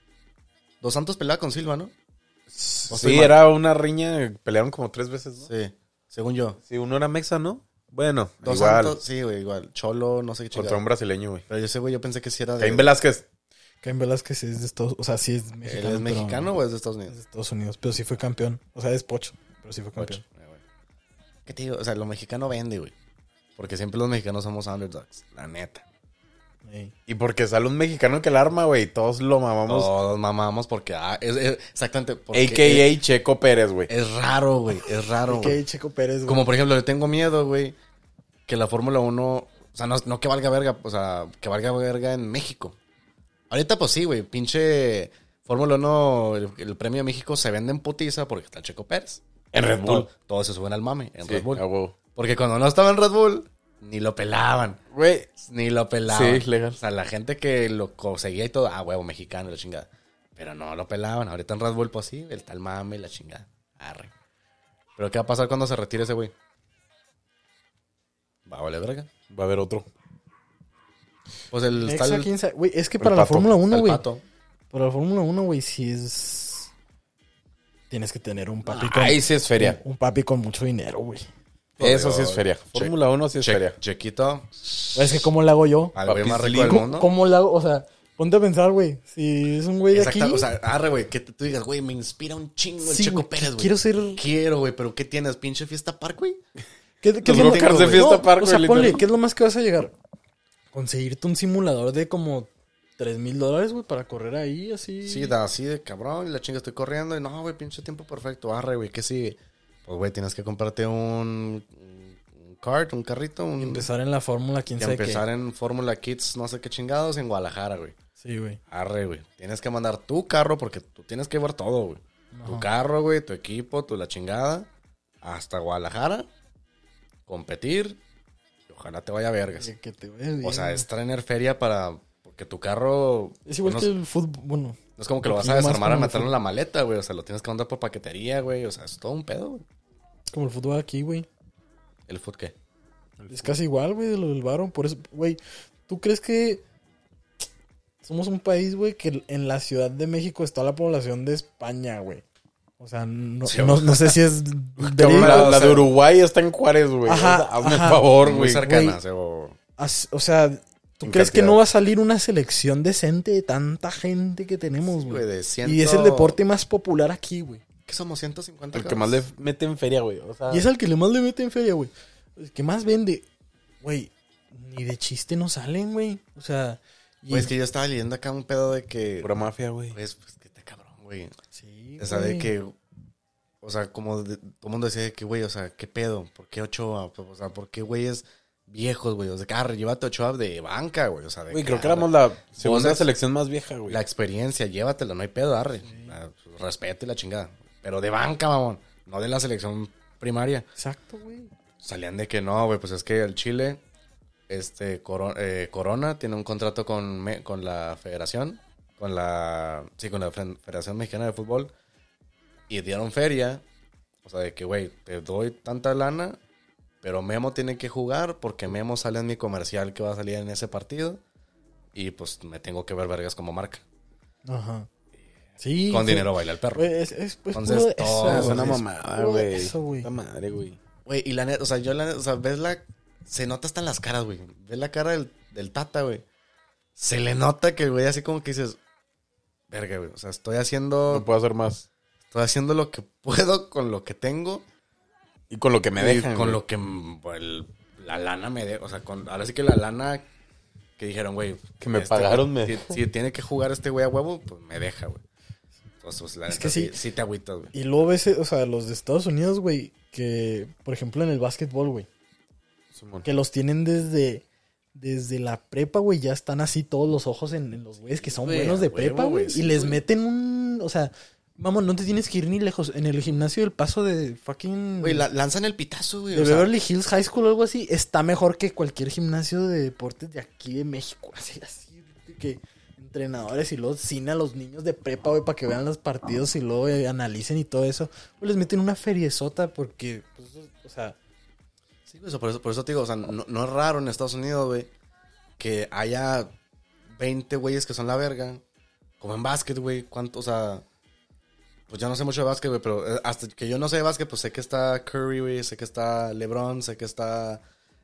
Speaker 1: Dos Santos peleaba con Silva, ¿no? estoy
Speaker 2: Sí,
Speaker 1: mal.
Speaker 2: era una riña. Pelearon como 3 veces, ¿no?
Speaker 1: Sí, según yo.
Speaker 2: Sí, uno era mexa, ¿no? Bueno,
Speaker 1: Dos
Speaker 2: igual.
Speaker 1: Santos, sí, güey, igual. Cholo, no sé qué
Speaker 2: Contra
Speaker 1: chingada.
Speaker 2: un brasileño, güey.
Speaker 1: Pero yo sé, güey, yo pensé que sí era de...
Speaker 2: Caín Velázquez.
Speaker 3: Caín Velázquez es de Estados Unidos. O sea, sí es
Speaker 1: ¿Él
Speaker 3: mexicano.
Speaker 1: es
Speaker 3: pero-
Speaker 1: mexicano o es de Estados
Speaker 3: Es
Speaker 1: Unidos?
Speaker 3: de Estados Unidos, pero sí fue campeón. O sea, es pocho, pero sí fue campeón.
Speaker 1: Bueno. ¿Qué te digo? O sea, lo mexicano vende, güey. Porque siempre los mexicanos somos underdogs, la neta.
Speaker 3: Ey.
Speaker 2: Y porque sale un mexicano que el arma, güey. Todos lo mamamos.
Speaker 1: Todos mamamos porque... exactamente. Porque
Speaker 2: A.K.A. Checo Pérez, güey.
Speaker 1: Es raro, güey. Es raro,
Speaker 3: ¿Qué
Speaker 1: güey.
Speaker 3: Checo Pérez, güey?
Speaker 1: Como por ejemplo, yo tengo miedo, güey, que la Fórmula 1, o sea, no que valga verga, o sea, que valga verga en México. Ahorita, pues sí, güey, pinche Fórmula 1, el premio de México se vende en putiza porque está el Checo Pérez.
Speaker 2: En Red Bull.
Speaker 1: Todos se suben al mame en
Speaker 2: Sí,
Speaker 1: Red Bull.
Speaker 2: a huevo.
Speaker 1: Porque cuando no estaba en Red Bull, ni lo pelaban.
Speaker 2: Güey.
Speaker 1: Ni lo pelaban.
Speaker 2: Sí, legal.
Speaker 1: O sea, la gente que lo conseguía y todo, huevo, mexicano, la chingada. Pero no lo pelaban. Ahorita en Red Bull, pues sí, el tal mame y la chingada. Arre. Pero ¿qué va a pasar cuando se retire ese güey? Va a valer verga.
Speaker 2: Va a haber otro.
Speaker 1: Pues el
Speaker 3: Mexa,
Speaker 1: tal,
Speaker 3: quién sabe. Güey, es que
Speaker 2: el
Speaker 3: para la
Speaker 2: Pato.
Speaker 3: Fórmula 1,
Speaker 1: tal
Speaker 3: güey.
Speaker 1: Pato.
Speaker 3: Para la Fórmula 1, güey, sí es... Tienes que tener un papi con...
Speaker 2: Ahí sí es feria.
Speaker 3: Un papi con mucho dinero, güey.
Speaker 2: Eso sí es feria. Fórmula 1 sí es feria.
Speaker 1: Chequito,
Speaker 3: Es que ¿cómo la hago yo?
Speaker 1: al güey
Speaker 2: Papi
Speaker 1: más rico
Speaker 2: Slim.
Speaker 1: del mundo.
Speaker 3: ¿Cómo la hago? O sea, ponte a pensar, güey. Si es un güey de aquí...
Speaker 1: Exacto, o sea, arre, güey, que tú digas, güey, me inspira un chingo el
Speaker 3: sí,
Speaker 1: Checo
Speaker 3: güey,
Speaker 1: Pérez, güey.
Speaker 3: quiero ser...
Speaker 1: Quiero, güey, pero ¿qué tienes? ¿Pinche Fiesta Park, güey?
Speaker 3: ¿Qué
Speaker 2: Los
Speaker 3: es lo
Speaker 2: go-karts
Speaker 3: más-
Speaker 2: de Fiesta
Speaker 3: No,
Speaker 2: Park,
Speaker 3: o sea,
Speaker 2: güey,
Speaker 3: ponle,
Speaker 2: literal.
Speaker 3: ¿qué es lo más que vas a llegar? Conseguirte un simulador de como $3,000, güey, para correr ahí, así.
Speaker 1: Sí, da así de cabrón, y la chinga estoy corriendo, y no, güey, pinche tiempo perfecto, arre, güey, ¿qué sigue? Pues, güey, tienes que comprarte un kart, un carrito,
Speaker 3: Empezar en la fórmula, quién
Speaker 1: y
Speaker 3: sabe
Speaker 1: empezar
Speaker 3: qué.
Speaker 1: en Fórmula Kids, no sé qué chingados, en Guadalajara, güey.
Speaker 3: Sí, güey.
Speaker 1: Arre, güey. Tienes que mandar tu carro porque tú tienes que llevar todo, güey. Tu carro, güey, tu equipo, tu la chingada. Hasta Guadalajara. Competir. Y ojalá te vaya vergas.
Speaker 3: Que te vayas bien.
Speaker 1: O sea, es traer feria para... Porque tu carro...
Speaker 3: Es igual
Speaker 1: no,
Speaker 3: que el fútbol, bueno.
Speaker 1: no es como que lo vas a
Speaker 3: poquillo más
Speaker 1: desarmar a
Speaker 3: como el
Speaker 1: meterlo en la maleta, güey. O sea, lo tienes que mandar por paquetería, güey. O sea, es todo un pedo, güey.
Speaker 3: Como el fútbol aquí, güey.
Speaker 1: ¿El foot qué?
Speaker 3: Es casi igual, güey, de lo del varo. Por eso, güey, ¿tú crees que somos un país, güey, que en la Ciudad de México está la población de España, güey? O sea, no,
Speaker 1: Sí,
Speaker 3: no sé si es
Speaker 2: Cabrón,
Speaker 3: verídico.
Speaker 2: la
Speaker 1: o sea-
Speaker 2: de Uruguay está en Juárez, güey.
Speaker 3: Ajá,
Speaker 2: O sea, hazme
Speaker 3: ajá.
Speaker 2: favor,
Speaker 1: Muy
Speaker 2: güey.
Speaker 1: cercana.
Speaker 3: O sea, ¿tú
Speaker 2: En
Speaker 3: crees que
Speaker 2: cantidad.
Speaker 3: no va a salir una selección decente de tanta gente que tenemos,
Speaker 1: güey,
Speaker 3: güey?
Speaker 1: de ciento...
Speaker 3: Y es el deporte más popular aquí, güey.
Speaker 1: ¿Qué somos? 150
Speaker 2: El que más le mete en feria, güey. O sea,
Speaker 3: Y es al que le más le mete en feria, güey. El que más vende. Güey, ni de chiste no salen, güey. O sea... y-
Speaker 1: Güey, es que yo estaba leyendo acá un pedo de que...
Speaker 2: pura mafia, güey.
Speaker 1: Pues que te cabrón, güey.
Speaker 3: Sí,
Speaker 1: O sea, de
Speaker 3: güey.
Speaker 1: que... O sea, como todo el mundo decía de que, güey, o sea, ¿qué pedo? ¿Por qué Ochoa? O sea, ¿por qué güeyes viejos, güey? O sea, llévate Ochoa de banca, güey. O sea, de
Speaker 2: Güey, creo que
Speaker 1: arre,
Speaker 2: éramos la segunda
Speaker 1: Vos-
Speaker 2: selección más vieja, güey.
Speaker 1: la experiencia, llévatela, no hay pedo, arre. Respeto y la chingada. Pero de banca, mamón. No de la selección primaria.
Speaker 3: Exacto, güey.
Speaker 1: Salían de que no, güey, pues es que el Chile, Corona tiene un contrato con la federación, con la Federación Mexicana de Fútbol, y dieron feria, o sea, de que, güey, te doy tanta lana, pero Memo tiene que jugar porque Memo sale en mi comercial que va a salir en ese partido, y pues me tengo que ver vergas como marca.
Speaker 3: Ajá. Sí.
Speaker 1: Con dinero baila el perro.
Speaker 3: Güey, es pues
Speaker 1: Entonces,
Speaker 3: puro
Speaker 1: todo
Speaker 3: eso,
Speaker 2: Es una
Speaker 3: güey,
Speaker 2: mamada,
Speaker 3: puro
Speaker 2: güey.
Speaker 3: eso, güey.
Speaker 2: Puta madre, güey.
Speaker 1: Güey, y la neta, o sea, ves la... Se nota hasta en las caras, güey. Ves la cara del Tata, güey. Se le nota que, güey, así como que dices... Verga, güey. O sea,
Speaker 2: No puedo hacer más.
Speaker 1: estoy haciendo lo que puedo con lo que tengo.
Speaker 2: Y con lo que me
Speaker 1: Y
Speaker 2: dejan,
Speaker 1: con
Speaker 2: güey.
Speaker 1: lo que la lana me deja. O sea, ahora sí que la lana que dijeron, güey.
Speaker 2: Que me pagaron,
Speaker 1: güey,
Speaker 2: me
Speaker 1: si tiene que jugar este güey a huevo, pues me deja, güey. Entonces, pues, la
Speaker 3: Es
Speaker 1: neta,
Speaker 3: que sí.
Speaker 1: sí te agüitas, güey.
Speaker 3: Y luego ves, o sea, los de Estados Unidos, güey, que, por ejemplo, en el básquetbol, güey,
Speaker 2: Simón.
Speaker 3: que los tienen desde la prepa, güey, ya están así todos los ojos en los güeyes que son
Speaker 1: Güey,
Speaker 3: buenos de
Speaker 1: a huevo,
Speaker 3: prepa, güey.
Speaker 1: güey, sí,
Speaker 3: Y les
Speaker 1: güey.
Speaker 3: meten o sea, vamos, no te tienes que ir ni lejos. En el gimnasio del Paso de fucking...
Speaker 1: Güey, lanzan el pitazo, güey.
Speaker 3: de
Speaker 1: O sea,
Speaker 3: Beverly Hills High School o algo así, está mejor que cualquier gimnasio de deportes de aquí de México. Así, de que entrenadores y luego cine a los niños de prepa, güey, para que vean los partidos y luego analicen y todo eso. Pues les meten una feriezota porque, pues, o sea...
Speaker 1: sí, güey, por eso te digo, o sea, no es raro en Estados Unidos, güey, que haya 20 güeyes que son la verga. Como en básquet, güey. ¿Cuánto? O sea, pues ya no sé mucho de básquet, güey, pero hasta que yo no sé de básquet, pues sé que está Curry, güey, sé que está LeBron, sé que está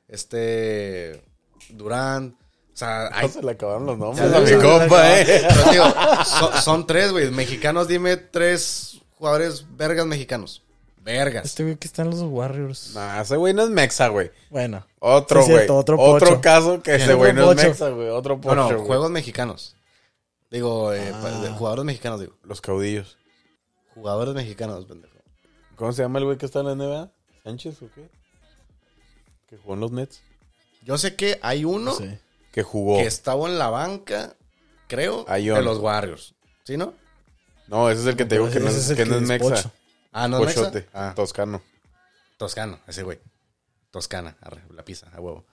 Speaker 1: Durant. O sea,
Speaker 2: No se le acabaron los nombres
Speaker 1: Ya
Speaker 2: a
Speaker 1: le-
Speaker 2: mi
Speaker 1: se le
Speaker 2: compa,
Speaker 1: Pero, tío, son 3, güey. Mexicanos, dime 3 jugadores vergas mexicanos. Vergas.
Speaker 3: Este güey que está en los Warriors.
Speaker 2: Nah, ese güey no es mexa, güey.
Speaker 3: Bueno.
Speaker 2: Otro,
Speaker 3: Sí,
Speaker 2: güey.
Speaker 3: cierto, otro
Speaker 2: Otro
Speaker 3: pocho.
Speaker 2: caso que ese
Speaker 3: Otro
Speaker 2: güey no es
Speaker 3: pocho.
Speaker 2: mexa, güey. Otro pocho,
Speaker 1: No,
Speaker 2: güey.
Speaker 1: juegos mexicanos. Digo,
Speaker 3: Ah.
Speaker 1: jugadores mexicanos, digo.
Speaker 2: Los caudillos.
Speaker 1: Jugadores mexicanos, pendejo.
Speaker 2: ¿Cómo se llama el güey que está en la NBA? ¿Sánchez o qué? Que jugó en los Nets.
Speaker 1: Yo sé que hay uno
Speaker 3: No sé.
Speaker 2: Que jugó.
Speaker 1: que estaba en la banca, creo,
Speaker 2: Ayón.
Speaker 1: de los Warriors. ¿Sí, no?
Speaker 2: No, ese es el que te digo que no
Speaker 3: Ese
Speaker 2: es,
Speaker 3: el
Speaker 2: que no es mexa.
Speaker 3: pocho.
Speaker 1: Ah, no, es
Speaker 2: Pochote.
Speaker 1: Mexa? Ah,
Speaker 2: Toscano.
Speaker 1: Toscano, ese güey. Toscana, arre, la pizza, a huevo.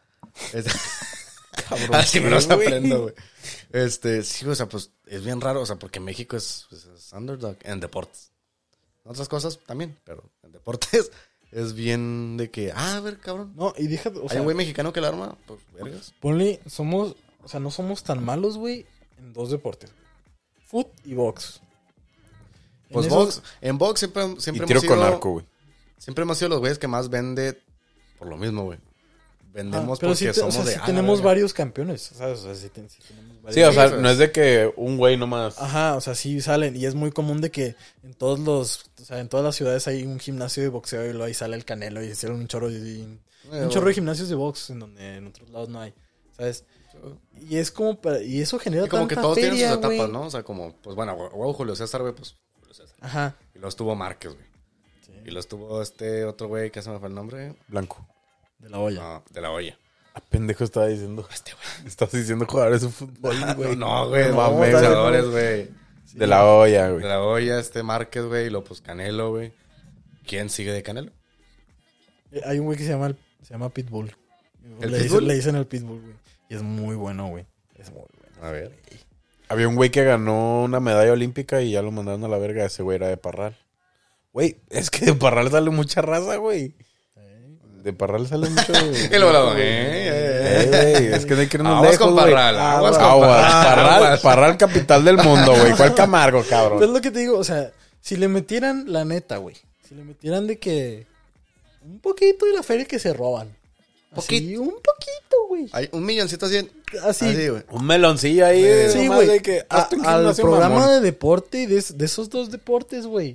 Speaker 2: Cabrón,
Speaker 1: Así me los
Speaker 2: ¿qué, güey?
Speaker 1: aprendo, güey. Sí, o sea, pues es bien raro, o sea, porque México es underdog en deportes. En otras cosas también, pero en deportes es bien de que, a ver, cabrón.
Speaker 3: No, y deja, o
Speaker 1: Hay
Speaker 3: sea,
Speaker 1: un güey mexicano que la arma, pues, vergas.
Speaker 3: ponle, o sea, no somos tan malos, güey, en 2 deportes. Foot y box.
Speaker 1: Pues
Speaker 3: En esos-
Speaker 1: en box siempre
Speaker 2: Y
Speaker 1: hemos
Speaker 2: tiro
Speaker 1: sido,
Speaker 2: con arco, güey.
Speaker 1: siempre hemos sido los güeyes que más vende por lo mismo, güey. Vendemos
Speaker 3: pero
Speaker 1: porque
Speaker 3: sí,
Speaker 1: somos
Speaker 3: o sea,
Speaker 1: de,
Speaker 3: sí
Speaker 1: la
Speaker 3: tenemos
Speaker 1: verga.
Speaker 3: varios campeones, ¿sabes? O sea, sí tenemos varios.
Speaker 2: Sí, o sea,
Speaker 1: Sí,
Speaker 2: no es de que un güey nomás.
Speaker 3: Ajá, o sea, sí salen. Y es muy común de que en en todas las ciudades hay un gimnasio de boxeo y luego ahí sale el Canelo y hicieron un chorro de gimnasios de box en donde en otros lados no hay, ¿sabes? Y es como y eso genera
Speaker 1: Y como que
Speaker 3: tanta
Speaker 1: todos tienen
Speaker 3: feria,
Speaker 1: sus etapas,
Speaker 3: güey.
Speaker 1: ¿no? O sea, como, pues bueno, huevo Julio César, güey, pues Julio César.
Speaker 3: Ajá.
Speaker 1: Y luego estuvo Márquez, güey.
Speaker 3: Sí.
Speaker 1: Y luego estuvo otro güey, que se me fue el nombre.
Speaker 2: Blanco.
Speaker 3: De la olla.
Speaker 1: No, de la olla.
Speaker 2: A pendejo estaba diciendo.
Speaker 1: Este güey.
Speaker 2: Estás diciendo jugadores de fútbol, güey.
Speaker 1: No, güey,
Speaker 2: No,
Speaker 1: no,
Speaker 2: mames,
Speaker 1: boxeadores, güey.
Speaker 2: De la olla, güey.
Speaker 1: De la olla, Márquez, güey, y luego pues Canelo, güey. ¿Quién sigue de Canelo?
Speaker 3: Hay un güey que se llama Pitbull.
Speaker 1: ¿El
Speaker 3: le
Speaker 1: Pitbull?
Speaker 3: le dicen el Pitbull, güey. Y es muy bueno, güey. Es muy bueno.
Speaker 1: A ver.
Speaker 2: Había un güey que ganó una medalla olímpica y ya lo mandaron a la verga. Ese güey era de Parral. Güey, es que de Parral sale mucha raza, güey. De Parral sale mucho.
Speaker 1: El volador,
Speaker 2: Güey, es que no hay que irnos
Speaker 1: Aguas
Speaker 2: lejos,
Speaker 1: con
Speaker 2: güey.
Speaker 1: Parral, aguas con
Speaker 2: Aguas.
Speaker 1: Parral.
Speaker 2: Parral, Parral, capital del mundo, güey. ¿Cuál Camargo,
Speaker 3: Pues es
Speaker 2: cabrón?
Speaker 3: lo que te digo, o sea, si le metieran la neta, güey. Si le metieran de que un poquito de la feria que se roban. Así,
Speaker 1: Poquito.
Speaker 3: un poquito, güey.
Speaker 1: Hay 1,000,000
Speaker 3: Así.
Speaker 1: güey.
Speaker 2: Un meloncillo ahí.
Speaker 3: Sí,
Speaker 2: nomás
Speaker 3: güey.
Speaker 2: de que hazte un
Speaker 3: Al
Speaker 2: gimnasio,
Speaker 3: programa
Speaker 2: mamón.
Speaker 3: de deporte y de esos 2 deportes, güey.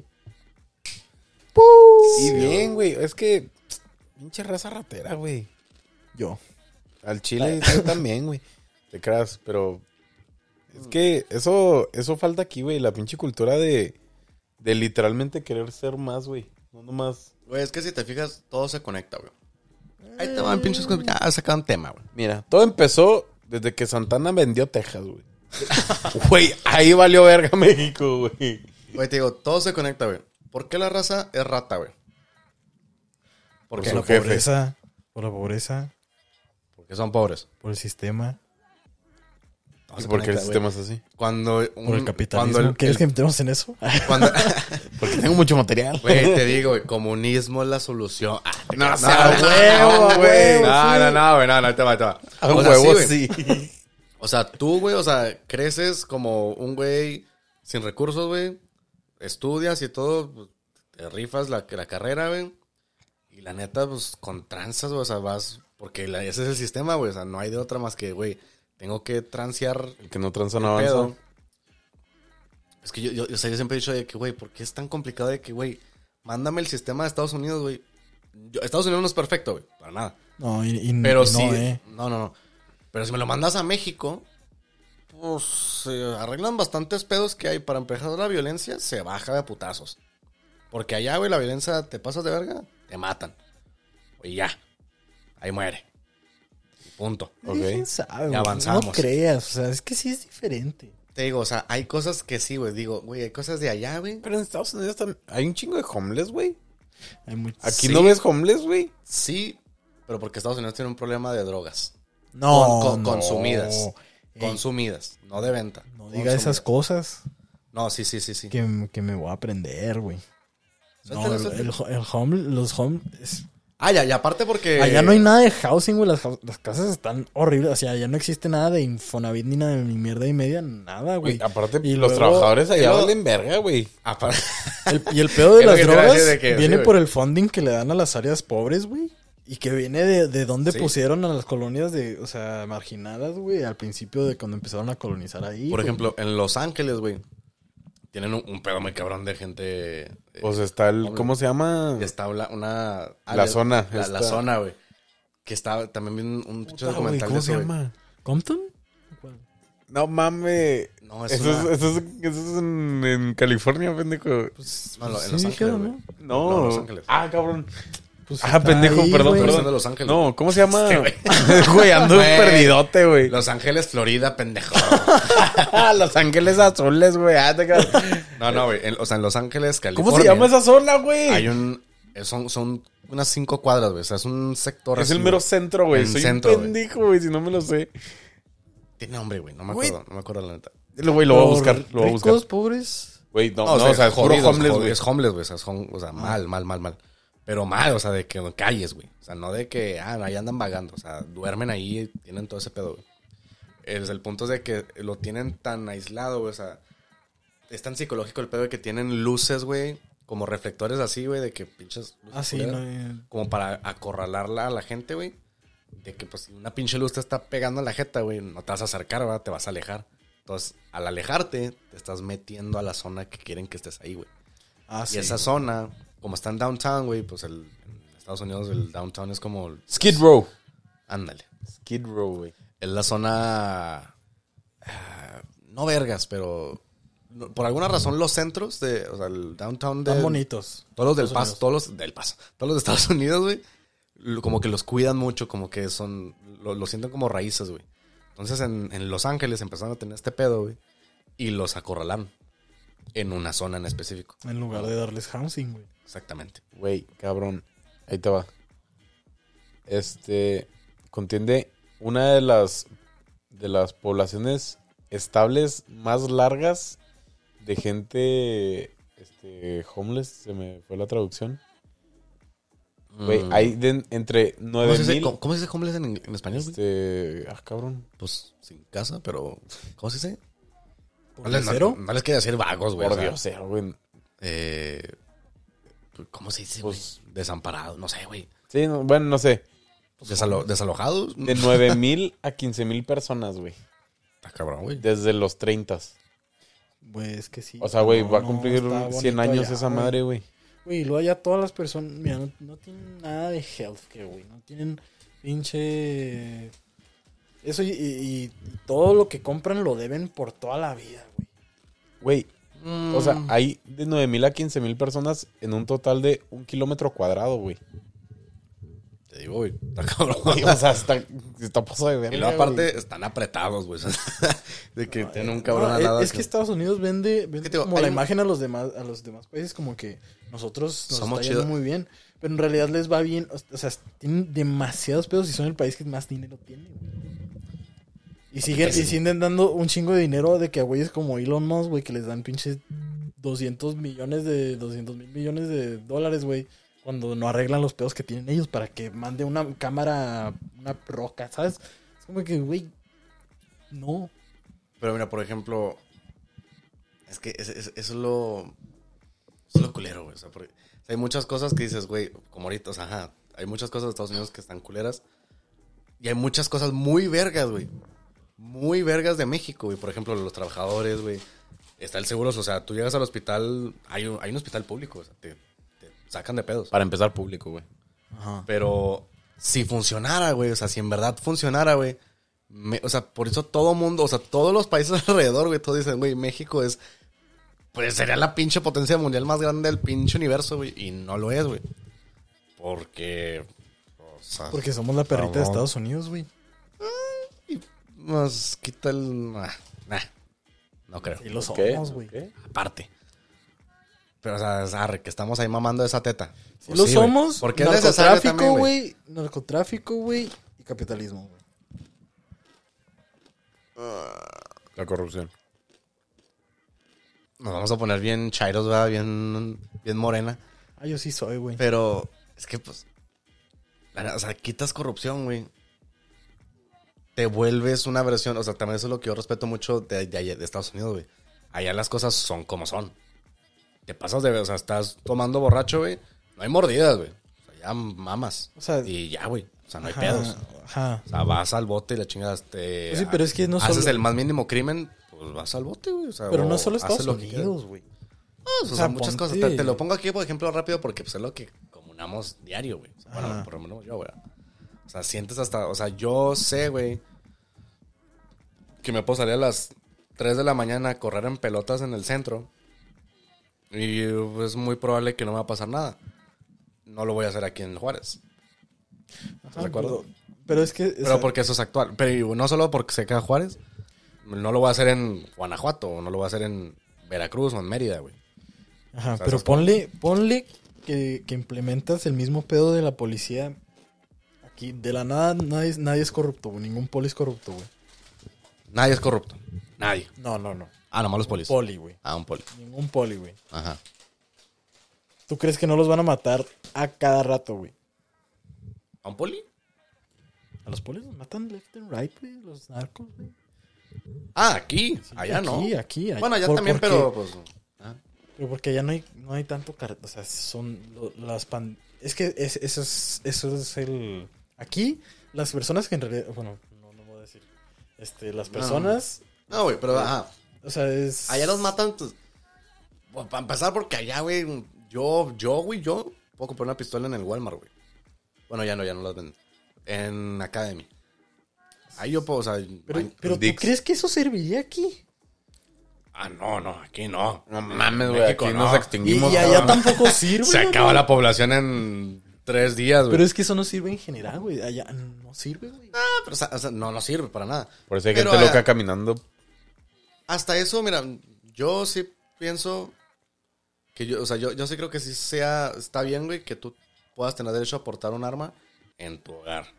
Speaker 2: Y bien, güey. Es que. Pinche raza ratera, güey.
Speaker 3: Yo.
Speaker 2: Al chile yo también, güey. Te creas, pero. Es que eso falta aquí, güey. La pinche cultura de literalmente querer ser más, güey. No nomás.
Speaker 1: Güey, es que si te fijas, todo se conecta, güey. Ahí te van pinches cosas. Ya sacaron tema, güey.
Speaker 2: Mira, todo empezó desde que Santana vendió Texas, güey. Güey, ahí valió verga México, güey.
Speaker 1: Güey, te digo, todo se conecta, güey. ¿Por qué la raza es rata, güey? ¿Por
Speaker 2: Por
Speaker 1: qué?
Speaker 2: su
Speaker 3: la
Speaker 2: jefe.
Speaker 3: pobreza. Por la pobreza.
Speaker 1: Porque son pobres.
Speaker 3: Por el sistema.
Speaker 1: Todo
Speaker 2: ¿Y
Speaker 1: se
Speaker 2: por qué el
Speaker 1: conecta, güey.
Speaker 2: sistema es así?
Speaker 1: Cuando
Speaker 3: Por el capitalismo. ¿Quieres que entremos en eso?
Speaker 1: cuando-
Speaker 2: Porque tengo mucho material.
Speaker 1: Güey, te digo, güey, comunismo es la solución. Ah, te
Speaker 2: No,
Speaker 1: creas.
Speaker 2: sea
Speaker 3: huevo,
Speaker 2: güey.
Speaker 3: huevo.
Speaker 1: No, güey, no, te va.
Speaker 2: A
Speaker 1: O sea,
Speaker 2: huevo,
Speaker 1: güey.
Speaker 2: sí.
Speaker 1: O sea, tú, güey, o sea, creces como un güey sin recursos, güey. Estudias y todo, pues, te rifas la carrera, güey. Y la neta, pues, con tranzas, güey, o sea, vas... Porque ese es el sistema, güey, o sea, no hay de otra más que, güey, tengo que transear
Speaker 2: El que no tranza
Speaker 1: el
Speaker 2: no avanza.
Speaker 1: pedo. Es que yo siempre he dicho de que, güey, ¿por qué es tan complicado de que, güey, mándame el sistema de Estados Unidos, güey? Estados Unidos no es perfecto, güey, para nada.
Speaker 3: No,
Speaker 1: Pero
Speaker 3: y
Speaker 1: sí,
Speaker 3: no,
Speaker 1: no. Pero si me lo mandas a México, pues se arreglan bastantes pedos que hay. Para empezar, la violencia se baja de putazos. Porque allá, güey, la violencia, te pasas de verga, te matan. Y ya, ahí muere. Y punto.
Speaker 2: Ok.
Speaker 3: ¿Quién sabe,
Speaker 1: Ya
Speaker 3: güey?
Speaker 1: avanzamos.
Speaker 3: No creas, o sea, es que sí es diferente.
Speaker 1: Te digo, o sea, hay cosas que sí, güey. Digo, güey, hay cosas de allá, güey.
Speaker 2: Pero en Estados Unidos también hay un chingo de homeless, güey.
Speaker 3: Hay mucho...
Speaker 2: Aquí
Speaker 1: Sí.
Speaker 2: no ves homeless, güey.
Speaker 1: Sí, pero porque Estados Unidos tiene un problema de drogas.
Speaker 3: No, no.
Speaker 1: Consumidas.
Speaker 3: Ey,
Speaker 1: Consumidas, no de venta.
Speaker 3: no diga esas
Speaker 1: Consumidas.
Speaker 3: cosas
Speaker 1: No, sí.
Speaker 3: que me voy a aprender, güey. No,
Speaker 1: Suéltalo.
Speaker 3: los homeless...
Speaker 1: Ah, ya, y aparte porque...
Speaker 3: Allá no hay nada de housing, güey. Las casas están horribles. O sea, allá no existe nada de Infonavit ni nada de ni mierda y media. Nada, güey.
Speaker 2: Güey, aparte,
Speaker 3: Y
Speaker 2: los
Speaker 3: luego-
Speaker 2: trabajadores allá
Speaker 1: luego-
Speaker 2: valen verga, güey.
Speaker 1: Aparte...
Speaker 3: Y el pedo de
Speaker 1: Es lo
Speaker 3: las
Speaker 1: que te iba a
Speaker 3: drogas
Speaker 1: decir de que,
Speaker 3: viene
Speaker 1: sí,
Speaker 3: por
Speaker 1: güey.
Speaker 3: el funding que le dan a las áreas pobres, güey. Y que viene de donde
Speaker 1: Sí.
Speaker 3: pusieron a las colonias de, o sea, marginadas, güey. Al principio de cuando empezaron a colonizar ahí.
Speaker 1: Por
Speaker 3: güey.
Speaker 1: ejemplo, en Los Ángeles, güey, tienen un pedo muy cabrón de gente...
Speaker 2: Pues está el... ¿Cómo se llama?
Speaker 1: y está una...
Speaker 2: La zona,
Speaker 1: La
Speaker 2: esta-
Speaker 1: zona, güey. Que está... También vi un pinche
Speaker 3: Puta, güey,
Speaker 1: documental
Speaker 3: ¿cómo
Speaker 1: de
Speaker 3: se
Speaker 1: eso, güey.
Speaker 3: llama? ¿Compton? ¿Cuál?
Speaker 2: No mames.
Speaker 1: No, es
Speaker 2: Eso
Speaker 1: una...
Speaker 2: es en California, pendejo.
Speaker 3: Pues,
Speaker 1: No, en
Speaker 3: sí
Speaker 1: Los
Speaker 3: dijeron,
Speaker 1: Ángeles, güey.
Speaker 2: No.
Speaker 1: No, Los Ángeles.
Speaker 2: Ah, cabrón.
Speaker 3: Pues
Speaker 2: Ah,
Speaker 3: está
Speaker 2: pendejo,
Speaker 3: ahí,
Speaker 2: perdón,
Speaker 3: güey.
Speaker 1: Son
Speaker 2: perdón.
Speaker 1: de Los Ángeles.
Speaker 2: No, ¿cómo se llama?
Speaker 1: Este, güey.
Speaker 2: Güey, ando
Speaker 1: Güey.
Speaker 2: perdidote, güey.
Speaker 1: Los Ángeles, Florida, pendejo.
Speaker 2: Los Ángeles Azules, güey. Ah, te creas.
Speaker 1: No, güey. O sea, en Los Ángeles, California.
Speaker 2: ¿Cómo se llama esa zona, güey?
Speaker 1: Hay un... Son unas 5 cuadras, güey. O sea, es un sector
Speaker 2: Es
Speaker 1: así,
Speaker 2: el mero
Speaker 1: güey.
Speaker 2: centro, güey.
Speaker 1: El
Speaker 2: Soy
Speaker 1: centro,
Speaker 2: un
Speaker 1: güey.
Speaker 2: pendejo, güey, si no me lo sé.
Speaker 1: Tiene nombre, güey. No me
Speaker 2: Güey.
Speaker 1: acuerdo. No me acuerdo la neta.
Speaker 2: Güey, lo voy a buscar. Lo voy a buscar.
Speaker 3: Ricos, pobres.
Speaker 2: Güey, no,
Speaker 1: No,
Speaker 2: o sea, es puro
Speaker 1: jodidos,
Speaker 2: homeless, güey.
Speaker 1: Es homeless, güey. O sea, mal. Pero mal, o sea, de que en calles, güey. O sea, no de que, ahí andan vagando. O sea, duermen ahí y tienen todo ese pedo, güey. El punto es de que lo tienen tan aislado, güey. O sea, es tan psicológico el pedo de que tienen luces, güey. Como reflectores así, güey, de que pinches luces
Speaker 3: Ah, sí,
Speaker 1: culeras,
Speaker 3: no.
Speaker 1: como para acorralarla a la gente, güey. De que, pues, si una pinche luz te está pegando en la jeta, güey, no te vas a acercar, ¿verdad? Te vas a alejar. Entonces, al alejarte, te estás metiendo a la zona que quieren que estés ahí, güey.
Speaker 3: Ah,
Speaker 1: Y
Speaker 3: sí.
Speaker 1: esa zona, como está en downtown, güey, pues en Estados Unidos el downtown es como...
Speaker 2: Skid Row.
Speaker 1: Ándale.
Speaker 2: Skid Row, güey.
Speaker 1: Es la zona... no vergas, pero... Por alguna razón los centros de... O sea, el downtown de...
Speaker 3: Están bonitos.
Speaker 1: Todos los del
Speaker 3: Estados
Speaker 1: Paso, todos los de Estados Unidos, güey, como que los cuidan mucho, como que son, lo sienten como raíces, güey. Entonces en Los Ángeles empezaron a tener este pedo, güey, y los acorralaron en una zona en específico.
Speaker 3: En lugar de darles housing, güey.
Speaker 1: Exactamente.
Speaker 2: Güey, cabrón. Ahí te va. Contiene una de las poblaciones estables más largas de gente homeless, se me fue la traducción. Güey, hay entre
Speaker 1: ¿Cómo se dice,
Speaker 2: 9,000.
Speaker 1: cómo se dice homeless en español, güey?
Speaker 2: Cabrón.
Speaker 1: Pues sin casa, pero... ¿Cómo se dice?
Speaker 3: ¿Por cero?
Speaker 1: No les quería decir vagos, güey.
Speaker 2: Por
Speaker 1: o sea,
Speaker 2: Dios, güey.
Speaker 1: ¿Cómo se dice, güey?
Speaker 2: Pues-
Speaker 1: Desamparados, no sé, güey.
Speaker 2: Sí, bueno, no sé.
Speaker 1: ¿Desalojados?
Speaker 2: De 9,000 a 15,000 personas, güey.
Speaker 1: Está cabrón, güey.
Speaker 2: Desde los 30.
Speaker 3: Güey, es que sí.
Speaker 2: O sea, güey,
Speaker 3: No,
Speaker 2: va a
Speaker 3: no,
Speaker 2: cumplir
Speaker 3: está
Speaker 2: 100
Speaker 3: bonito
Speaker 2: años
Speaker 3: allá,
Speaker 2: esa
Speaker 3: güey.
Speaker 2: madre, güey.
Speaker 3: Güey, y luego allá todas las personas, mira, no tienen nada de healthcare, güey. No tienen pinche... Eso y todo lo que compran lo deben por toda la vida, güey.
Speaker 2: Güey, o sea, hay de 9,000 a 15,000 personas en un total de 1 kilómetro cuadrado, güey.
Speaker 1: Te digo, güey. Está cabrón.
Speaker 2: O sea, está pasado de verga,
Speaker 1: Y luego
Speaker 2: güey.
Speaker 1: aparte están apretados, güey. O sea, de que tienen un cabrón
Speaker 3: No,
Speaker 1: al lado.
Speaker 3: es que Estados Unidos vende
Speaker 1: ¿Qué te digo?
Speaker 3: como
Speaker 1: Hay
Speaker 3: la
Speaker 1: un-
Speaker 3: imagen a los demás países como que nosotros nos
Speaker 1: Somos
Speaker 3: está yendo
Speaker 1: chidos.
Speaker 3: muy bien. Pero en realidad les va bien. O sea, tienen demasiados pedos y son el país que más dinero tiene, güey. Y siguen dando un chingo de dinero de que a güeyes como Elon Musk, güey, que les dan pinches 200 mil millones de dólares, güey, cuando no arreglan los pedos que tienen ellos para que mande una cámara, una roca, ¿sabes? Es como que, güey, No.
Speaker 1: Pero mira, por ejemplo, es que eso es lo culero, güey. O sea, hay muchas cosas que dices, güey, como ahorita, o sea, ajá, hay muchas cosas de Estados Unidos que están culeras. Y hay muchas cosas muy vergas, güey. Muy vergas de México, güey. Por ejemplo, los trabajadores, güey. Está el seguro, o sea, tú llegas al hospital, hay un hospital público, o sea, te sacan de pedos.
Speaker 2: Para empezar, público, güey.
Speaker 3: Ajá.
Speaker 1: Pero si funcionara, güey, o sea, si en verdad funcionara, güey, o sea, por eso todo mundo, o sea, todos los países alrededor, güey, todos dicen, güey, México es, pues sería la pinche potencia mundial más grande del pinche universo, güey, y no lo es, güey. Porque, o sea,
Speaker 3: Porque somos la perrita de Estados Unidos, güey.
Speaker 1: nos quita el... no creo.
Speaker 3: Y lo
Speaker 2: ¿Qué?
Speaker 3: somos, güey.
Speaker 2: ¿Qué?
Speaker 1: Aparte. Pero, o sea, es arre, que estamos ahí mamando esa teta.
Speaker 3: Sí
Speaker 1: Pues
Speaker 3: lo
Speaker 1: sí, güey.
Speaker 3: somos.
Speaker 1: Porque es necesario
Speaker 3: Narcotráfico,
Speaker 1: también, güey.
Speaker 3: güey. Narcotráfico, güey. Y capitalismo, güey.
Speaker 2: La corrupción.
Speaker 1: Nos vamos a poner bien chairos, ¿verdad? Bien morena.
Speaker 3: Ah, yo sí soy, güey.
Speaker 1: Pero es que, pues, o sea, quitas corrupción, güey. Te vuelves una versión, o sea, también eso es lo que yo respeto mucho de Estados Unidos, güey. Allá las cosas son como son. Te pasas de, o sea, estás tomando borracho, güey. No hay mordidas, güey. O sea, ya mamas.
Speaker 3: O sea,
Speaker 1: y ya, güey. O sea, no hay
Speaker 3: Ajá,
Speaker 1: pedos.
Speaker 3: Ajá.
Speaker 1: O sea, vas al bote y la chingada
Speaker 3: Pues sí, pero es que no
Speaker 1: haces
Speaker 3: solo-
Speaker 1: el más mínimo crimen, pues vas al bote, güey. O sea,
Speaker 3: Pero no
Speaker 1: o
Speaker 3: solo
Speaker 1: haces
Speaker 3: Estados
Speaker 1: lo que quieras.
Speaker 3: Unidos, güey.
Speaker 1: O sea,
Speaker 3: O sea,
Speaker 1: muchas
Speaker 3: ponte-
Speaker 1: cosas. Te lo pongo aquí, por ejemplo, rápido, porque pues, es lo que comunamos diario, güey. O sea, bueno,
Speaker 3: Ajá.
Speaker 1: por lo menos yo, güey. O sea, sientes hasta... O sea, yo sé, güey, que me puedo salir a las 3 de la mañana a correr en pelotas en el centro. Y es muy probable que no me va a pasar nada. No lo voy a hacer aquí en Juárez. ¿Estás de acuerdo?
Speaker 3: Pero es que... o
Speaker 1: Pero
Speaker 3: sea,
Speaker 1: porque eso es actual. Pero no solo porque se queda Juárez. No lo voy a hacer en Guanajuato. O no lo voy a hacer en Veracruz o en Mérida, güey.
Speaker 3: Ajá,
Speaker 1: o sea,
Speaker 3: pero
Speaker 1: esas
Speaker 3: ponle que implementas el mismo pedo de la policía. Aquí, de la nada, nadie es corrupto, güey. Ningún poli es corrupto, güey.
Speaker 1: Nadie es corrupto. Nadie.
Speaker 3: No, no, no.
Speaker 1: Ah, nomás los polis.
Speaker 3: Poli, güey.
Speaker 1: Ah, un poli.
Speaker 3: Ningún poli, güey.
Speaker 1: Ajá.
Speaker 3: ¿Tú crees que no los van a matar a cada rato, güey?
Speaker 1: ¿A un poli?
Speaker 3: A los polis los matan left and right, güey. Los narcos, güey.
Speaker 1: Ah, aquí. Allá no.
Speaker 3: Aquí.
Speaker 1: Bueno, allá
Speaker 3: Por-
Speaker 1: también,
Speaker 3: porque-
Speaker 1: pero pues... ah.
Speaker 3: Pero porque allá no hay tanto... O sea, son las pan... Es que eso es el... Aquí, las personas que en realidad... Bueno, no voy a decir. Las personas...
Speaker 1: No, güey, pero ajá.
Speaker 3: O sea, es...
Speaker 1: Allá los matan, pues... Bueno, para empezar, porque allá, güey, yo puedo comprar una pistola en el Walmart, güey. Bueno, ya no las venden. En Academy. Ahí yo puedo, o sea...
Speaker 3: Pero ¿tú
Speaker 2: Dix.
Speaker 3: crees que eso serviría aquí?
Speaker 1: Ah, no, aquí no.
Speaker 2: No mames, güey.
Speaker 1: México,
Speaker 2: Aquí
Speaker 1: no.
Speaker 2: nos extinguimos.
Speaker 3: Y allá
Speaker 2: cabrón.
Speaker 3: tampoco sirve.
Speaker 1: Se acaba
Speaker 3: güey.
Speaker 1: la población en 3 días, güey.
Speaker 3: Pero es que eso no sirve en general, güey. Allá no sirve, güey.
Speaker 1: Ah, pero, o sea, no sirve para nada.
Speaker 2: Por eso hay
Speaker 1: Pero,
Speaker 2: gente loca caminando.
Speaker 1: Hasta eso, mira, yo sí pienso que yo sí creo que sí está bien, güey, que tú puedas tener derecho a portar un arma en tu hogar.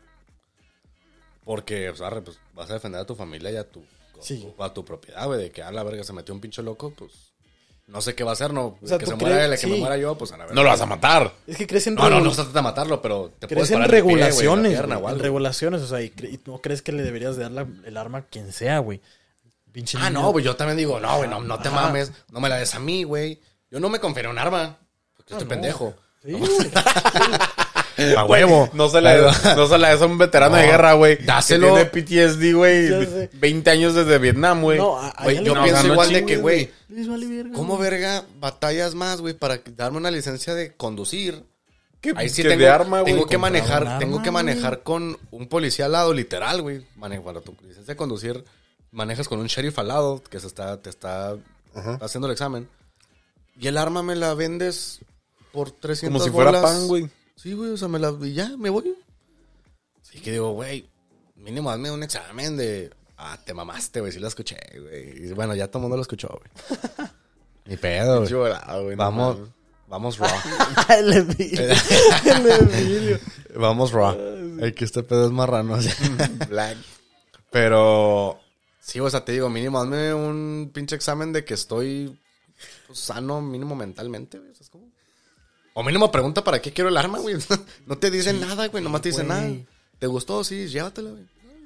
Speaker 1: Porque, pues, arre, pues vas a defender a tu familia y a tu propiedad, güey, de que a la verga se metió un pinche loco, pues no sé qué va a hacer, no,
Speaker 3: O sea,
Speaker 1: que
Speaker 3: ¿tú
Speaker 1: se muera él,
Speaker 3: crees?
Speaker 1: que me
Speaker 3: Sí.
Speaker 1: muera yo, pues a la verga.
Speaker 2: No lo vas a matar.
Speaker 3: Es que crecen
Speaker 1: No se trata de matarlo, pero te puedes
Speaker 3: crecen
Speaker 1: parar de pie, güey, en la
Speaker 3: regulaciones,
Speaker 1: pierna
Speaker 3: güey,
Speaker 1: o
Speaker 3: en
Speaker 1: algo.
Speaker 3: regulaciones, o sea, y no crees que le deberías de dar el arma a quien sea, güey. Pinche
Speaker 1: Ah,
Speaker 3: niño.
Speaker 1: no, güey, yo también digo, no, güey, no te
Speaker 3: Ajá.
Speaker 1: mames, no me la des a mí, güey. Yo no me confiere un arma, porque estoy
Speaker 3: no.
Speaker 1: pendejo.
Speaker 3: Sí, güey.
Speaker 1: A huevo.
Speaker 2: No se la des a un veterano de guerra, güey.
Speaker 1: Dáselo.
Speaker 2: Que tiene PTSD,
Speaker 3: Ya
Speaker 2: güey.
Speaker 3: sé.
Speaker 2: 20 años desde Vietnam, güey.
Speaker 3: No,
Speaker 1: Güey,
Speaker 3: allá
Speaker 1: yo
Speaker 3: les-
Speaker 1: pienso
Speaker 2: no
Speaker 1: igual de
Speaker 2: chingues,
Speaker 1: que, güey,
Speaker 3: les vale verga,
Speaker 1: ¿cómo
Speaker 3: güey.
Speaker 1: verga batallas más, güey, para darme una licencia de conducir?
Speaker 2: Que,
Speaker 1: Ahí sí
Speaker 2: que
Speaker 1: tengo,
Speaker 2: de arma, güey.
Speaker 1: tengo que
Speaker 3: comprar
Speaker 1: manejar,
Speaker 3: un arma,
Speaker 1: tengo que
Speaker 3: güey.
Speaker 1: manejar con un policía al lado, literal, güey. Cuando tu licencia de conducir, manejas con un sheriff al lado que te está haciendo el examen. Y el arma me la vendes por 300
Speaker 2: Como si fuera
Speaker 1: bolas.
Speaker 2: pan, güey.
Speaker 1: Sí, güey, o sea, y ya, me voy. Sí que digo, güey, mínimo hazme un examen de... Ah, te mamaste, güey, sí lo escuché, güey. Y bueno, ya todo el mundo lo escuchó, güey. Ni pedo, güey.
Speaker 2: Llorado, güey. no
Speaker 1: Vamos,
Speaker 2: mames.
Speaker 1: vamos raw.
Speaker 3: El Emilio. El Emilio.
Speaker 1: Vamos raw. El que este pedo es marrano. así.
Speaker 2: Black.
Speaker 1: Pero... Sí, o sea, te digo, mínimo hazme un pinche examen de que estoy pues, sano mínimo mentalmente, güey. O sea, es como... O mínimo pregunta para qué quiero el arma, güey. No te dicen nada, güey. Nomás te dicen
Speaker 3: güey.
Speaker 1: nada. ¿Te gustó? Sí, llévatela, güey.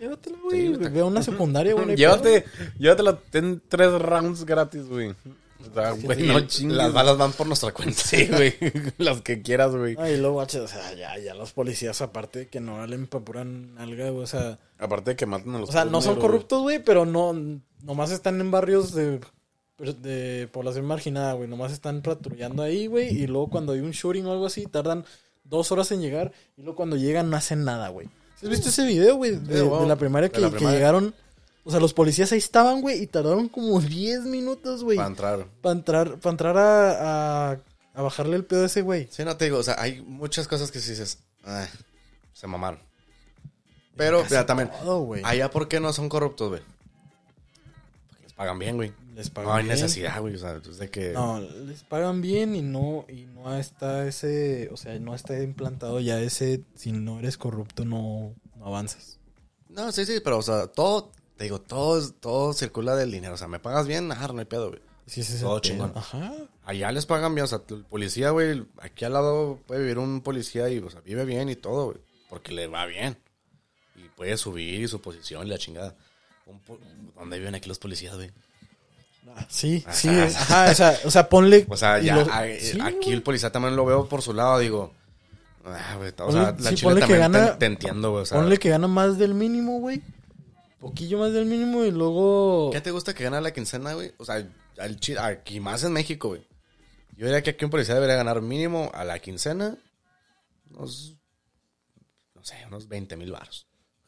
Speaker 3: Llévatela,
Speaker 1: Sí,
Speaker 3: güey.
Speaker 1: está-
Speaker 3: Ve a una secundaria, güey. no hay pedo.
Speaker 2: Llévatela, ten 3 rounds gratis, güey. O sea, güey, no chingues.
Speaker 1: Las balas van por nuestra cuenta.
Speaker 2: Sí, güey. Las que quieras, güey.
Speaker 3: Ay, luego, guacha, o sea, ya los policías, aparte de que no valen pa' pura nalga, güey, o sea...
Speaker 2: Aparte de que maten a los
Speaker 3: O sea, no son
Speaker 2: negros,
Speaker 3: corruptos, güey, pero nomás están en barrios de población marginada, güey. Nomás están patrullando ahí, güey. Y luego cuando hay un shooting o algo así, tardan 2 horas en llegar. Y luego cuando llegan no hacen nada, güey. ¿Has visto ese video, güey? De la primaria
Speaker 1: De la
Speaker 3: que
Speaker 1: primaria.
Speaker 3: llegaron. O sea, los policías ahí estaban, güey, y tardaron como 10 minutos, güey.
Speaker 1: Para entrar.
Speaker 3: Para entrar a bajarle el pedo a ese güey.
Speaker 1: Sí, no te digo, o sea, hay muchas cosas que sí dices, se mamaron. Pero,
Speaker 3: Casi
Speaker 1: mira, también,
Speaker 3: todo, güey.
Speaker 1: allá, ¿por qué no son corruptos, güey? Porque les pagan bien, güey.
Speaker 3: Les pagan
Speaker 1: No hay
Speaker 3: bien.
Speaker 1: necesidad, güey, o sea, es de que...
Speaker 3: No, les pagan bien y no está ese, o sea, no está implantado ya ese, si no eres corrupto no avanzas.
Speaker 1: No, sí, pero, o sea, todo, te digo, todo circula del dinero. O sea, me pagas bien, no hay pedo, güey.
Speaker 3: Sí, ese es
Speaker 1: Todo
Speaker 3: el pedo.
Speaker 1: chingón.
Speaker 3: Ajá.
Speaker 1: Allá les pagan bien, o sea, el policía, güey, aquí al lado puede vivir un policía y, o sea, vive bien y todo, güey, porque le va bien. Y puede subir su posición y la chingada. ¿Dónde viven aquí los policías, güey?
Speaker 3: Sí,
Speaker 1: Ajá.
Speaker 3: sí, ajá, o sea, ponle...
Speaker 1: O sea,
Speaker 3: y
Speaker 1: ya,
Speaker 3: sí,
Speaker 1: aquí
Speaker 3: güey.
Speaker 1: el policía también lo veo por su lado, digo... güey, o sea,
Speaker 3: Ponle-
Speaker 1: la
Speaker 3: sí,
Speaker 1: chile
Speaker 3: ponle que
Speaker 1: también
Speaker 3: gana-
Speaker 1: te entiendo, güey, o sea...
Speaker 3: Ponle que gana más del mínimo, güey. Poquillo más del mínimo y luego...
Speaker 1: ¿Qué te gusta que gana la quincena, güey? O sea, aquí más en México, güey. Yo diría que aquí un policía debería ganar mínimo a la quincena unos... No sé, unos 20,000 varos.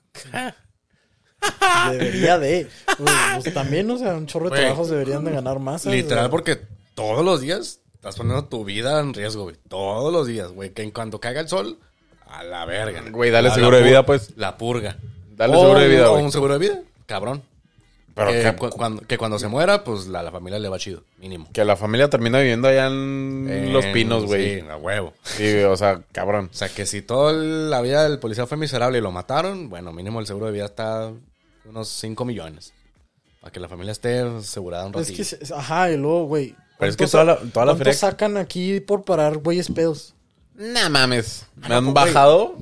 Speaker 3: Debería de. Pues también, o sea, un chorro de
Speaker 1: Güey,
Speaker 3: trabajos deberían de ganar más. ¿sabes?
Speaker 1: Literal, porque todos los días estás poniendo tu vida en riesgo, güey. Todos los días, güey. Que en cuanto caiga el sol, a la verga.
Speaker 2: Güey, dale
Speaker 1: La
Speaker 2: seguro de vida, pues.
Speaker 1: La purga.
Speaker 2: Dale
Speaker 1: O
Speaker 2: seguro de vida,
Speaker 1: o
Speaker 2: güey.
Speaker 1: un seguro de vida, cabrón.
Speaker 2: Pero
Speaker 1: Que cuando se muera, pues la familia le va chido, mínimo.
Speaker 2: que la familia termina viviendo allá en Los Pinos, güey.
Speaker 1: Sí, a huevo.
Speaker 2: Sí, o sea, cabrón.
Speaker 1: O sea, que si toda la vida del policía fue miserable y lo mataron, bueno, mínimo el seguro de vida está unos 5 millones. Para que la familia esté asegurada un
Speaker 3: Es
Speaker 1: ratito.
Speaker 3: que, ajá, y luego, güey.
Speaker 2: Pero es que
Speaker 3: ¿cuánto
Speaker 2: toda la
Speaker 3: ¿cuánto
Speaker 2: feria...
Speaker 3: sacan aquí por parar güeyes pedos?
Speaker 2: Nah, mames. ¿Me
Speaker 1: no,
Speaker 2: han
Speaker 1: güey.
Speaker 2: bajado?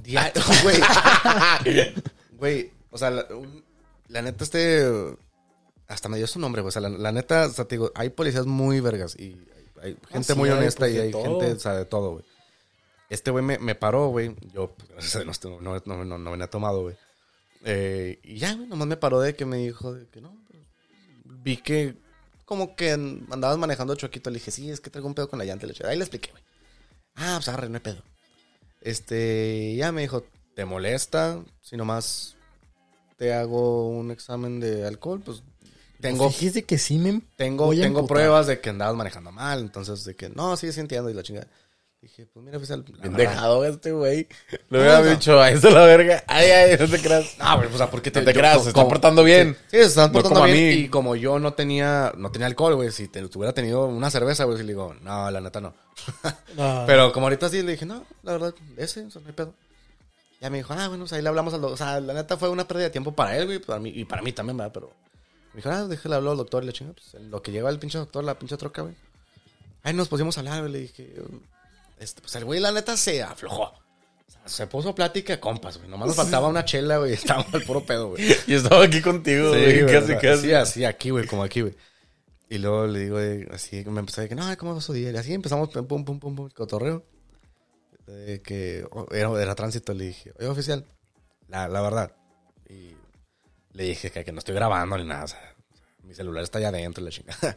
Speaker 1: Güey. Güey, o sea, la neta hasta me dio su nombre, güey. O sea, la neta, o sea, te digo, hay policías muy vergas y hay gente
Speaker 3: sí,
Speaker 1: muy
Speaker 3: hay,
Speaker 1: honesta
Speaker 3: pues,
Speaker 1: y
Speaker 3: de
Speaker 1: hay
Speaker 3: todo.
Speaker 1: gente, o sea, de todo, güey. Este güey me paró, güey. Yo, pues, gracias a Dios, no venía tomado, güey. Y ya, güey, nomás me paró de que me dijo de que no. Vi que como que andabas manejando choquito. Le dije, sí, es que traigo un pedo con la llanta. Ahí le expliqué, güey. Ah, pues arre, no hay pedo. Ya me dijo, ¿te molesta si nomás te hago un examen de alcohol? Pues
Speaker 3: Fíjese que sí me
Speaker 1: tengo
Speaker 3: voy a emputar.
Speaker 1: pruebas de que andabas manejando mal. Entonces, de que no, sí entiendo y la chingada. Dije, pues mira, oficial.
Speaker 2: Bien dejado este güey. Lo
Speaker 1: No,
Speaker 2: hubiera
Speaker 1: no.
Speaker 2: dicho a eso la verga. Ay, no te creas.
Speaker 1: No, güey, o sea, porque
Speaker 2: No te creas, se está portando bien.
Speaker 1: Sí, se están
Speaker 2: No
Speaker 1: portando
Speaker 2: como a
Speaker 1: bien.
Speaker 2: mí.
Speaker 1: Y como yo no tenía alcohol, güey, si tuviera tenido una cerveza, güey, si le digo, no, la neta no.
Speaker 3: Ah,
Speaker 1: Pero como ahorita sí le dije, no, la verdad, o sea, no hay pedo. Ya me dijo, bueno, o sea, ahí le hablamos al doctor. O sea, la neta fue una pérdida de tiempo para él, güey, y para mí también, ¿verdad? Pero me dijo, déjale hablar al doctor y le chinga, pues en lo que llegó el pinche doctor, la pinche troca, güey. Ahí nos pusimos a hablar, güey, le dije, pues el güey, la neta, se aflojó. O sea, se puso plática de compas, güey. Nomás nos faltaba una chela, güey. Estábamos al puro pedo, güey.
Speaker 2: Y estaba aquí contigo, güey.
Speaker 1: güey,
Speaker 2: Casi,
Speaker 1: o sea,
Speaker 2: casi.
Speaker 1: Sí, así, aquí, güey, como aquí, güey. Y luego le digo, así, me empezó a decir, no, ¿cómo va su día? Y así empezamos, pum, pum, pum, el cotorreo. Que era tránsito, le dije, oye, oficial, la verdad. Y le dije que no estoy grabando ni nada, o sea, mi celular está allá adentro, la chingada.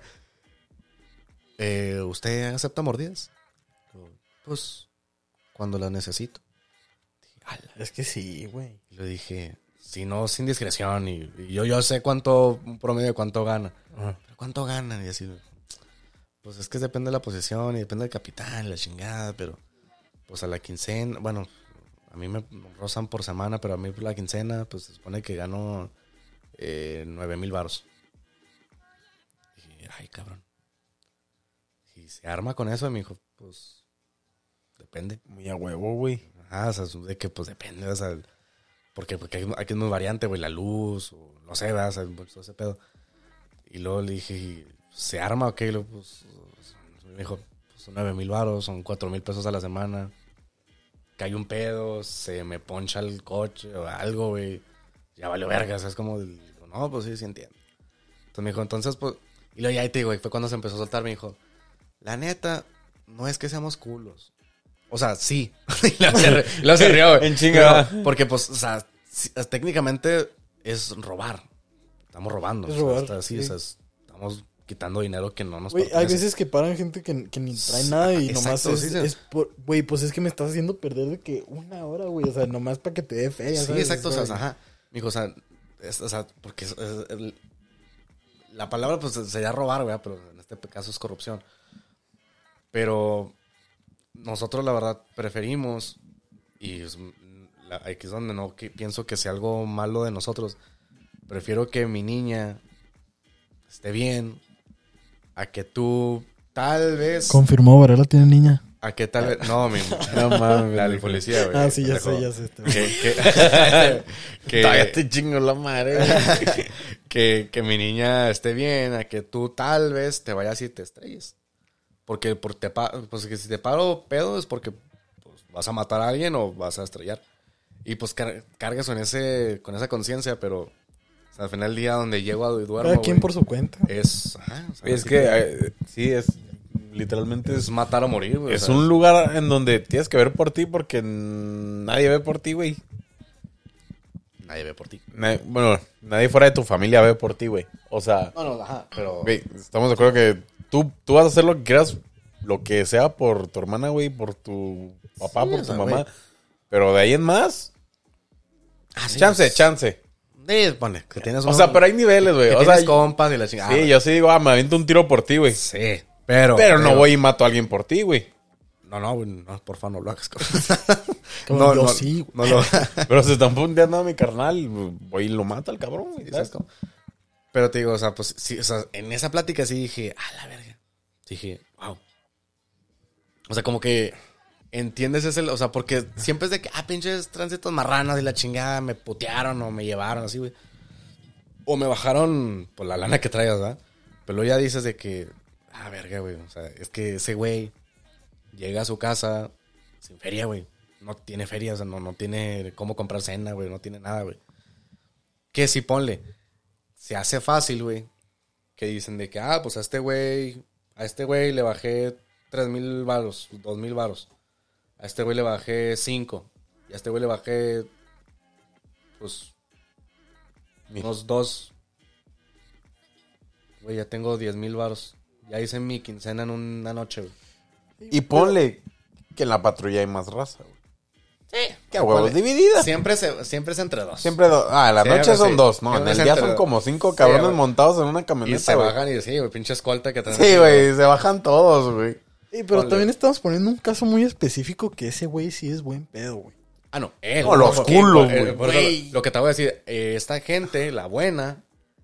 Speaker 1: ¿Usted acepta mordidas? Pues, cuando las necesito. Dije, "Ala".
Speaker 3: es que sí, güey.
Speaker 1: Y le dije, si no, sin discreción. Y yo sé un promedio de cuánto gana. ¿Pero cuánto ganan? Y así, pues es que depende de la posición y depende del capital, la chingada, pero pues a la quincena, bueno, a mí me rozan por semana, pero a mí por la quincena, pues se supone que gano 9,000 varos. Dije, ay, cabrón. Y se arma con eso y me dijo, pues, depende.
Speaker 2: Muy a huevo, güey.
Speaker 1: Ajá, o sea, de que pues depende, o sea, porque aquí es muy variante, güey, la luz, o no sé, ¿verdad? O sea, pues, todo ese pedo. Y luego le dije, ¿se arma o qué? Y luego, pues, me dijo, pues son 9,000 varos, son 4,000 pesos a la semana. Cae un pedo, se me poncha el coche o algo, güey. ya valió vergas. Es como, no, pues sí entiendo. Entonces me dijo, entonces, pues, y luego ya ahí te digo, y fue cuando se empezó a soltar, me dijo, la neta, no es que seamos culos. O sea, sí. Y luego se rió, güey.
Speaker 2: En chinga.
Speaker 1: Pero, porque, pues, o sea, técnicamente es robar. Estamos robando.
Speaker 3: Es robar,
Speaker 1: O sea, sí. O sea, estamos quitando dinero que no nos
Speaker 3: Güey, hay
Speaker 1: pertenece.
Speaker 3: veces que paran gente que ni trae nada y
Speaker 1: Exacto,
Speaker 3: nomás
Speaker 1: sí, sí.
Speaker 3: es por... Güey, pues es que me estás haciendo perder de que 1 hora, güey. O sea, nomás para que te dé feria,
Speaker 1: Sí,
Speaker 3: ¿sabes?
Speaker 1: exacto. O sea,
Speaker 3: Güey.
Speaker 1: ajá. Me dijo, o sea, porque la palabra, pues, sería robar, güey, pero en este caso es corrupción. Pero nosotros, la verdad, preferimos, y aquí es donde no pienso que sea algo malo de nosotros. Prefiero que mi niña esté bien a que tú tal vez...
Speaker 3: Confirmó, Varela tiene niña.
Speaker 1: A que tal vez... No,
Speaker 2: No mames.
Speaker 1: la del policía, güey.
Speaker 3: Ah, sí, ya
Speaker 1: pendejo.
Speaker 3: sé.
Speaker 1: Que,
Speaker 2: Todavía te chingo la madre, güey.
Speaker 1: que mi niña esté bien, a que tú tal vez te vayas y te estrelles. Porque pues que si te paro pedo es porque pues, vas a matar a alguien o vas a estrellar. Y pues cargas con esa conciencia, pero o sea, al final del día donde llego y duermo,
Speaker 3: Cada quien
Speaker 1: güey,
Speaker 3: por su cuenta.
Speaker 1: es... Ajá, o sea,
Speaker 2: Es
Speaker 1: sí,
Speaker 2: que, sí, es... Literalmente
Speaker 1: es matar o morir, güey.
Speaker 2: es
Speaker 1: o sea,
Speaker 2: un lugar en donde tienes que ver por ti porque nadie ve por ti, güey.
Speaker 1: Nadie ve por ti.
Speaker 2: Bueno, nadie fuera de tu familia ve por ti, güey. O sea,
Speaker 1: No, ajá, pero...
Speaker 2: güey, estamos de acuerdo que tú vas a hacer lo que quieras, lo que sea por tu hermana, güey, por tu papá,
Speaker 1: Sí,
Speaker 2: por
Speaker 1: o
Speaker 2: tu
Speaker 1: sea,
Speaker 2: mamá.
Speaker 1: güey.
Speaker 2: Pero de ahí en más,
Speaker 1: sí,
Speaker 2: chance,
Speaker 1: pues,
Speaker 2: chance.
Speaker 1: pone, que tienes
Speaker 2: O sea, pero hay niveles, güey.
Speaker 1: que
Speaker 2: O sea,
Speaker 1: tienes compas y la chingada.
Speaker 2: sí, yo sí digo, me aviento un tiro por ti, güey.
Speaker 1: Sí, pero
Speaker 2: Pero no voy y mato a alguien por ti, güey.
Speaker 1: No, güey, no, por favor, no lo hagas.
Speaker 3: Como yo sí,
Speaker 1: no lo...
Speaker 2: Pero se están punteando a mi carnal, voy y lo mata al cabrón, güey. ¿sabes?
Speaker 1: Exacto. Pero te digo, o sea, pues sí, o sea, en esa plática sí dije, a la verga. Dije, wow. O sea, como que entiendes o sea, porque siempre es de que, pinches tránsitos marranas y la chingada me putearon o me llevaron así, güey. O me bajaron por la lana que traigas, ¿verdad? Pero luego ya dices de que, verga, güey. O sea, es que ese güey llega a su casa sin feria, güey. No tiene feria, o sea, no tiene cómo comprar cena, güey. No tiene nada, güey. Que si ponle, se hace fácil, güey. Que dicen de que, pues a este güey le bajé 3,000 varos, 2,000 varos. A este güey le bajé 5. Y a este güey le bajé, pues, unos 2. Güey, ya tengo 10,000 varos. Ya hice mi quincena en una noche, güey.
Speaker 2: Y ponle que en la patrulla hay más raza, güey.
Speaker 1: Sí.
Speaker 2: ¿Qué huevos? Dividida.
Speaker 1: Siempre es entre dos.
Speaker 2: Siempre dos. En la
Speaker 1: Siempre
Speaker 2: noche son
Speaker 1: sí.
Speaker 2: dos, ¿no? En
Speaker 1: Siempre
Speaker 2: el
Speaker 1: es
Speaker 2: día
Speaker 1: entre
Speaker 2: son
Speaker 1: dos.
Speaker 2: como 5
Speaker 1: Sí,
Speaker 2: cabrones
Speaker 1: güey.
Speaker 2: montados en una
Speaker 1: Y
Speaker 2: camioneta,
Speaker 1: se
Speaker 2: güey.
Speaker 1: bajan y sí, güey, pinche escolta que traen.
Speaker 2: Sí, güey, se bajan todos, güey.
Speaker 3: Pero
Speaker 1: Ponle.
Speaker 3: también estamos poniendo un caso muy específico que ese güey sí es buen pedo, güey.
Speaker 1: No, él.
Speaker 2: No, los
Speaker 1: porque,
Speaker 2: culos,
Speaker 1: por eso
Speaker 3: güey.
Speaker 1: lo que te voy a decir, esta gente, la buena,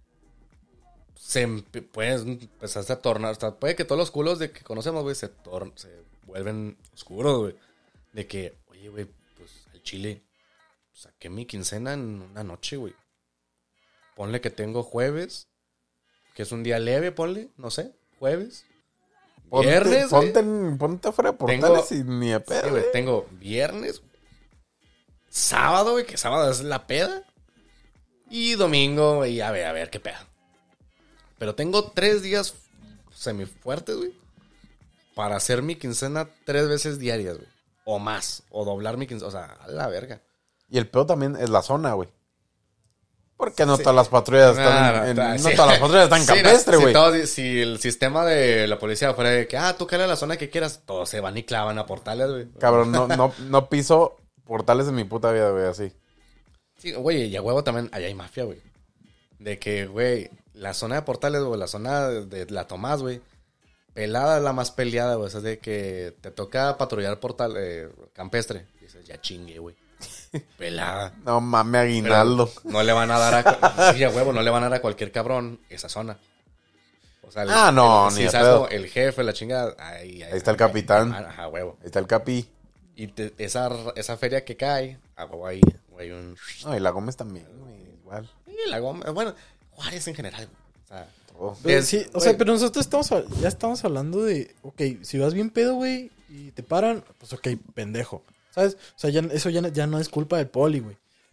Speaker 1: puede empezarse a tornar. O sea, puede que todos los culos de que conocemos, güey, se vuelven oscuros, güey. De que, oye, güey, pues al chile saqué mi quincena en una noche, güey. Ponle que tengo jueves, que es un día leve, ponle, no sé, jueves. Viernes, güey.
Speaker 2: Ponte afuera de
Speaker 1: Tengo-
Speaker 2: portales y ni de
Speaker 1: Sí,
Speaker 2: pedo,
Speaker 1: güey,
Speaker 2: güey.
Speaker 1: tengo viernes, sábado, güey, que sábado es la peda. Y domingo, güey, a ver qué peda. Pero tengo 3 días semifuertes, güey, para hacer mi quincena 3 veces diarias, güey. O más, o doblar mi quincena, o sea, a la verga.
Speaker 2: Y el pedo también es la zona, güey. Porque no todas las patrullas están no
Speaker 1: sí.
Speaker 2: todas las patrullas están
Speaker 1: Sí,
Speaker 2: campestre, güey.
Speaker 1: si el sistema de la policía fuera de que, tú cale a la zona que quieras, todos se van y clavan a portales, güey.
Speaker 2: Cabrón, no piso portales en mi puta vida, güey, así.
Speaker 1: Sí, güey, y a huevo también allá hay mafia, güey. De que, güey, la zona de portales, güey, la zona de la Tomás, güey, pelada es la más peleada, güey. O sea, es de que te toca patrullar campestre. Y dices, ya chingue, güey. Pelada.
Speaker 2: No mames, aguinaldo.
Speaker 1: Pero no le van a dar sí, a huevo, no le van a dar a cualquier cabrón esa zona. O sea,
Speaker 2: ni
Speaker 1: si
Speaker 2: de
Speaker 1: sabes
Speaker 2: pedo.
Speaker 1: como el jefe, la chingada. Ahí
Speaker 2: está el capitán.
Speaker 1: Ajá, huevo.
Speaker 2: Ahí está el capi.
Speaker 1: Y esa feria que cae, a huevo ahí, güey, un...
Speaker 2: No, y la Gómez también, güey, igual.
Speaker 1: Sí, la goma, bueno, Juárez en general, güey. O sea,
Speaker 2: Todo.
Speaker 3: Pero sí, o
Speaker 1: güey,
Speaker 3: sea, pero nosotros ya estamos hablando de, ok, si vas bien pedo, güey, y te paran, pues ok, pendejo, ¿sabes? O sea, eso ya no es culpa del poli, güey.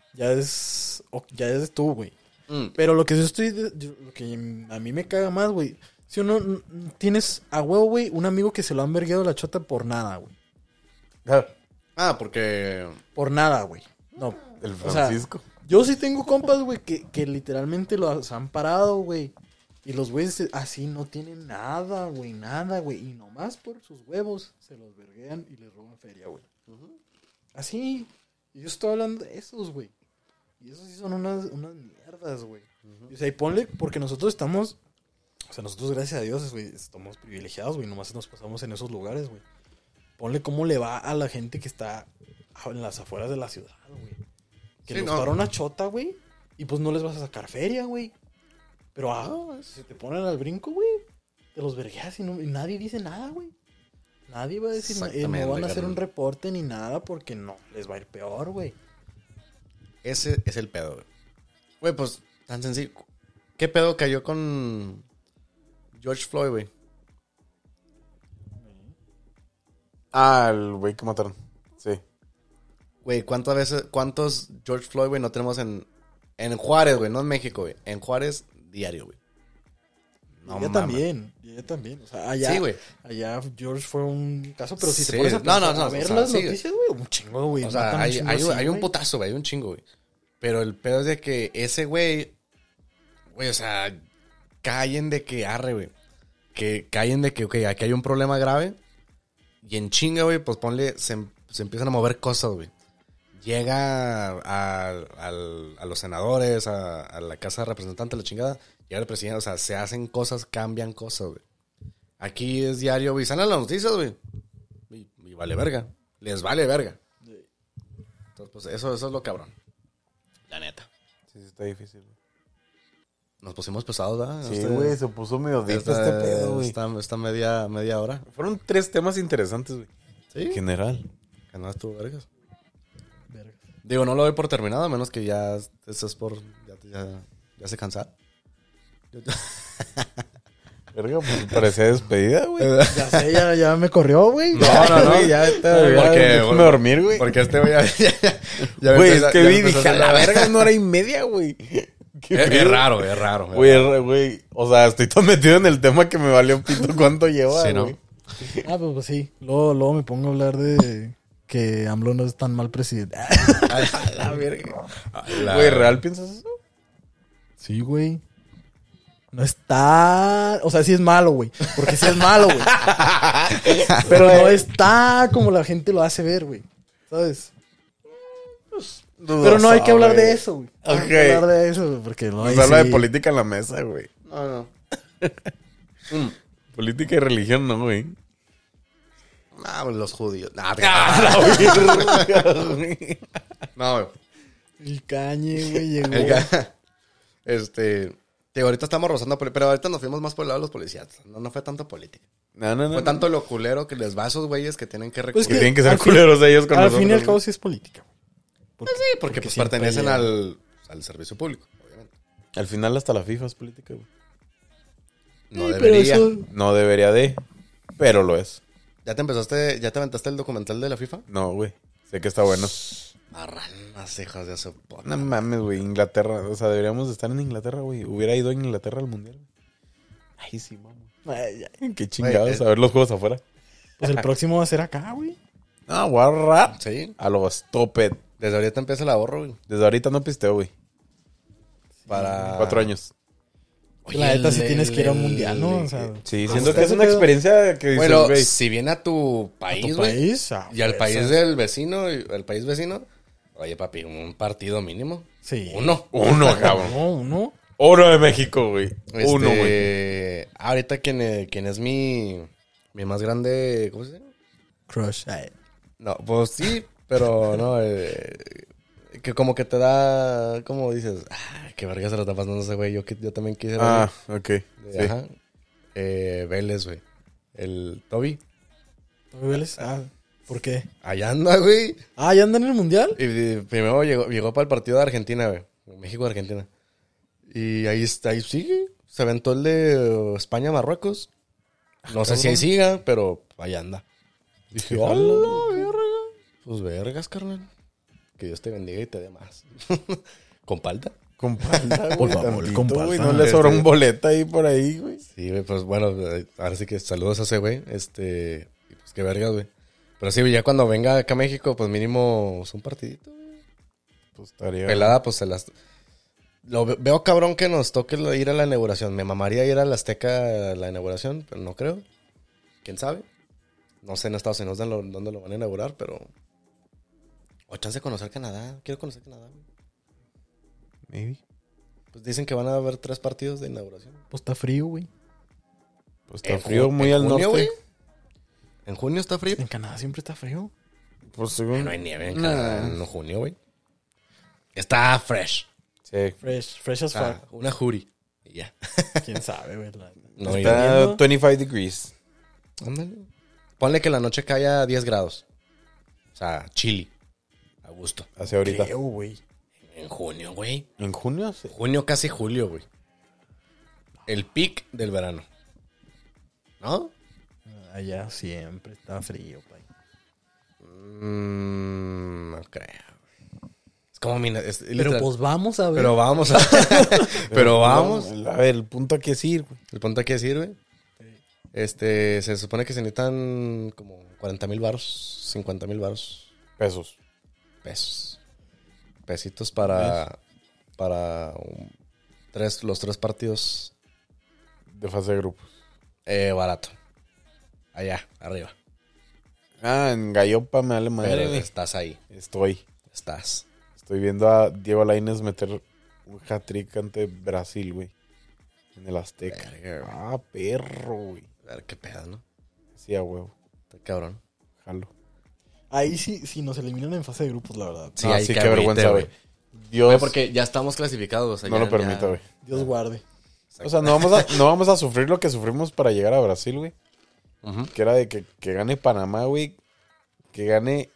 Speaker 3: ya es tú, güey. Pero lo que lo que a mí me caga más, güey. Si uno tienes a huevo, güey, un amigo que se lo han vergueado la chota por nada, güey.
Speaker 1: Porque...
Speaker 3: Por nada, güey. No.
Speaker 2: El
Speaker 3: O sea,
Speaker 2: Francisco.
Speaker 3: yo sí tengo compas, güey, que literalmente los han parado, güey. Y los güeyes así no tienen nada, güey, nada, güey. Y nomás por sus huevos se los verguean y les roban feria, güey. Así. Y yo estoy hablando de esos, güey. Y esos sí son unas mierdas, güey. O sea, y ponle, porque nosotros estamos... O sea, nosotros, gracias a Dios, güey, estamos privilegiados, güey. Nomás nos pasamos en esos lugares, güey. Ponle cómo le va a la gente que está en las afueras de la ciudad, güey. Que
Speaker 1: Sí,
Speaker 3: les
Speaker 1: no.
Speaker 3: para una chota, güey. Y pues no les vas a sacar feria, güey. Pero si te ponen al brinco, güey, te los vergueas y nadie dice nada, güey. Nadie va a decir nada.
Speaker 1: Exactamente,
Speaker 3: No van a hacer
Speaker 1: carnal.
Speaker 3: un reporte ni nada porque no, les va a ir peor, güey.
Speaker 1: Ese es el pedo, güey. Güey, pues, tan sencillo. ¿Qué pedo cayó con George Floyd, güey?
Speaker 2: El güey que mataron. Sí.
Speaker 1: Güey, ¿cuántos George Floyd, güey, no tenemos en Juárez, güey? No en México, güey. En Juárez, diario, güey. No
Speaker 3: ella
Speaker 1: mames.
Speaker 3: también. O sea, allá,
Speaker 1: Sí, güey.
Speaker 3: allá George fue un caso, pero si
Speaker 1: Sí.
Speaker 3: te pones a,
Speaker 1: No,
Speaker 3: pensar,
Speaker 1: no,
Speaker 3: a ver
Speaker 1: o sea,
Speaker 3: las
Speaker 1: sí.
Speaker 3: noticias, güey, un chingo, güey.
Speaker 1: O sea,
Speaker 3: matan un
Speaker 1: hay
Speaker 3: chingo así,
Speaker 1: un
Speaker 3: güey.
Speaker 1: putazo, güey. Hay un chingo, güey. Pero el pedo es de que ese güey, o sea, caen de que arre, güey. Que caen de que, ok, aquí hay un problema grave. Y en chinga, güey, pues ponle, se empiezan a mover cosas, güey. Llega a los senadores, a la casa de representantes, la chingada. Llega el presidente, o sea, se hacen cosas, cambian cosas, güey. Aquí es diario, güey. Salen las noticias, güey. Y vale verga. Les vale verga. Entonces, pues eso es lo cabrón. La neta.
Speaker 2: Sí, está difícil, güey.
Speaker 1: Nos pusimos pesados, ¿verdad?
Speaker 2: Sí, güey, se puso medio difícil este pedo, güey.
Speaker 1: Esta media hora.
Speaker 2: Fueron 3 temas interesantes, güey.
Speaker 1: Sí.
Speaker 2: En general.
Speaker 1: Que no estuvo vergas.
Speaker 3: Verga.
Speaker 1: Digo, no lo doy por terminado, a menos que ya estés por... Ya se cansa.
Speaker 2: Verga, pues parecía despedida, güey.
Speaker 3: Ya sé, ya me corrió, güey.
Speaker 1: No,
Speaker 2: güey, ya está.
Speaker 1: Porque-
Speaker 2: Déjame dormir, güey.
Speaker 1: Porque este güey ya
Speaker 2: Güey,
Speaker 1: empieza-
Speaker 2: es que
Speaker 1: ya
Speaker 2: vi,
Speaker 1: empezó
Speaker 2: dije, a
Speaker 1: hacer
Speaker 2: la verga, 1 hora y media, güey. ¿Qué
Speaker 1: Es
Speaker 2: pedo?
Speaker 1: raro, es raro.
Speaker 2: Güey, o sea, estoy tan metido en el tema que me valió pito cuánto lleva,
Speaker 1: Sí, ¿no?
Speaker 2: güey.
Speaker 3: Pues sí. Luego me pongo a hablar de que AMLO no es tan mal presidente.
Speaker 2: A la verga. Güey, ¿real piensas eso?
Speaker 3: Sí, güey. No está... O sea, sí es malo, güey. Porque sí es malo, güey. Pero no está como la gente lo hace ver, güey. ¿Sabes? Pero no hay que hablar de eso, güey. No hay que
Speaker 2: Ok.
Speaker 3: hablar de eso, güey, porque no
Speaker 2: Nos
Speaker 3: hay...
Speaker 2: habla
Speaker 3: sí.
Speaker 2: de política en la mesa, güey.
Speaker 1: No.
Speaker 2: Política y religión, no, güey.
Speaker 1: Ah, los judíos. Nah,
Speaker 2: güey.
Speaker 1: no, güey.
Speaker 3: El cañe, güey, llegó.
Speaker 1: Digo, ahorita estamos rozando, pero ahorita nos fuimos más por el lado de los policías. No fue tanto política.
Speaker 2: No.
Speaker 1: Fue tanto lo culero que les va a esos güeyes que tienen que
Speaker 3: Pues
Speaker 2: Que
Speaker 1: recurrir.
Speaker 2: tienen que ser
Speaker 3: al fin-
Speaker 2: culeros ellos con
Speaker 3: Al
Speaker 2: nosotros.
Speaker 3: fin y al cabo
Speaker 2: güey.
Speaker 3: sí es política, güey. Porque,
Speaker 1: Porque pues
Speaker 3: siempre
Speaker 1: pertenecen
Speaker 3: llega.
Speaker 1: al servicio público, obviamente.
Speaker 2: Al final hasta la FIFA es política, güey.
Speaker 1: No
Speaker 3: Sí, pero
Speaker 1: debería.
Speaker 3: eso-
Speaker 2: No debería de, pero lo es.
Speaker 1: ¿Ya te aventaste el documental de la FIFA?
Speaker 2: No, güey. Sé que está bueno.
Speaker 1: Marranas, hijas de su puta.
Speaker 2: No mames, güey. Inglaterra. O sea, deberíamos de estar en Inglaterra, güey. Hubiera ido en Inglaterra al mundial. Ay, sí, mamá.
Speaker 3: Ay, ya.
Speaker 2: Qué chingados.
Speaker 1: Güey,
Speaker 2: A ver los juegos afuera.
Speaker 3: Pues el próximo va a ser acá, güey.
Speaker 2: No, guarra.
Speaker 1: Sí.
Speaker 2: A lo stupid.
Speaker 1: Desde ahorita empieza el ahorro, güey.
Speaker 2: Desde ahorita no pisteo, güey.
Speaker 1: Para...
Speaker 2: 4 años.
Speaker 3: La neta sí tienes que ir a un mundial, ¿no? O sea,
Speaker 2: Sí,
Speaker 3: pues,
Speaker 2: siento que es
Speaker 3: ese
Speaker 2: una
Speaker 3: pedo-
Speaker 2: experiencia que dices,
Speaker 1: Bueno,
Speaker 2: güey.
Speaker 1: si viene a tu
Speaker 3: ¿A
Speaker 1: país,
Speaker 3: tu
Speaker 1: güey.
Speaker 3: país?
Speaker 1: Y al
Speaker 3: pues,
Speaker 1: país del vecino, el país vecino. Oye, papi, un partido mínimo.
Speaker 3: Sí.
Speaker 1: Uno.
Speaker 2: Uno, cabrón.
Speaker 3: No, uno.
Speaker 2: Uno de México, güey. Uno, güey.
Speaker 1: Ahorita quien es mi más grande, ¿cómo se llama?
Speaker 3: Crush. Ay.
Speaker 1: No, pues sí, pero no, que como que te da, como dices, qué verga se lo está pasando ese güey, yo también quisiera.
Speaker 2: Ah, ok. Sí.
Speaker 1: Ajá. Vélez, güey. El Toby,
Speaker 3: ¿Toby Vélez? ¿Por qué?
Speaker 1: allá anda, güey.
Speaker 3: ¿Ya andan en el mundial?
Speaker 1: Y primero llegó para el partido de Argentina, güey. México-Argentina. Y ahí sigue. Se aventó el de España-Marruecos. No sé si ahí siga, pero ahí anda. Dije,
Speaker 3: Fíjalo.
Speaker 1: ¡hola, verga! Pues vergas, carnal. Que Dios te bendiga y te dé más. ¿Con palta?
Speaker 2: Con palta, güey.
Speaker 3: Por favor,
Speaker 2: tantito,
Speaker 3: con
Speaker 2: güey.
Speaker 3: palta.
Speaker 2: No le sobra un boleto ahí por ahí, güey.
Speaker 1: Sí, güey, pues bueno, ahora sí que saludos a ese güey. Y pues qué vergas, güey. Pero sí, ya cuando venga acá a México, pues mínimo es un partidito, güey.
Speaker 2: Pues estaría...
Speaker 1: Pelada, pues se las... Veo cabrón que nos toque ir a la inauguración. Me mamaría ir a la Azteca a la inauguración, pero no creo. ¿Quién sabe? No sé en Estados Unidos dónde lo van a inaugurar, pero... O chance de conocer Canadá. Quiero conocer Canadá, güey.
Speaker 2: Maybe.
Speaker 1: Pues dicen que van a haber 3 partidos de inauguración.
Speaker 3: Pues está frío, güey.
Speaker 2: Pues está frío muy al
Speaker 1: junio,
Speaker 2: norte.
Speaker 1: güey. ¿En junio está frío?
Speaker 3: En Canadá siempre está frío.
Speaker 2: Pues según...
Speaker 1: No hay nieve en Canadá en junio, güey. Está fresh.
Speaker 2: Sí.
Speaker 3: Fresh as fuck.
Speaker 1: Una jury. Y ya.
Speaker 3: ¿Quién sabe, güey?
Speaker 1: No,
Speaker 2: Está 25 degrees.
Speaker 1: Ándale. Ponle que la noche caiga a 10 grados. O sea, chili. A gusto.
Speaker 2: Hace ahorita.
Speaker 3: Creo, güey.
Speaker 1: En junio, güey.
Speaker 2: ¿En junio? Sí.
Speaker 1: Junio, casi julio, güey. El pic del verano. ¿No?
Speaker 3: Allá siempre está frío, güey.
Speaker 1: No creo. Es como
Speaker 3: Pero
Speaker 1: literal.
Speaker 3: pues vamos a ver.
Speaker 1: Pero vamos a... Pero vamos.
Speaker 2: A ver, el punto aquí es ir, güey.
Speaker 1: El punto aquí es ir, güey. Se supone que se necesitan como 40,000 varos, 50,000 varos.
Speaker 2: Pesos.
Speaker 1: Pesos. Pesitos para los 3 partidos
Speaker 2: De fase de grupos.
Speaker 1: barato. Allá, arriba.
Speaker 2: Ah, en Gallopa me vale madre,
Speaker 1: Pero
Speaker 2: güey.
Speaker 1: estás ahí.
Speaker 2: Estás Estoy viendo a Diego Lainez meter un hat-trick ante Brasil, güey. En el Azteca.
Speaker 1: Verga, güey.
Speaker 2: Ah, perro, güey.
Speaker 1: A ver qué pedo, ¿no?
Speaker 2: Sí, a huevo.
Speaker 1: Está cabrón.
Speaker 2: Jalo.
Speaker 3: Ahí sí, si nos eliminan en fase de grupos, la verdad.
Speaker 1: Sí,
Speaker 2: No,
Speaker 1: hay
Speaker 2: sí,
Speaker 1: que
Speaker 2: qué vergüenza,
Speaker 1: agüite,
Speaker 2: güey. Dios
Speaker 1: Güey, porque ya estamos clasificados. O sea,
Speaker 2: no
Speaker 1: ya-
Speaker 2: lo permita,
Speaker 1: ya-
Speaker 2: güey.
Speaker 3: Dios guarde.
Speaker 2: O sea, no vamos a sufrir lo que sufrimos para llegar a Brasil, güey.
Speaker 1: Ujú.
Speaker 2: Que era de que gane Panamá, güey. Que gane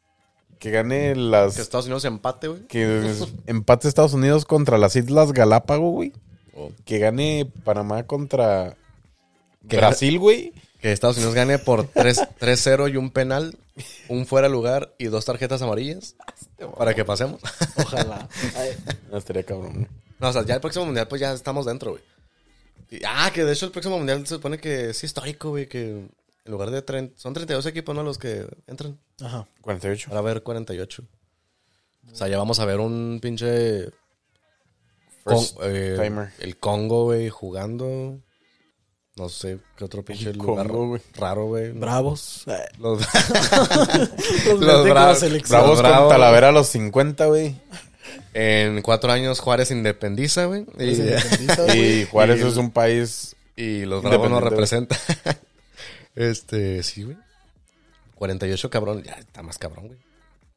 Speaker 2: las...
Speaker 1: Que Estados Unidos empate, güey.
Speaker 2: Que empate Estados Unidos contra las Islas Galápagos, güey.
Speaker 1: O
Speaker 2: Que gane Panamá contra
Speaker 1: Que
Speaker 2: Brasil, güey.
Speaker 1: que Estados Unidos gane por 3-0 y un penal, un fuera de lugar y 2 tarjetas amarillas para que pasemos.
Speaker 3: Ojalá. Ay,
Speaker 2: No, estaría cabrón, güey.
Speaker 1: No, o sea, ya el próximo mundial pues ya estamos dentro, güey. Que de hecho el próximo mundial se supone que es histórico, güey, que en lugar de son 32 equipos, ¿no? Los que entran.
Speaker 3: Ajá.
Speaker 2: 48.
Speaker 1: Ahora va a haber 48. O sea, ya vamos a ver un pinche...
Speaker 2: First timer.
Speaker 1: El Congo, güey, jugando. No sé qué otro pinche
Speaker 2: El
Speaker 1: lugar
Speaker 2: Congo, güey.
Speaker 1: raro, güey.
Speaker 3: Bravos.
Speaker 1: Los,
Speaker 3: Los meten con la
Speaker 1: Bravos.
Speaker 3: selección.
Speaker 2: Bravos
Speaker 1: Bravos.
Speaker 2: con Talavera a los 50, güey.
Speaker 1: En 4 años Juárez independiza, güey.
Speaker 2: Y Juárez
Speaker 1: Y-
Speaker 2: es un país...
Speaker 1: Y los Bravos nos
Speaker 2: Independiente.
Speaker 1: representan. Sí, güey. 48, cabrón. Ya está más cabrón, güey.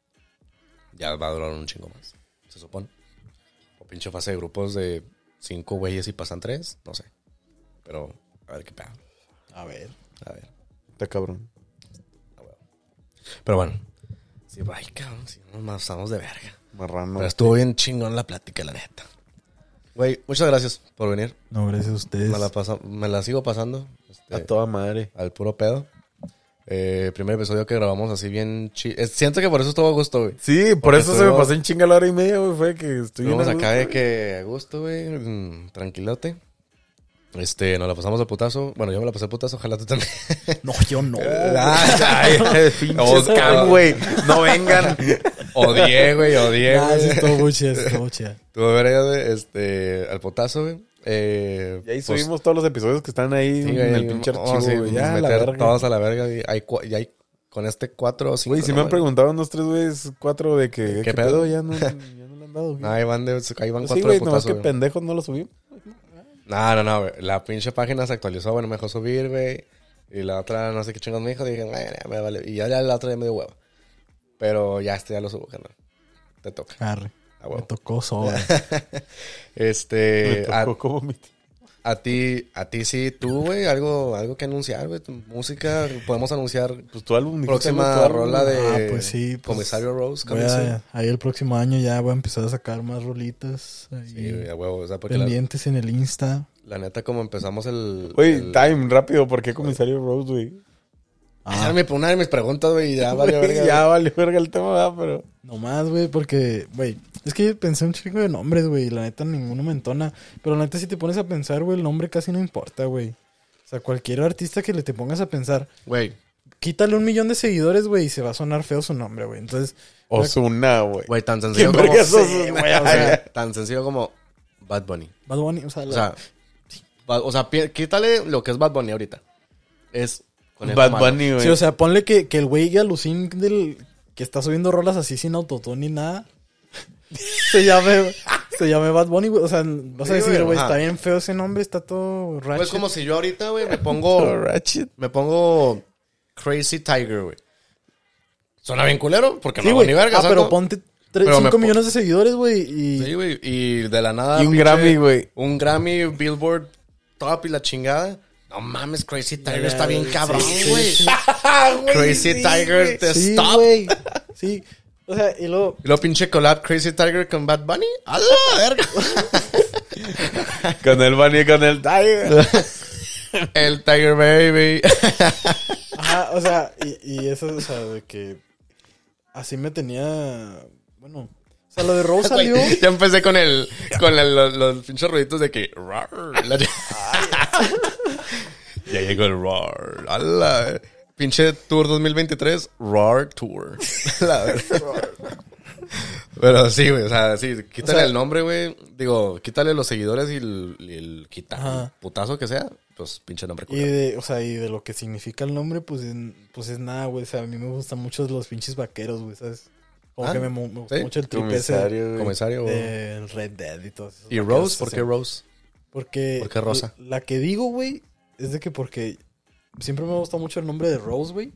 Speaker 1: Ya va a durar un chingo más, se supone. O pinche fase de grupos de 5 güeyes y pasan 3. No sé. Pero, a ver qué pedo.
Speaker 3: A ver.
Speaker 1: A ver.
Speaker 2: Está cabrón.
Speaker 1: Pero bueno. Sí, ay, cabrón. Si no nos pasamos de verga.
Speaker 2: Marrano.
Speaker 1: Pero estuvo bien chingón la plática, la neta. Güey, muchas gracias por venir.
Speaker 3: No, gracias a ustedes.
Speaker 1: Me la sigo pasando.
Speaker 2: A toda madre.
Speaker 1: Al puro pedo. Primer episodio que grabamos así bien chido. Siento que por eso estuvo a gusto, güey.
Speaker 2: Sí, por
Speaker 1: Porque
Speaker 2: eso se me
Speaker 1: estuvo-
Speaker 2: pasó en chinga la hora y media, güey. Fue que estoy bien
Speaker 1: Estuvimos
Speaker 2: a
Speaker 1: acá de
Speaker 2: gusto,
Speaker 1: que a gusto, güey. Tranquilote. Nos la pasamos de putazo. Bueno, yo me la pasé de putazo. Ojalá tú también.
Speaker 3: No, yo no.
Speaker 2: Ay, pinches
Speaker 1: Oscar,
Speaker 2: can, güey. No vengan.
Speaker 1: Odié, güey.
Speaker 3: Ah, sí,
Speaker 1: güey.
Speaker 3: estuvo muy chida, estuvo muy chida.
Speaker 1: Tuve verga, al putazo, güey.
Speaker 2: Y ahí
Speaker 1: Pues,
Speaker 2: subimos todos los episodios que están ahí
Speaker 1: sí,
Speaker 2: en
Speaker 1: güey,
Speaker 2: el pinche
Speaker 1: vamos
Speaker 2: archivo,
Speaker 1: a
Speaker 2: güey. Ya, la
Speaker 1: meter
Speaker 2: verga.
Speaker 1: todos a la verga. Y hay con este 4 o 5.
Speaker 2: Güey, si me han preguntado unos 3 güeyes, 4 de que...
Speaker 1: ¿Qué pedo?
Speaker 2: Ya no le han dado, güey.
Speaker 1: Ahí van 4
Speaker 2: Pues
Speaker 1: de
Speaker 2: sí, güey, nomás
Speaker 1: putazo,
Speaker 2: que
Speaker 1: güey.
Speaker 2: pendejos no lo subí.
Speaker 1: No, güey. La pinche página se actualizó, bueno, me dejó subir, güey. Y la otra, no sé qué chingos me dijo, dije, "Bueno, me vale". Y ya la otra ya me dio hueva. Pero ya lo subo, carnal. Te toca.
Speaker 3: Arre.
Speaker 1: A
Speaker 3: Me
Speaker 1: huevo.
Speaker 3: tocó sobra.
Speaker 2: Me tocó como mi tío.
Speaker 1: A ti sí, tú, güey, algo que anunciar, güey. Tu música, podemos anunciar
Speaker 2: Pues tu álbum. dijiste,
Speaker 1: próxima
Speaker 2: ¿no? Tu álbum.
Speaker 1: rola de
Speaker 3: pues sí, pues,
Speaker 1: Comisario Rose.
Speaker 3: Voy ahí el próximo año ya voy a empezar a sacar más rolitas. Ahí
Speaker 1: Sí, güey, a huevo. O sea, porque
Speaker 3: pendientes en el Insta.
Speaker 1: la neta, como empezamos
Speaker 2: Güey, time, rápido. ¿Por qué Comisario Rose, güey?
Speaker 1: Esa era una de mis preguntas, güey. Ya valió verga.
Speaker 2: Ya valió verga el tema, ¿verdad? Pero...
Speaker 3: No más, güey, porque, güey, es que pensé un chingo de nombres, güey, y la neta ninguno me entona. Pero la neta si te pones a pensar, güey, el nombre casi no importa, güey. O sea, cualquier artista que le te pongas a pensar,
Speaker 1: Güey.
Speaker 3: quítale 1 millón de seguidores, güey, y se va a sonar feo su nombre, güey. Entonces,
Speaker 2: Ozuna, güey.
Speaker 1: Güey, tan sencillo
Speaker 2: ¿Quién
Speaker 1: como...
Speaker 2: verga es
Speaker 1: Sí,
Speaker 2: Ozuna?
Speaker 1: güey, o sea, tan sencillo como Bad Bunny.
Speaker 3: Bad Bunny, o sea,
Speaker 1: O sea, quítale lo que es Bad Bunny ahorita. Es... Conejo
Speaker 2: Bad
Speaker 1: Malo.
Speaker 2: Bunny, güey.
Speaker 3: sí, o sea, ponle que el güey alucin del que está subiendo rolas así sin autotune ni nada. se llame Bad Bunny, güey. O sea, vas a
Speaker 1: Sí,
Speaker 3: decir,
Speaker 1: güey,
Speaker 3: güey,
Speaker 1: ajá.
Speaker 3: está bien feo ese nombre, está todo ratchet.
Speaker 1: Pues como si yo ahorita, güey, me pongo Crazy Tiger, güey. Suena bien culero, porque
Speaker 3: Sí,
Speaker 1: no hago
Speaker 3: güey.
Speaker 1: ni verga.
Speaker 3: Pero ponte
Speaker 1: Pero
Speaker 3: 5
Speaker 1: me
Speaker 3: millones de seguidores, güey, y...
Speaker 1: Sí, güey. Y de la nada...
Speaker 2: Y un Grammy, güey.
Speaker 1: Un Grammy, Billboard Top y la chingada. No mames, Crazy Tiger
Speaker 3: Ya,
Speaker 1: está bien
Speaker 3: sí,
Speaker 1: cabrón,
Speaker 3: sí,
Speaker 1: güey.
Speaker 3: sí.
Speaker 1: Crazy Tiger, te
Speaker 3: Sí,
Speaker 1: stop.
Speaker 3: güey. Sí. O sea, y luego...
Speaker 1: Y luego pinche collab Crazy Tiger con Bad Bunny. ¡A la verga!
Speaker 2: Con el Bunny y con el Tiger.
Speaker 1: El Tiger Baby.
Speaker 3: Ajá, o sea, y eso, o sea, de que... Así me tenía... Bueno... O sea, lo de Rose salió...
Speaker 1: Güey, ya empecé con los pinches ruiditos de que... rar, ya llegó el RAR. ¡Hala! Pinche Tour 2023. RAR Tour. La verdad. Pero sí, güey. O sea, sí. Quítale
Speaker 3: O sea,
Speaker 1: el nombre, güey. Digo, quítale los seguidores y el
Speaker 3: Ajá.
Speaker 1: putazo que sea. Pues pinche nombre
Speaker 3: Y de, o sea, y de lo que significa el nombre, pues es nada, güey. O sea, a mí me gustan mucho los pinches vaqueros, güey, ¿sabes? Como
Speaker 1: Ah,
Speaker 3: que me gusta
Speaker 1: ¿sí?
Speaker 3: mucho el trip ese
Speaker 2: Comisario, güey.
Speaker 1: Comisario.
Speaker 3: del Red Dead y todo eso.
Speaker 1: ¿Y Rose? ¿Por qué Rose?
Speaker 3: Porque...
Speaker 1: ¿Por qué Rosa?
Speaker 3: La que digo, güey, es de que porque siempre me gusta mucho el nombre de Rose, güey.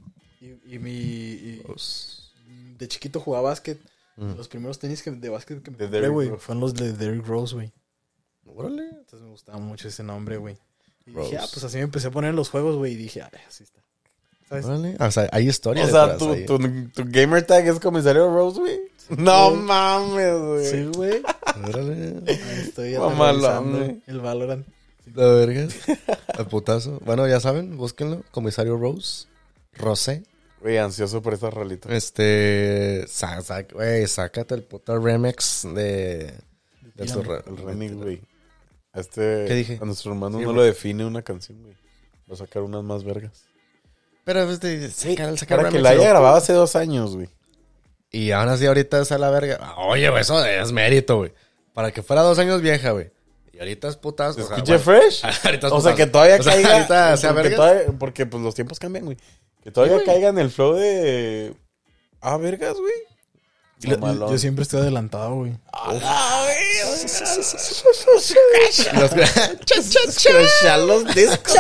Speaker 1: Rose.
Speaker 3: De chiquito jugaba básquet.
Speaker 1: Mm.
Speaker 3: Los primeros tenis de básquet que me
Speaker 2: De
Speaker 3: compré,
Speaker 2: Derrick
Speaker 3: güey,
Speaker 2: Rose.
Speaker 3: fueron los de Derrick Rose, güey.
Speaker 1: Órale.
Speaker 3: Entonces me gustaba mucho ese nombre, güey. Y
Speaker 1: Rose.
Speaker 3: dije, pues así me empecé a poner en los juegos, güey. Y dije, así está. ¿Sabes?
Speaker 1: Órale. O sea, hay historia
Speaker 2: O sea,
Speaker 1: detrás ahí.
Speaker 2: tu gamer tag es Comisario Rose, güey. No
Speaker 3: güey.
Speaker 2: mames, güey.
Speaker 3: Sí, güey.
Speaker 1: Órale.
Speaker 3: Ahí estoy
Speaker 2: Mamalón,
Speaker 3: aterrorizando
Speaker 2: güey.
Speaker 3: el Valorant.
Speaker 1: La verga. El putazo. Bueno, ya saben, búsquenlo. Comisario Rose. Rosé.
Speaker 2: Güey, ansioso por esta rolita.
Speaker 1: Güey, sácate el puto remix de tu
Speaker 2: El remix, güey. ¿Qué
Speaker 1: dije?
Speaker 2: A nuestro hermano
Speaker 1: Sí,
Speaker 2: no
Speaker 1: güey.
Speaker 2: lo define una canción, güey. Va a sacar unas más vergas.
Speaker 1: Pero pues de sacar
Speaker 2: Para que
Speaker 1: remix,
Speaker 2: la haya
Speaker 1: ¿no?
Speaker 2: grabado hace 2 años, güey.
Speaker 1: Y ahora sí, ahorita es a la verga. Oye, güey, eso es mérito, güey. Para que fuera 2 años vieja, güey. Y ahorita es putazo.
Speaker 2: ¿Se
Speaker 1: o sea,
Speaker 2: escucha
Speaker 1: bueno,
Speaker 2: fresh?
Speaker 1: ahorita es
Speaker 2: O sea,
Speaker 1: putazo.
Speaker 2: que todavía
Speaker 1: O sea,
Speaker 2: caiga.
Speaker 1: ahorita sea
Speaker 2: porque,
Speaker 1: vergas.
Speaker 2: porque pues los tiempos cambian, güey. Que todavía caiga en el flow de. Ah, vergas, güey. Mamalón.
Speaker 3: Yo siempre estoy adelantado, güey.
Speaker 2: Los discos.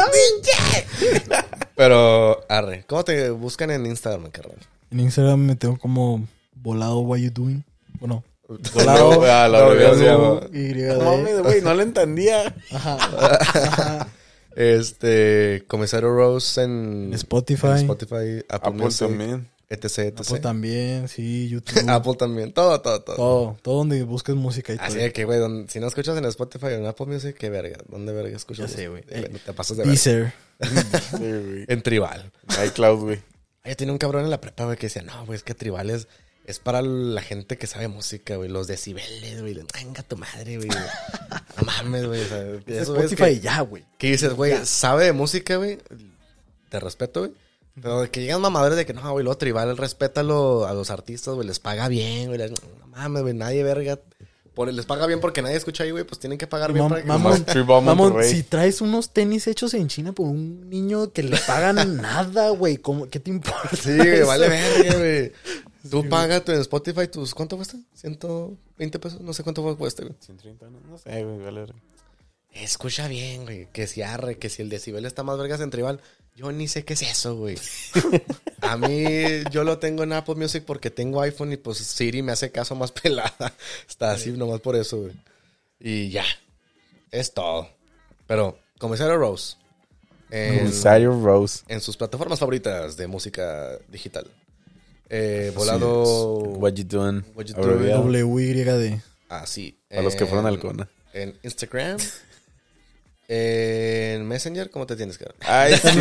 Speaker 1: Pero, arre. ¿Cómo te buscan en Instagram, carnal?
Speaker 3: En Instagram me tengo como volado what you doing. Bueno,
Speaker 2: Volado, a la abreviación.
Speaker 3: Y
Speaker 2: No mames, güey, no lo entendía.
Speaker 3: Ajá.
Speaker 1: Comisario Rose en
Speaker 3: Spotify.
Speaker 1: Apple
Speaker 2: Apple
Speaker 1: Music,
Speaker 2: también.
Speaker 1: etc, etc.
Speaker 3: Apple también, sí, YouTube.
Speaker 1: Apple también. Todo.
Speaker 3: Todo donde busques música y todo.
Speaker 1: Así de que, güey, si no escuchas en Spotify o en Apple Music, qué verga. ¿Dónde verga escuchas?
Speaker 3: Ya sé, güey.
Speaker 1: Te pasas de verga.
Speaker 3: Deezer.
Speaker 2: Sí, güey.
Speaker 1: En Tribal.
Speaker 2: iCloud, güey.
Speaker 1: Yo tenía un cabrón en la prepa, güey, que decía, no, güey, es que Tribal es para la gente que sabe música, güey. Los decibeles, güey. Venga tu madre, güey. No mames, güey. O sea, eso es
Speaker 3: Spotify
Speaker 1: que,
Speaker 3: ya, güey.
Speaker 1: que dices, güey, sabe de música, güey. Te respeto, güey. Pero de que llegan mamadores de que no, güey, luego Tribal, respétalo a los artistas, güey. Les paga bien, güey. No mames, güey, nadie verga. Les paga bien porque nadie escucha ahí, güey. Pues tienen que pagar bien para que...
Speaker 2: Tribal
Speaker 3: Mamón,
Speaker 2: Monterrey.
Speaker 3: si traes unos tenis hechos en China por un niño que le pagan nada, güey, ¿qué te importa?
Speaker 1: Sí, güey,
Speaker 3: eso?
Speaker 1: vale verga, güey. Tú pagas en Spotify tus... ¿Cuánto cuesta? ¿120 pesos? No sé cuánto cuesta, güey.
Speaker 2: 130, no sé, güey, vale.
Speaker 1: Escucha bien, güey. Que si arre, que si el decibel está más vergas en Tribal. Yo ni sé qué es eso, güey. A mí, yo lo tengo en Apple Music porque tengo iPhone y pues Siri me hace caso más pelada. Está así nomás por eso, güey. Y ya. Es todo. Pero, Comisario Rose.
Speaker 2: Comisario Rose.
Speaker 1: En sus plataformas favoritas de música digital. Volado...
Speaker 2: What you doing?
Speaker 1: What you
Speaker 2: Abreviado.
Speaker 3: WYD.
Speaker 1: Ah, sí.
Speaker 2: A los que fueron al Cona.
Speaker 1: En Instagram. En Messenger, ¿cómo te tienes, cabrón?
Speaker 2: Ay, sí.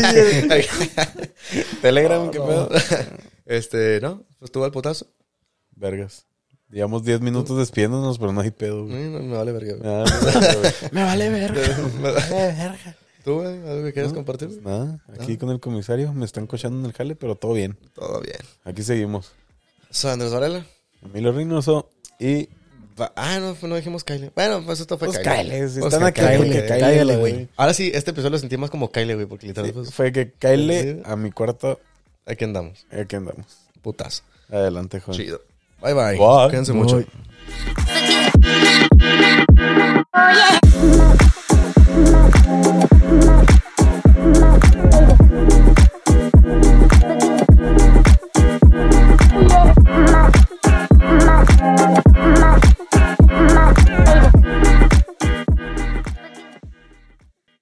Speaker 1: Telegram, ¿qué pedo? No, pues tuvo el putazo.
Speaker 2: Vergas. Llevamos 10 minutos despidiéndonos, pero no hay pedo, güey.
Speaker 1: No me vale verga, güey.
Speaker 2: Ah, no, güey.
Speaker 3: Me vale verga.
Speaker 1: ¿Tú, güey? ¿Algo que quieres compartir?
Speaker 2: Pues nada, aquí con el comisario me están cochando en el jale, pero todo bien.
Speaker 1: Todo bien.
Speaker 2: Aquí seguimos.
Speaker 1: Soy Andrés Varela.
Speaker 2: Emilio Reynoso y...
Speaker 1: No dijimos Kyle. Bueno, pues esto fue
Speaker 2: Pues
Speaker 1: Kyle.
Speaker 2: Kyle, si
Speaker 1: Pues
Speaker 2: están aquí, porque
Speaker 3: Kyle, güey.
Speaker 1: Ahora sí, este episodio lo sentí más como Kyle, güey, porque literalmente pues,
Speaker 2: Fue que Kyle a mi cuarto,
Speaker 1: aquí andamos.
Speaker 2: aquí andamos.
Speaker 1: Putazo.
Speaker 2: Adelante, joven.
Speaker 1: Chido. Bye, bye.
Speaker 2: Bye.
Speaker 1: Cuídense mucho.
Speaker 3: Bye.
Speaker 5: Oh yeah.